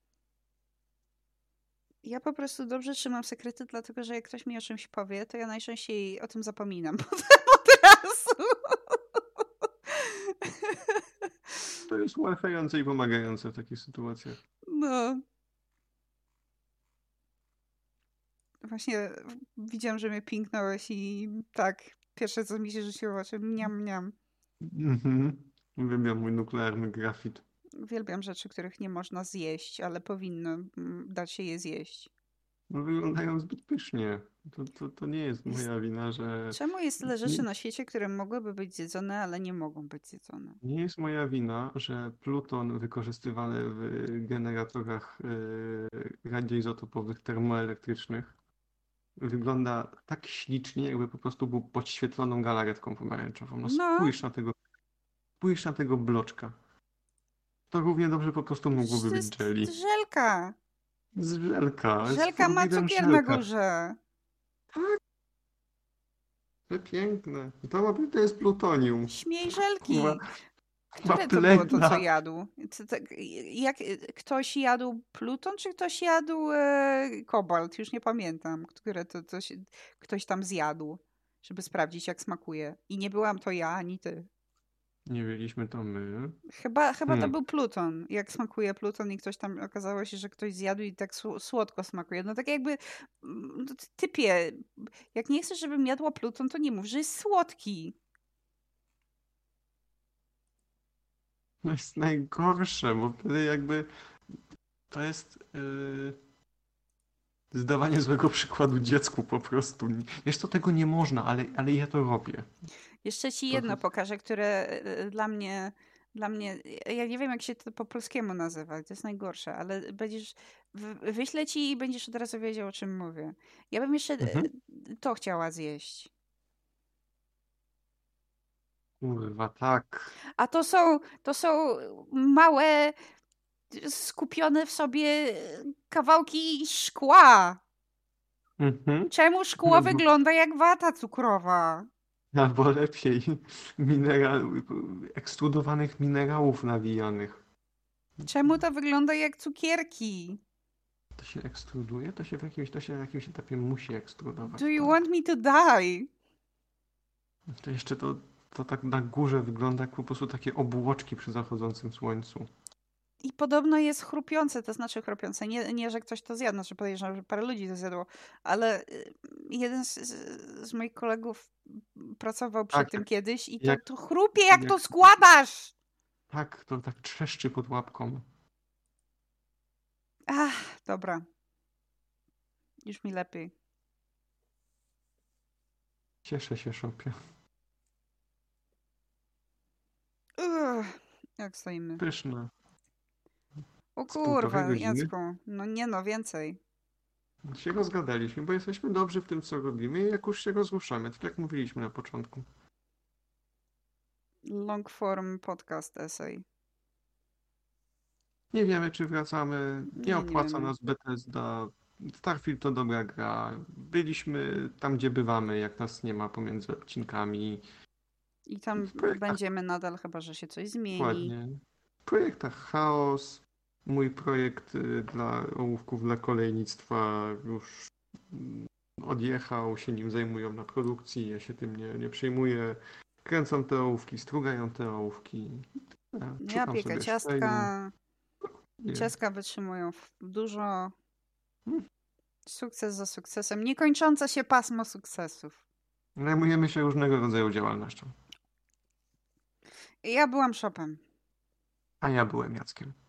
Ja po prostu dobrze trzymam sekrety, dlatego że jak ktoś mi o czymś powie, to ja najczęściej o tym zapominam potem od razu.
To jest ułatwiające i pomagające w takich sytuacjach.
No, właśnie widziałam, że mnie pięknąłeś i tak, pierwsze co mi się rzuciło w oczy, mniam, mniam.
Mhm. Uwielbiam mój nuklearny grafit.
Uwielbiam rzeczy, których nie można zjeść, ale powinno mm, dać się je zjeść.
No, wyglądają zbyt pysznie. To, to, to nie jest
Jest,
moja wina, że.
czemu jest tyle
Nie,
rzeczy na świecie, które mogłyby być zjedzone, ale nie mogą być zjedzone?
nie jest moja wina, że pluton wykorzystywany w generatorach yy, radioizotopowych termoelektrycznych wygląda tak ślicznie, jakby po prostu był podświetloną galaretką pomarańczową. No
No,
spójrz na tego, spójrz na tego bloczka. To równie dobrze po prostu
przecież
mogłoby
to
być
jest
jelly.
żelka.
Z żelka, jest
Żelka ma
furwidem
cukier na
żelka.
górze.
Tak, to piękne. To, ma- to jest plutonium.
Śmiej
Kurwa,
żelki.
ma
Które to było to, co
plędza.
jadł? Co, tak, jak, ktoś jadł pluton, czy ktoś jadł e, kobalt? Już nie pamiętam, które to, to się, ktoś tam zjadł, żeby sprawdzić, jak smakuje. I nie byłam to ja, ani ty.
Nie wiedzieliśmy to my.
Chyba, chyba to
Hmm.
był pluton. Jak smakuje pluton i ktoś tam, okazało się, że ktoś zjadł i tak sł- słodko smakuje. No tak jakby, mm, no ty- typie, jak nie chcesz, żebym jadła pluton, to nie mów, że jest słodki.
To jest najgorsze, bo wtedy jakby to jest. Yy... Zdawanie złego przykładu dziecku po prostu. Wiesz co, tego nie można, ale, ale ja to robię.
Jeszcze ci
To,
jedno
to,
pokażę, które y, dla mnie, dla mnie, ja nie wiem jak się to po polskiemu nazywa, to jest najgorsze, ale będziesz, w- wyślę ci i będziesz od razu wiedział, o czym mówię. Ja bym jeszcze
mhm.
y, to chciała zjeść.
Kurwa, tak.
A to są, to są małe, skupione w sobie kawałki szkła.
Mhm.
Czemu szkło
Albo,
wygląda jak wata cukrowa?
albo lepiej, mineral, ekstrudowanych minerałów nawijanych.
Czemu to wygląda jak cukierki?
To się ekstruduje? To się w jakimś, to się w jakimś etapie musi ekstrudować,
Do you
tak.
want me to die?
To jeszcze to, to tak na górze wygląda jak po prostu takie obłoczki przy zachodzącym słońcu.
I podobno jest chrupiące, to znaczy chrupiące. Nie, nie że ktoś to zjadł, znaczy podejrzewam, że parę ludzi to zjadło, ale y, jeden z, z z moich kolegów pracował przy
Tak,
tym
tak.
kiedyś i to,
Jak,
to chrupie, jak to
jak,
składasz!
tak, to tak trzeszczy pod łapką.
Ach, dobra. Już mi lepiej.
Cieszę się, Szopie.
Ugh, jak stoimy?
Pyszne.
O
Z półtorej
kurwa,
godziny
Jacku. No nie no, więcej.
się rozgadaliśmy, bo jesteśmy dobrzy w tym, co robimy i jak już się rozruszamy, tak jak mówiliśmy na początku.
Long form podcast essay.
Nie wiemy, czy wracamy. Nie
Nie, nie
opłaca
wiemy.
nas Bethesda. Starfield to dobra gra. Byliśmy tam, gdzie bywamy, jak nas nie ma pomiędzy odcinkami.
I tam
W projektach
będziemy nadal, chyba że się coś zmieni.
dokładnie. W projektach chaos. Mój projekt y, dla ołówków dla kolejnictwa już mm, odjechał, się nim zajmują na produkcji. Ja się tym nie, nie przejmuję. Kręcą te ołówki, strugają te ołówki. E,
Ja
Szukam
piekę
sobie szweju.
ciastka.
Nie.
Ciastka wytrzymują w- dużo.
Hmm.
Sukces za sukcesem. Niekończące się pasmo sukcesów.
Zajmujemy się różnego rodzaju działalnością.
Ja byłam shopem.
A ja byłem Jackiem.